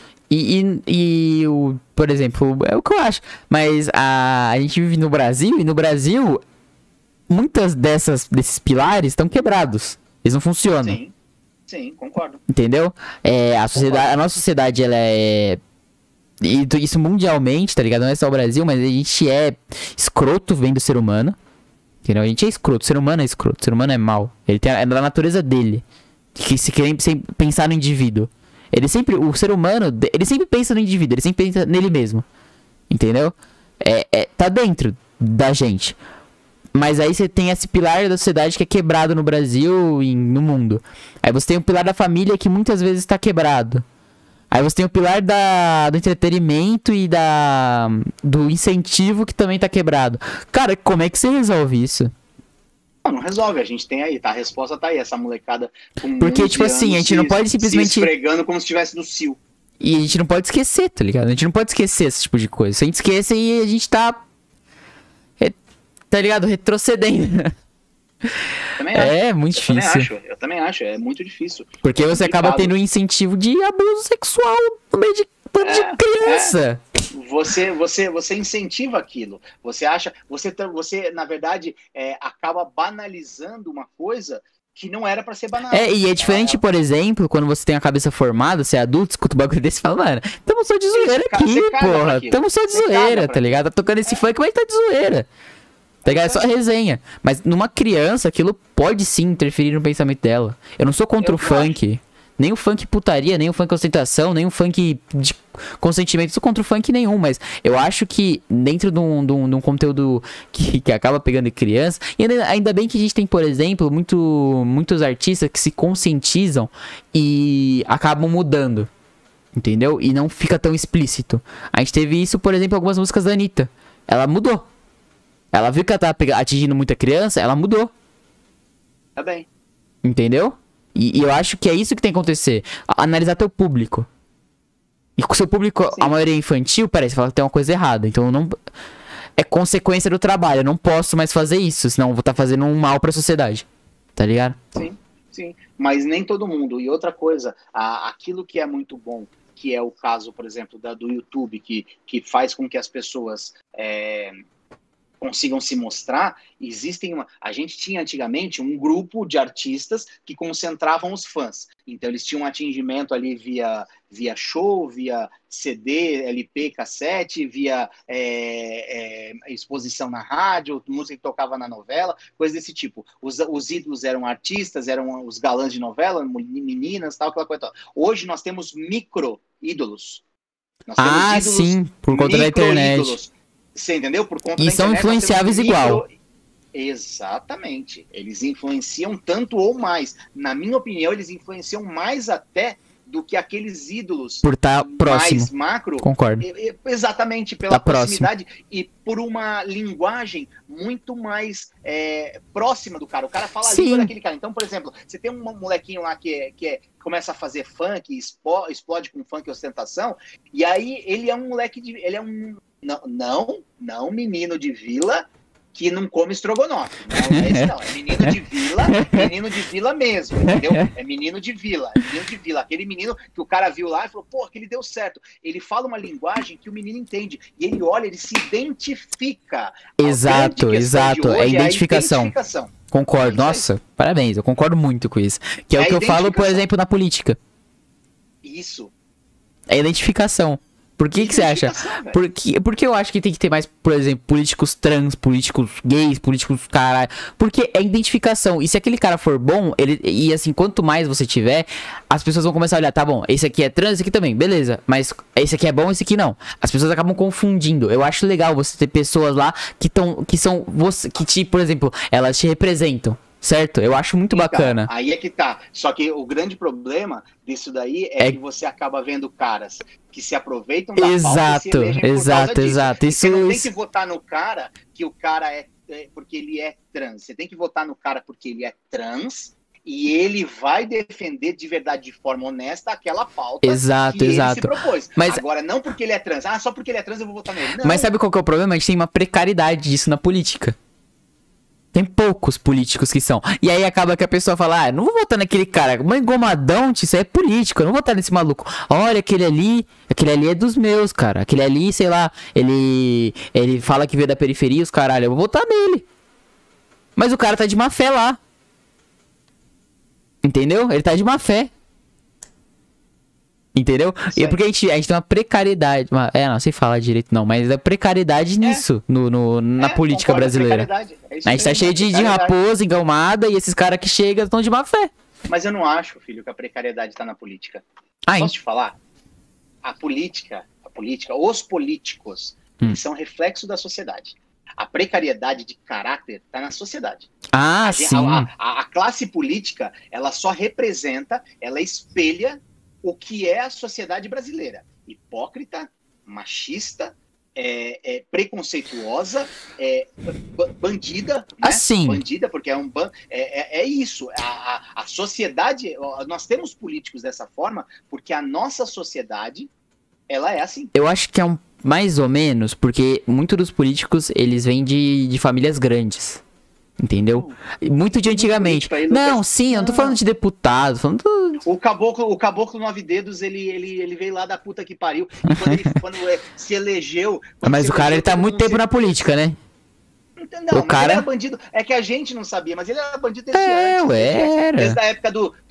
Por exemplo, é o que eu acho. Mas a gente vive no Brasil, e no Brasil, muitas desses pilares estão quebrados. Eles não funcionam. Sim, concordo. Entendeu? A nossa sociedade, ela é... E isso mundialmente, tá ligado? Não é só o Brasil, mas a gente é escroto vendo o ser humano. Entendeu? A gente é escroto. O ser humano é escroto. O ser humano é mau. Ele tem da natureza dele. Que se quer pensar no indivíduo. O ser humano, ele sempre pensa no indivíduo. Ele sempre pensa nele mesmo. Entendeu? Tá dentro da gente. Mas aí você tem esse pilar da sociedade que é quebrado no Brasil e no mundo. Aí você tem o pilar da família que muitas vezes está quebrado. Aí você tem o pilar do entretenimento e do incentivo que também tá quebrado. Cara, como é que você resolve isso? Não resolve, a gente tem aí, tá? A resposta tá aí, essa molecada com porque, tipo assim, a gente não pode simplesmente... se esfregando como se estivesse no cio. E a gente não pode esquecer, tá ligado? A gente não pode esquecer esse tipo de coisa. Se a gente esquece, aí a gente tá... Tá ligado? Retrocedendo. É muito difícil. Eu também acho, é muito difícil. Porque você acaba tendo um incentivo de abuso sexual no meio de criança. Você incentiva aquilo. Você acha, você na verdade acaba banalizando uma coisa que não era pra ser banal. E é diferente, por exemplo, quando você tem a cabeça formada, você é adulto, escuta o bagulho desse e fala, mano, tamo só de zoeira aqui, porra. Tamo só de zoeira, tá ligado? Tá tocando esse funk, mas tá de zoeira. Tá ligado? É só resenha. Mas numa criança, aquilo pode sim interferir no pensamento dela. Eu não sou contra o funk. Nem o funk putaria, nem o funk ostentação, nem o funk de consentimento. Eu sou contra o funk nenhum, mas eu acho que dentro de um conteúdo que acaba pegando criança... E ainda bem que a gente tem, por exemplo, muitos artistas que se conscientizam e acabam mudando. Entendeu? E não fica tão explícito. A gente teve isso, por exemplo, em algumas músicas da Anitta. Ela mudou. Ela viu que ela tava atingindo muita criança, ela mudou. Tá bem. Entendeu? E eu acho que é isso que tem que acontecer. Analisar teu público. E com o seu público, sim, a maioria é infantil, peraí, você fala que tem uma coisa errada. Então não... É consequência do trabalho. Eu não posso mais fazer isso, senão eu vou estar fazendo um mal pra sociedade. Tá ligado? Sim. Mas nem todo mundo. E outra coisa, aquilo que é muito bom que é o caso, por exemplo, do YouTube, que faz com que as pessoas consigam se mostrar, a gente tinha antigamente um grupo de artistas que concentravam os fãs. Então eles tinham um atingimento ali via show, via CD, LP, cassete, via exposição na rádio, música que tocava na novela, coisas desse tipo. Os ídolos eram artistas, eram os galãs de novela, meninas, tal, aquela coisa. Tal. Hoje nós temos micro-ídolos. Nós temos ídolos, sim, por conta da internet. Você entendeu? Por conta e da são internet, influenciáveis igual. Exatamente. Eles influenciam tanto ou mais. Na minha opinião, eles influenciam mais até do que aqueles ídolos por estar próximo. Mais macro. Concordo. Exatamente, pela proximidade e por uma linguagem muito mais próxima do cara. O cara fala a língua daquele cara. Então, por exemplo, você tem um molequinho lá que começa a fazer funk, explode com funk e ostentação, e aí ele é um moleque ele é um não menino de vila que não come estrogonofe. Não, esse não. É menino de vila mesmo, entendeu? É menino de vila. Aquele menino que o cara viu lá e falou, pô, que ele deu certo. Ele fala uma linguagem que o menino entende. E ele olha, ele se identifica. Exato. É identificação. Concordo. Nossa, parabéns. Eu concordo muito com isso. Que é o que eu falo, por exemplo, na política. Isso. É identificação. Por que você acha? Porque eu acho que tem que ter mais, por exemplo, políticos trans, políticos gays, políticos caralho. Porque é identificação. E se aquele cara for bom, e assim, quanto mais você tiver, as pessoas vão começar a olhar, tá bom, esse aqui é trans, esse aqui também, beleza. Mas esse aqui é bom, esse aqui não. As pessoas acabam confundindo. Eu acho legal você ter pessoas lá por exemplo, elas te representam. Certo? Eu acho muito bacana. Aí é que tá. Só que o grande problema disso daí é que você acaba vendo caras que se aproveitam da pauta e se elegem por causa disso. Exato. Você não tem que votar no cara que o cara porque ele é trans. Você tem que votar no cara porque ele é trans e ele vai defender de verdade, de forma honesta, aquela pauta que ele se propôs. Mas agora, não porque ele é trans. Só porque ele é trans eu vou votar nele. Não. Mas sabe qual que é o problema? A gente tem uma precariedade disso na política. Tem poucos políticos que são. E aí acaba que a pessoa fala, não vou votar naquele cara. Mãe engomadão, isso aí é político. Eu não vou votar nesse maluco. Olha, aquele ali é dos meus, cara. Aquele ali, sei lá, ele fala que veio da periferia, os caralho. Eu vou votar nele. Mas o cara tá de má fé lá. Entendeu? Ele tá de má fé. Entendeu? E é porque a gente tem uma precariedade. Não sei falar direito não, mas a precariedade nisso, na política brasileira. A gente tá cheio de raposa engomada e esses caras que chegam estão de má fé. Mas eu não acho, filho, que a precariedade tá na política. Posso te falar? A política, os políticos, eles são reflexo da sociedade. A precariedade de caráter tá na sociedade. Sim. A classe política, ela só representa, ela espelha o que é a sociedade brasileira. Hipócrita, machista, preconceituosa, bandida, né? Assim. Bandida, porque é isso. A sociedade, nós temos políticos dessa forma, porque a nossa sociedade, ela é assim. Eu acho que é mais ou menos, porque muitos dos políticos, eles vêm de famílias grandes. Entendeu? Muito de antigamente. Aí, Lucas, eu não tô falando de deputado, falando O caboclo 9 dedos, ele veio lá da puta que pariu. E quando se elegeu. Mas o cara, ele tá muito tempo na política, né? Não, mas ele era bandido. É que a gente não sabia, mas ele era bandido desde antes. Desde a época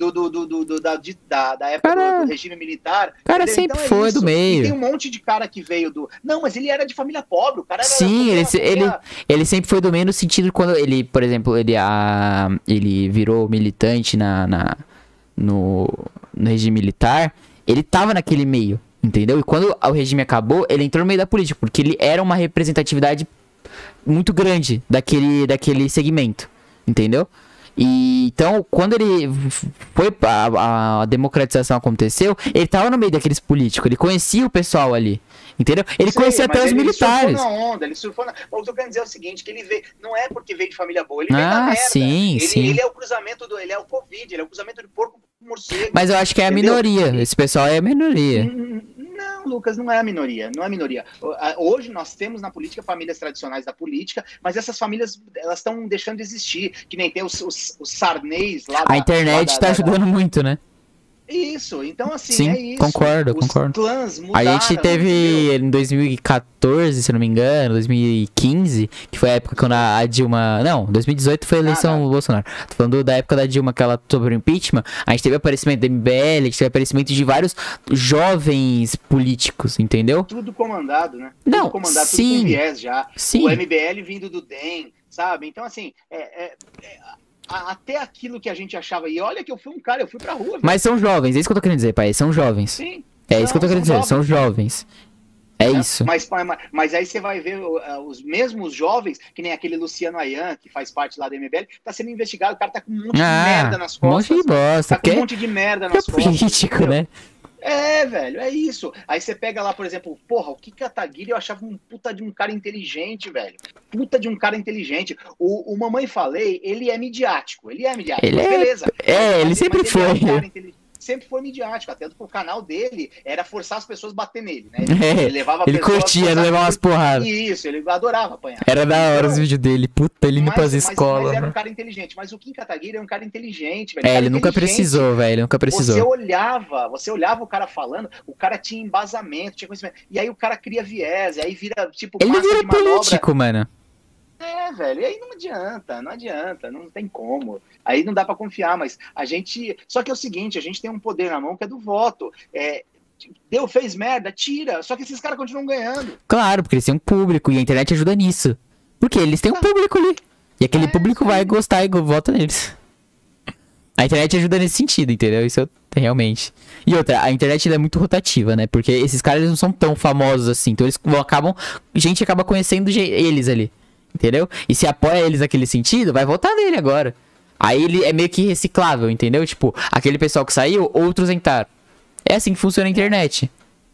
da época do regime militar. O cara sempre foi do meio. E tem um monte de cara que veio do... Não, mas ele era de família pobre. O cara era... Sim, ele sempre foi do meio no sentido quando ele, por exemplo, ele virou militante no regime militar, ele tava naquele meio, entendeu? E quando o regime acabou, ele entrou no meio da política, porque ele era uma representatividade muito grande daquele segmento, entendeu? E então, quando ele foi a democratização aconteceu, ele tava no meio daqueles políticos, ele conhecia o pessoal ali, entendeu? Ele conhecia até os militares. Ele surfou na onda, O que eu quero dizer é o seguinte, que ele veio, não é porque veio de família boa, ele veio da merda. Sim. Ele é o cruzamento ele é o Covid, ele é o cruzamento de porco com morcego. Mas eu acho que é a minoria, esse pessoal é a minoria. Não, Lucas, não é a minoria. Hoje nós temos na política famílias tradicionais da política, mas essas famílias, elas estão deixando de existir. Que nem tem os Sarneys lá. A internet tá ajudando muito, né? Isso, então assim, Sim, é isso. concordo, Os concordo. clãs A gente mudaram, teve entendeu? em 2014, se eu não me engano, 2015, que foi a época quando a Dilma. Não, 2018 foi a eleição Nada. do Bolsonaro. Tô falando da época da Dilma, que ela sobre o impeachment. A gente teve aparecimento da MBL, a gente teve aparecimento de vários jovens políticos, entendeu? Tudo comandado, né? Tudo Não, comandado, tudo com sim, viés já. O sim. MBL vindo do DEM, sabe? Então, assim, até aquilo que a gente achava. E olha que eu fui um cara, eu fui pra rua, velho. Mas são jovens, é isso que eu tô querendo dizer, pai. São jovens. Sim, É isso que eu tô são querendo dizer, jovens. são jovens. É Né? isso. Mas aí você vai ver os mesmos jovens, que nem aquele Luciano Ayan, que faz parte lá da MBL, tá sendo investigado, o cara tá com um monte de merda nas Um monte costas. de bosta. Tá com um Porque monte de merda é nas costas. político, entendeu? né? É, velho, é isso. Aí você pega lá, por exemplo, porra, o Kim Kataguiri eu achava um puta de um cara inteligente, velho. Puta de um cara inteligente. O Mamãe Falei, ele é midiático, Ele mas é. beleza. É, ele sempre mas ele é um foi. cara inteligente. Sempre foi midiático, até porque o canal dele era forçar as pessoas a bater nele, né? Ele levava Ele pessoas curtia, não forçar- levava umas porradas. Isso, ele adorava apanhar. Era da hora Então, os vídeos dele. Puta, ele indo pras mas escolas. era um Mano. cara inteligente. Mas o Kim Kataguiri é um cara inteligente, velho. É, Cara ele nunca inteligente. precisou, velho. Ele nunca Você precisou. olhava o cara falando, o cara tinha embasamento, tinha conhecimento. E aí o cara cria viés, e aí vira tipo Ele massa vira de manobra. político, mano. É, velho, e aí não adianta, não tem como. Aí não dá pra confiar, mas a gente. Só que é o seguinte, a gente tem um poder na mão que é do voto. Fez merda, tira. Só que esses caras continuam ganhando. Claro, porque eles têm um público e a internet ajuda nisso. Porque eles têm um público ali. E aquele público vai gostar e vota neles. A internet ajuda nesse sentido, entendeu? Isso realmente. E outra, a internet ela é muito rotativa, né? Porque esses caras eles não são tão famosos assim. Então eles acabam. Gente acaba conhecendo eles ali. Entendeu? E se apoia eles naquele sentido, vai votar nele agora. Aí ele é meio que reciclável, entendeu? Tipo, aquele pessoal que saiu, outros entraram. É assim que funciona a internet.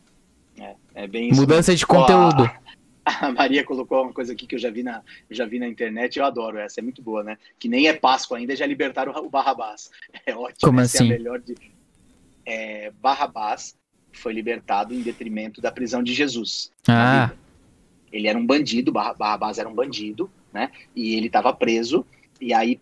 É bem isso. Mudança de Ó, conteúdo. A Maria colocou uma coisa aqui que eu já vi na internet, eu adoro essa, é muito boa, né? Que nem é Páscoa ainda, já libertaram o Barrabás. É ótimo. Como essa assim? É a melhor de... Barrabás foi libertado em detrimento da prisão de Jesus. Ah, Ele era um bandido, Barrabás era um bandido, né? E ele estava preso, e aí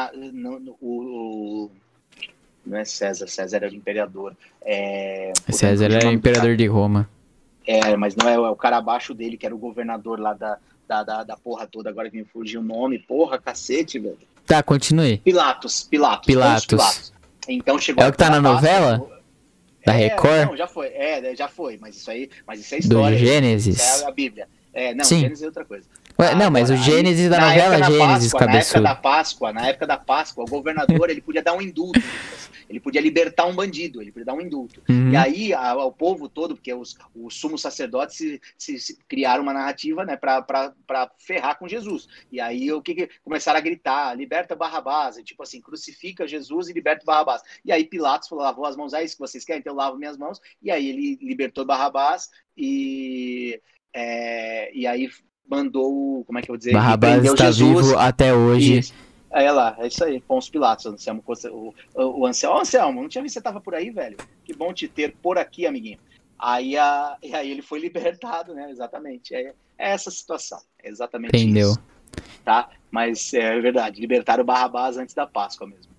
não é César era o imperador. César era imperador de Roma. Mas não é o cara abaixo dele, que era o governador lá da porra toda, agora que me fugiu o nome, porra, cacete, velho. Tá, continue. Pilatos. Então chegou. É o que tá na novela? Da Record? Não, já foi, mas isso é história. Do Gênesis? Isso é a Bíblia. Sim. Gênesis é outra coisa. Ué, não, mas o Gênesis da novela é Gênesis, cabeçudo. Na época da Páscoa, o governador ele podia dar um indulto, ele podia libertar um bandido, ele podia dar um indulto. Uhum. E aí o povo todo, porque os sumos sacerdotes se criaram uma narrativa, né, para ferrar com Jesus. E aí o que começaram a gritar, liberta Barrabás, tipo assim, crucifica Jesus e liberta Barrabás. E aí Pilatos falou, lavou as mãos, é isso que vocês querem? Então eu lavo minhas mãos. E aí ele libertou Barrabás e aí mandou, como é que eu vou dizer? Barrabás está vivo até hoje. Isso. É isso aí, Pôncio Pilatos, Anselmo, o Anselmo, não tinha visto que você tava por aí, velho? Que bom te ter por aqui, amiguinho. Aí ele foi libertado, né? Exatamente. É essa situação, é exatamente Entendeu? isso. Tá? Mas é verdade, libertaram o Barrabás antes da Páscoa mesmo.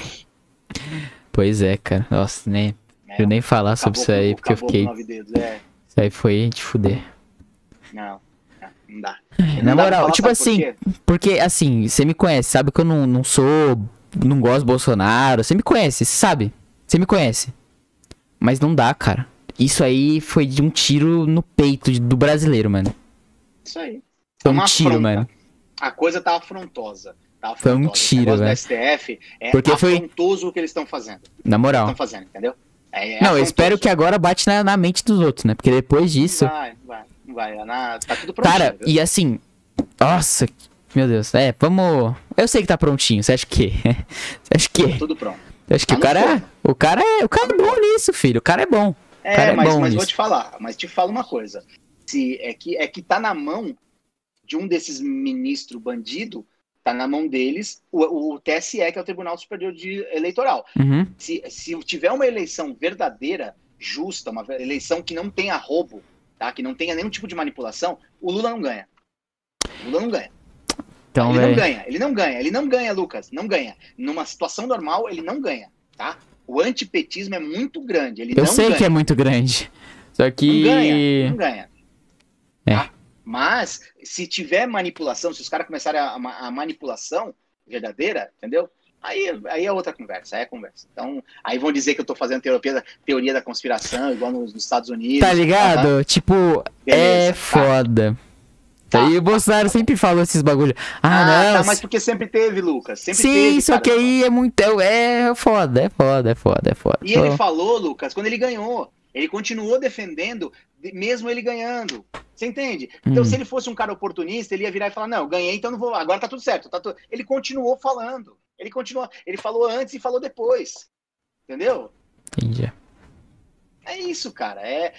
Pois é, cara. Nossa, nem eu nem falar sobre isso aí, porque eu fiquei... Isso aí foi de fuder. Não dá. Na moral, tipo assim, porque assim, você me conhece, sabe que eu não gosto do Bolsonaro, você me conhece, sabe? Você me conhece. Mas não dá, cara. Isso aí foi de um tiro no peito do brasileiro, mano. Isso aí. Foi um tiro, mano. A coisa tá afrontosa. Foi um tiro, velho. O STF porque afrontoso o que eles estão fazendo. Na moral. Estão fazendo, entendeu? Não, eu espero que agora bate na mente dos outros, né? Porque depois disso... Vai. Tá tudo prontinho. Cara, viu? E assim... Nossa, meu Deus. Vamos... Eu sei que tá prontinho, você acha que? Você acha que? Tá tudo pronto. Eu acho que o cara é bom nisso, filho. O cara é bom. Mas vou te falar. Mas te falo uma coisa. É que tá na mão de um desses ministros bandido, tá na mão deles o TSE, que é o Tribunal Superior Eleitoral. Uhum. Se tiver uma eleição verdadeira, justa, uma eleição que não tenha roubo, tá? Que não tenha nenhum tipo de manipulação, o Lula não ganha. Então, ele não ganha, Lucas, não ganha. Numa situação normal, ele não ganha, tá? O antipetismo é muito grande. Ele Eu não sei ganha. que é muito grande. Só que. Não ganha. É. Tá? Mas, se tiver manipulação, se os caras começarem a manipulação verdadeira, entendeu? Aí é outra conversa, aí é conversa. Então, aí vão dizer que eu tô fazendo teoria da conspiração, igual nos Estados Unidos. Tá ligado? Tipo, Beleza, é foda. Tá. E o Bolsonaro sempre falou esses bagulho. Não. Tá, mas porque sempre teve, Lucas. Sempre Sim, teve, só que aí é muito. É foda, é foda, é foda, é foda. E ele falou, Lucas, quando ele ganhou. Ele continuou defendendo, mesmo ele ganhando. Você entende? Então, se ele fosse um cara oportunista, ele ia virar e falar, não, eu ganhei, então não vou. Agora tá tudo certo. Ele continuou falando. Ele falou antes e falou depois. Entendeu? Entendi. É isso, cara. É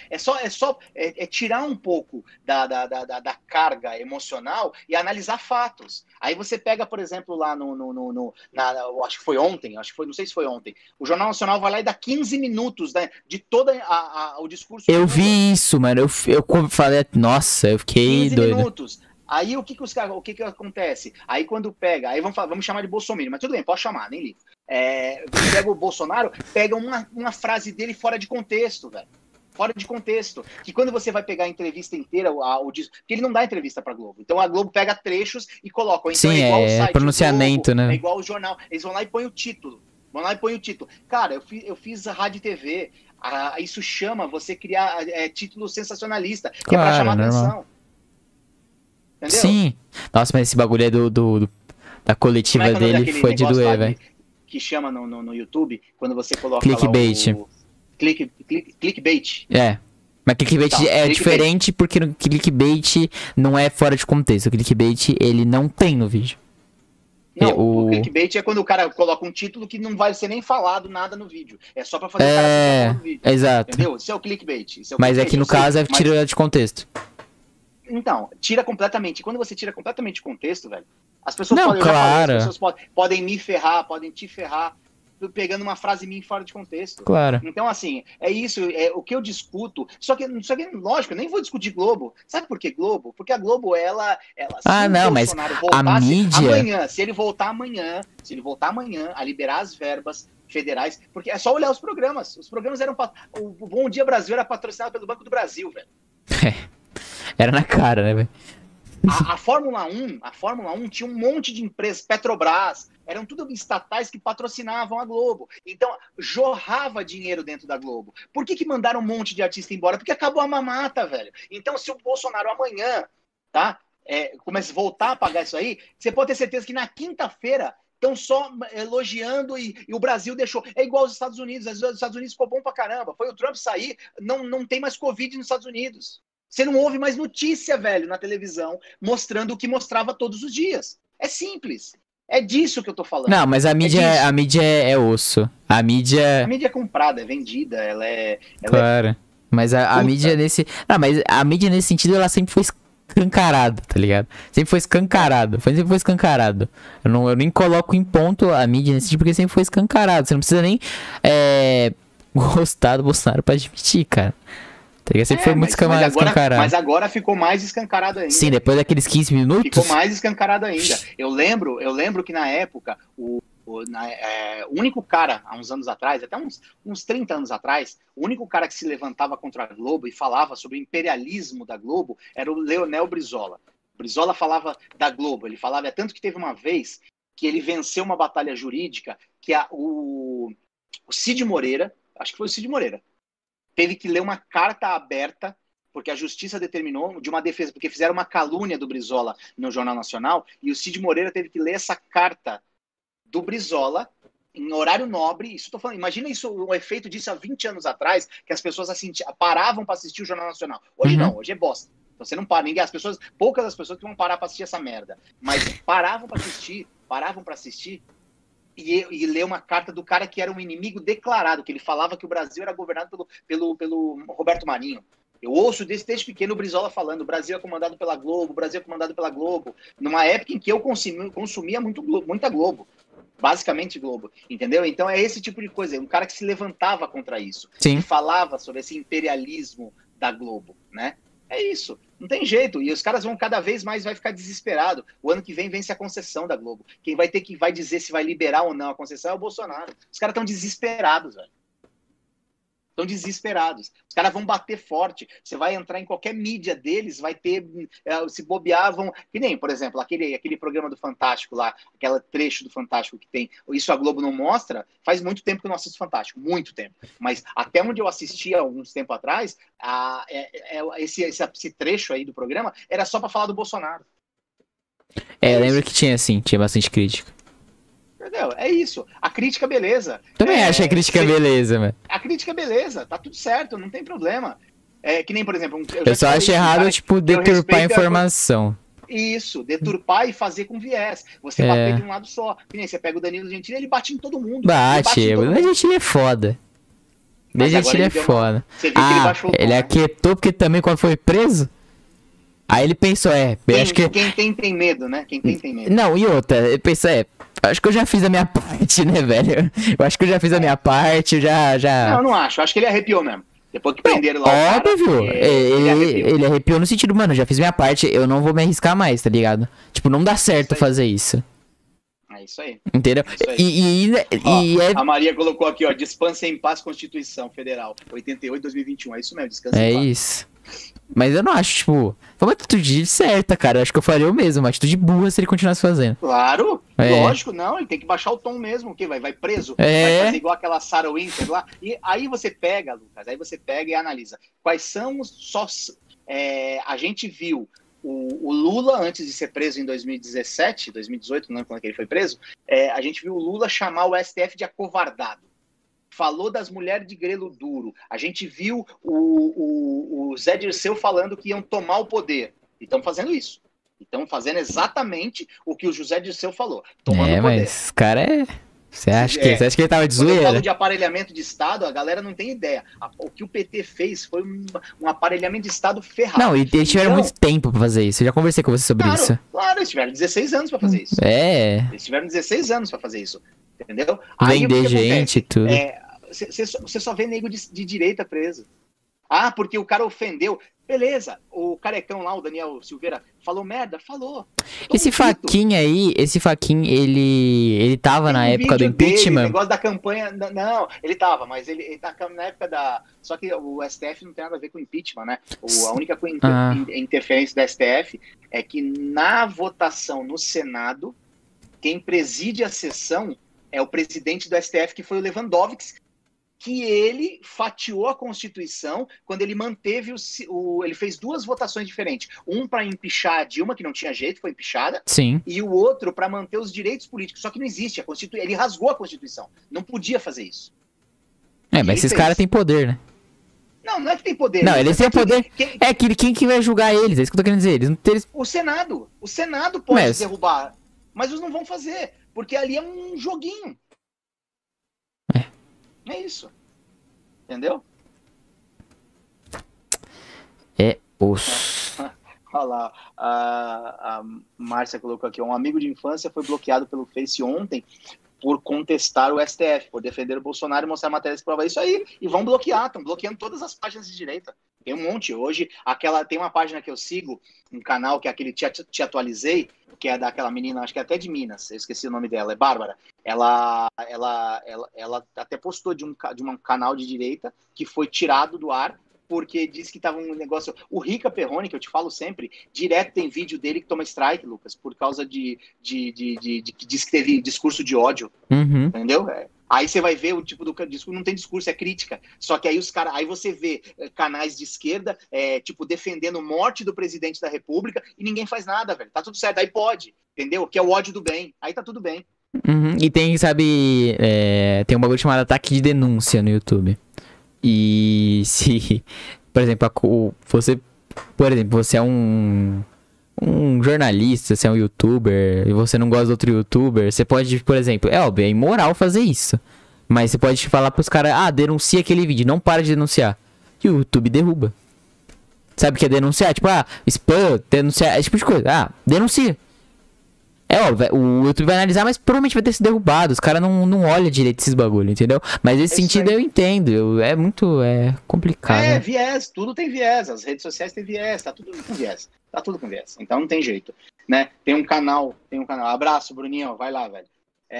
tirar um pouco da carga emocional e analisar fatos. Aí você pega, por exemplo, lá acho que foi ontem, não sei se foi ontem, o Jornal Nacional vai lá e dá 15 minutos, né, de todo o discurso. Eu vi isso, mano. Eu falei, nossa, eu fiquei 15 doido. minutos. Aí o que acontece? Aí quando pega, aí vamos chamar de Bolsonaro, mas tudo bem, pode chamar, nem ligo. Pega o Bolsonaro, pega uma frase dele fora de contexto, velho. Fora de contexto. Que quando você vai pegar a entrevista inteira, porque ele não dá entrevista pra Globo. Então a Globo pega trechos e coloca. Ou então Sim, é igual o site, pronunciamento, o Globo, né? É igual o jornal. Eles vão lá e põem o título. Cara, eu fiz a rádio e TV. Isso chama você criar título sensacionalista. Que é pra chamar atenção. Entendeu? Sim. Nossa, mas esse bagulho é da coletiva dele foi de doer, velho. Que chama no YouTube, quando você coloca clickbait. Lá clickbait. Mas clickbait clickbait. Diferente porque no clickbait não é fora de contexto. O clickbait, ele não tem no vídeo. Não, o clickbait é quando o cara coloca um título que não vai ser nem falado nada no vídeo. É só pra fazer o cara ficar no vídeo. Exato. Entendeu? Isso é o clickbait. Mas é que no caso é tira de contexto. Então, tira completamente. Quando você tira completamente de contexto, velho, as pessoas as pessoas podem me ferrar, podem te ferrar, pegando uma frase minha fora de contexto. Claro. Então, assim, é isso, é o que eu discuto. Só que lógico, eu nem vou discutir Globo. Sabe por que Globo? Porque a Globo, ela mas a mídia... amanhã, se ele voltar amanhã a liberar as verbas federais, porque é só olhar os programas. Os programas eram... O Bom Dia Brasil era patrocinado pelo Banco do Brasil, velho. Era na cara, né, velho? A Fórmula 1 tinha um monte de empresas, Petrobras, eram tudo estatais que patrocinavam a Globo. Então, jorrava dinheiro dentro da Globo. Por que mandaram um monte de artista embora? Porque acabou a mamata, velho. Então, se o Bolsonaro amanhã, tá, começa a voltar a pagar isso aí, você pode ter certeza que na quinta-feira estão só elogiando e o Brasil deixou. É igual aos Estados Unidos. Os Estados Unidos ficou bom pra caramba. Foi o Trump sair, não tem mais Covid nos Estados Unidos. Você não ouve mais notícia, velho, na televisão, mostrando o que mostrava todos os dias. É simples. É disso que eu tô falando. Não, mas a mídia é osso. A mídia é comprada, é vendida, ela é... Claro. Mas a mídia nesse... mas a mídia nesse sentido, ela sempre foi escancarada, tá ligado? Sempre foi escancarado. Eu nem coloco em ponto a mídia nesse sentido, porque sempre foi escancarado. Você não precisa nem gostar do Bolsonaro pra admitir, cara. Sempre foi muito escancarado. Mas agora ficou mais escancarado ainda. Sim, depois daqueles 15 minutos. Ficou mais escancarado ainda. Eu lembro que na época, o único cara, há uns anos atrás, até uns 30 anos atrás, o único cara que se levantava contra a Globo e falava sobre o imperialismo da Globo era o Leonel Brizola. Brizola falava da Globo, ele falava, tanto que teve uma vez que ele venceu uma batalha jurídica que o Cid Moreira, acho que foi o Cid Moreira, teve que ler uma carta aberta, porque a justiça determinou de uma defesa, porque fizeram uma calúnia do Brizola no Jornal Nacional, e o Cid Moreira teve que ler essa carta do Brizola em horário nobre. Isso tô falando, imagina isso, o efeito disso há 20 anos atrás, que as pessoas paravam para assistir o Jornal Nacional. Hoje não, hoje é bosta. Então você não para, poucas das pessoas que vão parar para assistir essa merda, mas paravam para assistir e ler uma carta do cara que era um inimigo declarado, que ele falava que o Brasil era governado pelo Roberto Marinho. Eu ouço desde pequeno o Brizola falando, o Brasil é comandado pela Globo, numa época em que eu consumia muita Globo, basicamente Globo, entendeu? Então é esse tipo de coisa, um cara que se levantava contra isso, Sim. que falava sobre esse imperialismo da Globo, né? É isso. Não tem jeito. E os caras vão cada vez mais, vai ficar desesperado. O ano que vem vence a concessão da Globo. Quem vai dizer se vai liberar ou não a concessão é o Bolsonaro. Os caras estão desesperados, velho. Estão desesperados. Os caras vão bater forte. Você vai entrar em qualquer mídia deles, vai ter, se bobear, vão... Que nem, por exemplo, aquele programa do Fantástico lá, aquele trecho do Fantástico que tem, isso a Globo não mostra, faz muito tempo que eu não assisto Fantástico, muito tempo. Mas até onde eu assisti há alguns tempo atrás, esse trecho aí do programa era só para falar do Bolsonaro. Eu lembro que tinha bastante crítica. Entendeu? É isso. A crítica, beleza. Também acho a crítica beleza, mano. A crítica, beleza. Tá tudo certo, não tem problema. Que nem, por exemplo... Eu só acho errado, tipo, deturpar a informação. Isso, deturpar e fazer com viés. Você bater de um lado só. Que nem você pega o Danilo Gentili, ele bate em todo mundo. Bate, o Danilo Gentili é foda. O Danilo Gentili é foda. Você viu que ele baixou o tom, ele aquietou porque também quando foi preso... Aí ele pensou, acho que... Quem tem medo, né? Quem tem medo. Não, e outra, ele pensou, acho que eu já fiz a minha parte, né, velho? Eu acho que eu já fiz a minha parte, eu já... Não, eu não acho. Acho que ele arrepiou mesmo. Depois que prenderam lá o óbvio, cara, ele arrepiou no sentido, mano, já fiz minha parte, eu não vou me arriscar mais, tá ligado? Tipo, não dá certo fazer isso. É isso aí. Entendeu? É isso aí. A Maria colocou aqui, ó, descansa em paz, Constituição Federal, 88-2021. É isso mesmo, descansa em paz. É isso. Mas eu não acho, tipo, foi uma atitude certa, cara. Eu acho que eu faria o mesmo, uma atitude burra se ele continuasse fazendo. Claro, lógico, não, ele tem que baixar o tom mesmo, que vai preso, vai fazer igual aquela Sarah Winter lá. E aí você pega, Lucas, e analisa. Quais são os a gente viu o Lula, antes de ser preso em 2017, 2018, não lembro quando é que ele foi preso, a gente viu o Lula chamar o STF de acovardado. Falou das mulheres de grelo duro. A gente viu o Zé Dirceu falando que iam tomar o poder. E estão fazendo isso. Estão fazendo exatamente o que o José Dirceu falou. Tomando o poder. Mas, cara, Você acha que ele tava de zoeira? Quando eu falo de aparelhamento de Estado, a galera não tem ideia. O que o PT fez foi um aparelhamento de Estado ferrado. Não, e eles tiveram muito tempo pra fazer isso. Eu já conversei com você sobre isso. Claro, eles tiveram 16 anos pra fazer isso. Eles tiveram 16 anos pra fazer isso. Entendeu? Vender gente e tudo. Você só vê nego de direita preso. Ah, porque o cara ofendeu. Beleza, o carecão lá, o Daniel Silveira, falou merda? Falou. Esse Fachin aí, ele tava na época do impeachment? O negócio da campanha, não, ele tava, mas ele tá na época da... Só que o STF não tem nada a ver com impeachment, né? A única interferência da STF é que na votação no Senado, quem preside a sessão é o presidente do STF, que foi o Lewandowski, que ele fatiou a Constituição quando ele manteve ele fez duas votações diferentes. Um para empichar a Dilma, que não tinha jeito, foi empichada. Sim. E o outro para manter os direitos políticos. Só que não existe. Ele rasgou a Constituição. Não podia fazer isso. Mas esses caras têm poder, né? Não é que tem poder. Não, eles têm poder. Quem que vai julgar eles? É isso que eu tô querendo dizer. O Senado pode derrubar. Mas eles não vão fazer. Porque ali é um joguinho. É isso. Entendeu? Olha lá, a Márcia colocou aqui, um amigo de infância foi bloqueado pelo Face ontem por contestar o STF, por defender o Bolsonaro e mostrar matérias que provam isso aí, e vão bloquear, estão bloqueando todas as páginas de direita. Tem um monte. Hoje, tem uma página que eu sigo, um canal que é aquele Te Atualizei, que é daquela menina, acho que é até de Minas, eu esqueci o nome dela, é Bárbara. Ela até postou de um canal de direita que foi tirado do ar porque disse que tava um negócio... O Rica Perrone, que eu te falo sempre, direto tem vídeo dele que toma strike, Lucas, por causa que diz que teve discurso de ódio, entendeu? Aí você vai ver o tipo do discurso, não tem discurso, é crítica. Só que aí aí você vê canais de esquerda, defendendo morte do presidente da República e ninguém faz nada, velho. Tá tudo certo, aí pode, entendeu? Que é o ódio do bem. Aí tá tudo bem. E tem, sabe, tem um bagulho chamado ataque de denúncia no YouTube. E se, por exemplo, você é um jornalista, você é um youtuber e você não gosta de outro youtuber, você pode, por exemplo, óbvio, é imoral fazer isso, mas você pode falar pros caras, denuncia aquele vídeo, não para de denunciar, e o YouTube derruba. Sabe o que é denunciar? Tipo, spam, denunciar, esse tipo de coisa. Denuncia. É, ó, o YouTube vai analisar, mas provavelmente vai ter sido derrubado. Os caras não olham direito esses bagulho, entendeu? Mas nesse sentido eu entendo. É muito complicado. É, viés, tudo tem viés. As redes sociais têm viés, tá tudo com viés. Tá tudo com viés. Então não tem jeito. Né? Tem um canal. Abraço, Bruninho, vai lá, velho.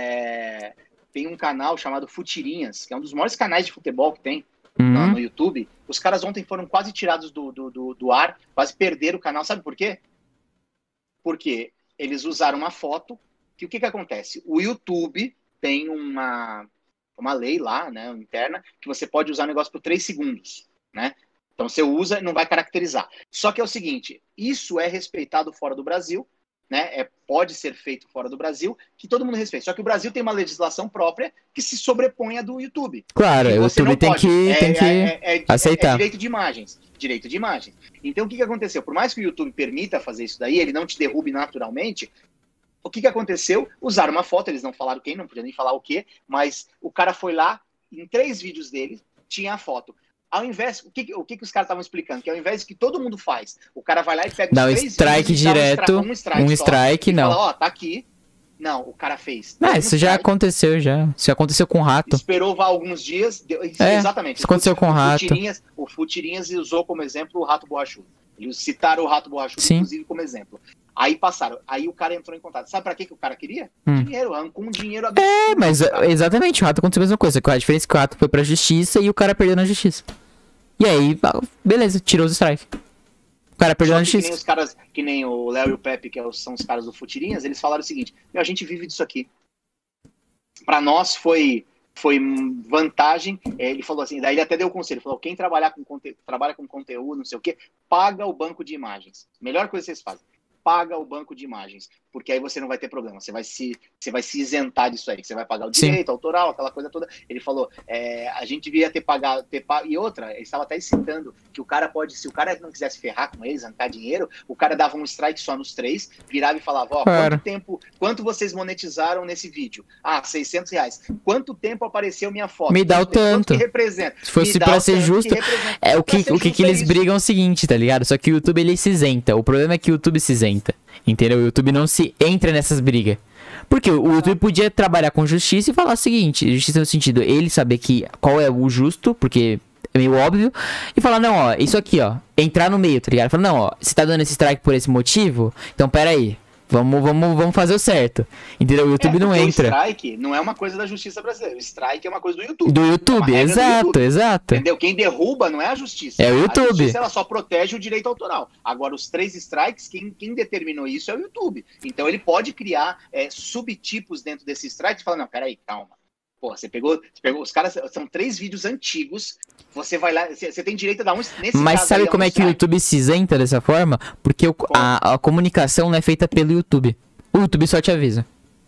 Tem um canal chamado Futirinhas, que é um dos maiores canais de futebol que tem no YouTube. Os caras ontem foram quase tirados do ar, quase perderam o canal. Sabe por quê? Porque eles usaram uma foto, que o que acontece? O YouTube tem uma lei lá, né, interna, que você pode usar o negócio por 3 segundos, né? Então você usa e não vai caracterizar. Só que é o seguinte, isso é respeitado fora do Brasil, né? Pode ser feito fora do Brasil, que todo mundo respeita. Só que o Brasil tem uma legislação própria que se sobrepõe à do YouTube. Claro, o YouTube tem que aceitar. É direito de imagens. Direito de imagens. Então, o que aconteceu? Por mais que o YouTube permita fazer isso daí, ele não te derrube naturalmente, o que aconteceu? Usaram uma foto, eles não falaram quem, não podia nem falar o quê, mas o cara foi lá, em 3 vídeos dele, tinha a foto. Ao invés, o que os caras estavam explicando? Que ao invés que todo mundo faz, o cara vai lá e pega os 3 strike direto, um strike, não. Fala, tá aqui. Não, o cara fez. Isso já aconteceu, já. Isso aconteceu com o Rato. Esperou alguns dias. Exatamente. Isso aconteceu com o Rato. O Futirinhas usou como exemplo o Rato Borrachudo. Eles citaram o Rato Borrachudo, inclusive, como exemplo. Aí passaram. Aí o cara entrou em contato. Sabe pra que o cara queria? Dinheiro. Arrancou um dinheiro absurdo. Mas exatamente. O Rato aconteceu a mesma coisa. A diferença é que o Rato foi pra justiça e o cara perdeu na justiça. E aí, beleza, tirou os strikes. O cara perdeu na justiça. Que nem os caras, que nem o Léo e o Pepe, que são os caras do Futirinhas, eles falaram o seguinte: a gente vive disso aqui. Pra nós foi vantagem. Ele falou assim, daí ele até deu o conselho, falou, quem trabalha com conteúdo, não sei o quê, paga o banco de imagens. Melhor coisa que vocês fazem, paga o banco de imagens, porque aí você não vai ter problema, você vai se isentar disso aí, você vai pagar o direito autoral, aquela coisa toda. Ele falou, a gente devia ter pagado, e outra, ele estava até citando que o cara pode, se o cara não quisesse ferrar com eles, arrancar dinheiro, o cara dava um strike só nos 3, virava e falava, quanto vocês monetizaram nesse vídeo? R$600. Quanto tempo apareceu minha foto? Me dá o tanto. Que representa? Se fosse pra ser justo, o que eles brigam é o seguinte, tá ligado? Só que o YouTube, ele se isenta. O problema é que o YouTube se isenta, entendeu? O YouTube não se entra nessas brigas. Porque o YouTube podia trabalhar com justiça e falar o seguinte, justiça no sentido, ele saber qual é o justo, porque é meio óbvio, e falar, não, ó, isso aqui, ó, entrar no meio, tá ligado? Falar, não, ó, você tá dando esse strike por esse motivo, então pera aí. Vamos fazer o certo. Entendeu? O YouTube não entra. O strike não é uma coisa da justiça brasileira. O strike é uma coisa do YouTube. Do YouTube, exato. Entendeu? Quem derruba não é a justiça. É o YouTube. A justiça, ela só protege o direito autoral. Agora, os 3 strikes, quem determinou isso é o YouTube. Então, ele pode criar subtipos dentro desse strike e falar, não, peraí, calma. Pô, você pegou, os caras, são 3 vídeos antigos, você vai lá, você tem direito a dar nesse Mas sabe como é que o YouTube se isenta dessa forma? Porque a comunicação não é feita pelo YouTube. O YouTube só te avisa.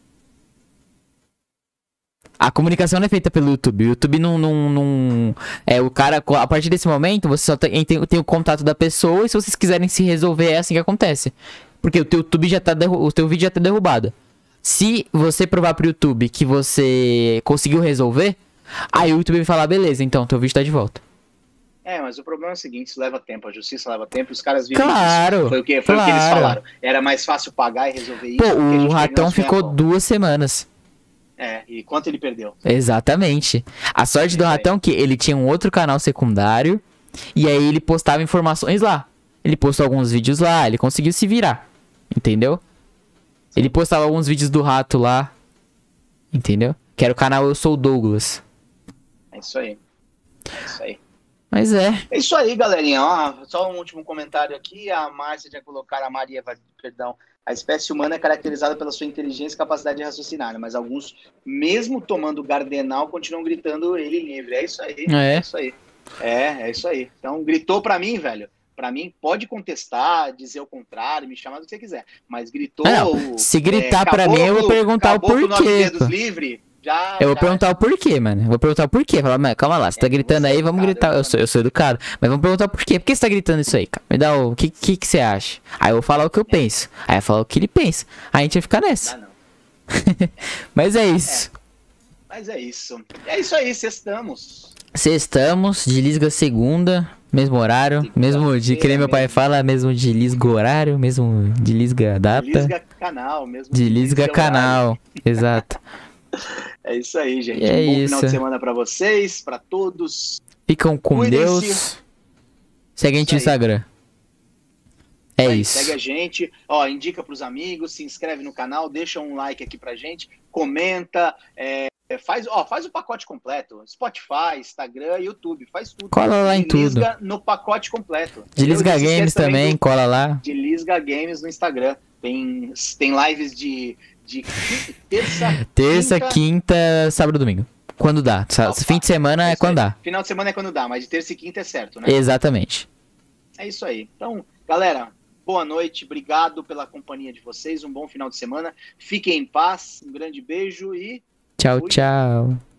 A comunicação não é feita pelo YouTube. O YouTube não o cara, a partir desse momento, você só tem o contato da pessoa e se vocês quiserem se resolver, é assim que acontece. Porque o teu YouTube o teu vídeo já tá derrubado. Se você provar pro YouTube que você conseguiu resolver, aí o YouTube vai falar, beleza, então, teu vídeo tá de volta. Mas o problema é o seguinte, isso leva tempo, a justiça leva tempo, os caras vivem Claro, Foi o que eles falaram. Era mais fácil pagar e resolver isso. Pô, o Ratão ficou 2 semanas. E quanto ele perdeu? Exatamente. A sorte do Ratão é que ele tinha um outro canal secundário, e aí ele postava informações lá. Ele postou alguns vídeos lá, ele conseguiu se virar, entendeu? Ele postava alguns vídeos do Rato lá, entendeu? Que era o canal Eu Sou o Douglas. É isso aí. Mas é isso aí, galerinha. Ó, só um último comentário aqui. A Márcia tinha colocado, a espécie humana é caracterizada pela sua inteligência e capacidade de raciocinar, mas alguns, mesmo tomando Gardenal, continuam gritando ele livre. É isso aí. É isso aí. É isso aí. Então, gritou pra mim, velho. Pra mim, pode contestar, dizer o contrário, me chamar do que você quiser. Mas gritou... se gritar pra mim, eu vou perguntar o porquê. Eu vou perguntar o porquê, mano. Eu vou perguntar o porquê. Falar, mas calma lá, você tá gritando aí, vamos gritar. Eu sou educado. Mas vamos perguntar o porquê. Por que você tá gritando isso aí, cara? Me dá o que você acha? Aí eu vou falar o que eu penso. Aí eu falo o que ele pensa. Aí a gente vai ficar nessa. Não. Mas é isso. Mas é isso. É isso aí, cestamos. Sextamos, desliga segunda, mesmo horário, mesmo de que nem meu pai fala, mesmo desliga horário, mesmo desliga data. Desliga canal mesmo. Desliga canal, exato. É isso aí, gente. É um bom isso. final de semana pra vocês, pra todos. Ficam com Cuidem-se. Deus. Segue a gente no Isso aí. Instagram. É Aí, isso. segue a gente, ó, indica pros amigos, se inscreve no canal, deixa um like aqui pra gente, comenta, faz o pacote completo. Spotify, Instagram, YouTube, faz tudo. Cola lá em tudo. Desliga no pacote completo. De Lisga Não se esqueça Games também, cola lá. De Lisga Games no Instagram. Tem lives de Terça, quinta, sábado e domingo. Quando dá. Fim de semana é quando dá. Final de semana é quando dá, mas de terça e quinta é certo, né? Exatamente. É isso aí. Então, galera, boa noite, obrigado pela companhia de vocês, um bom final de semana. Fiquem em paz, um grande beijo e Tchau, fui. tchau.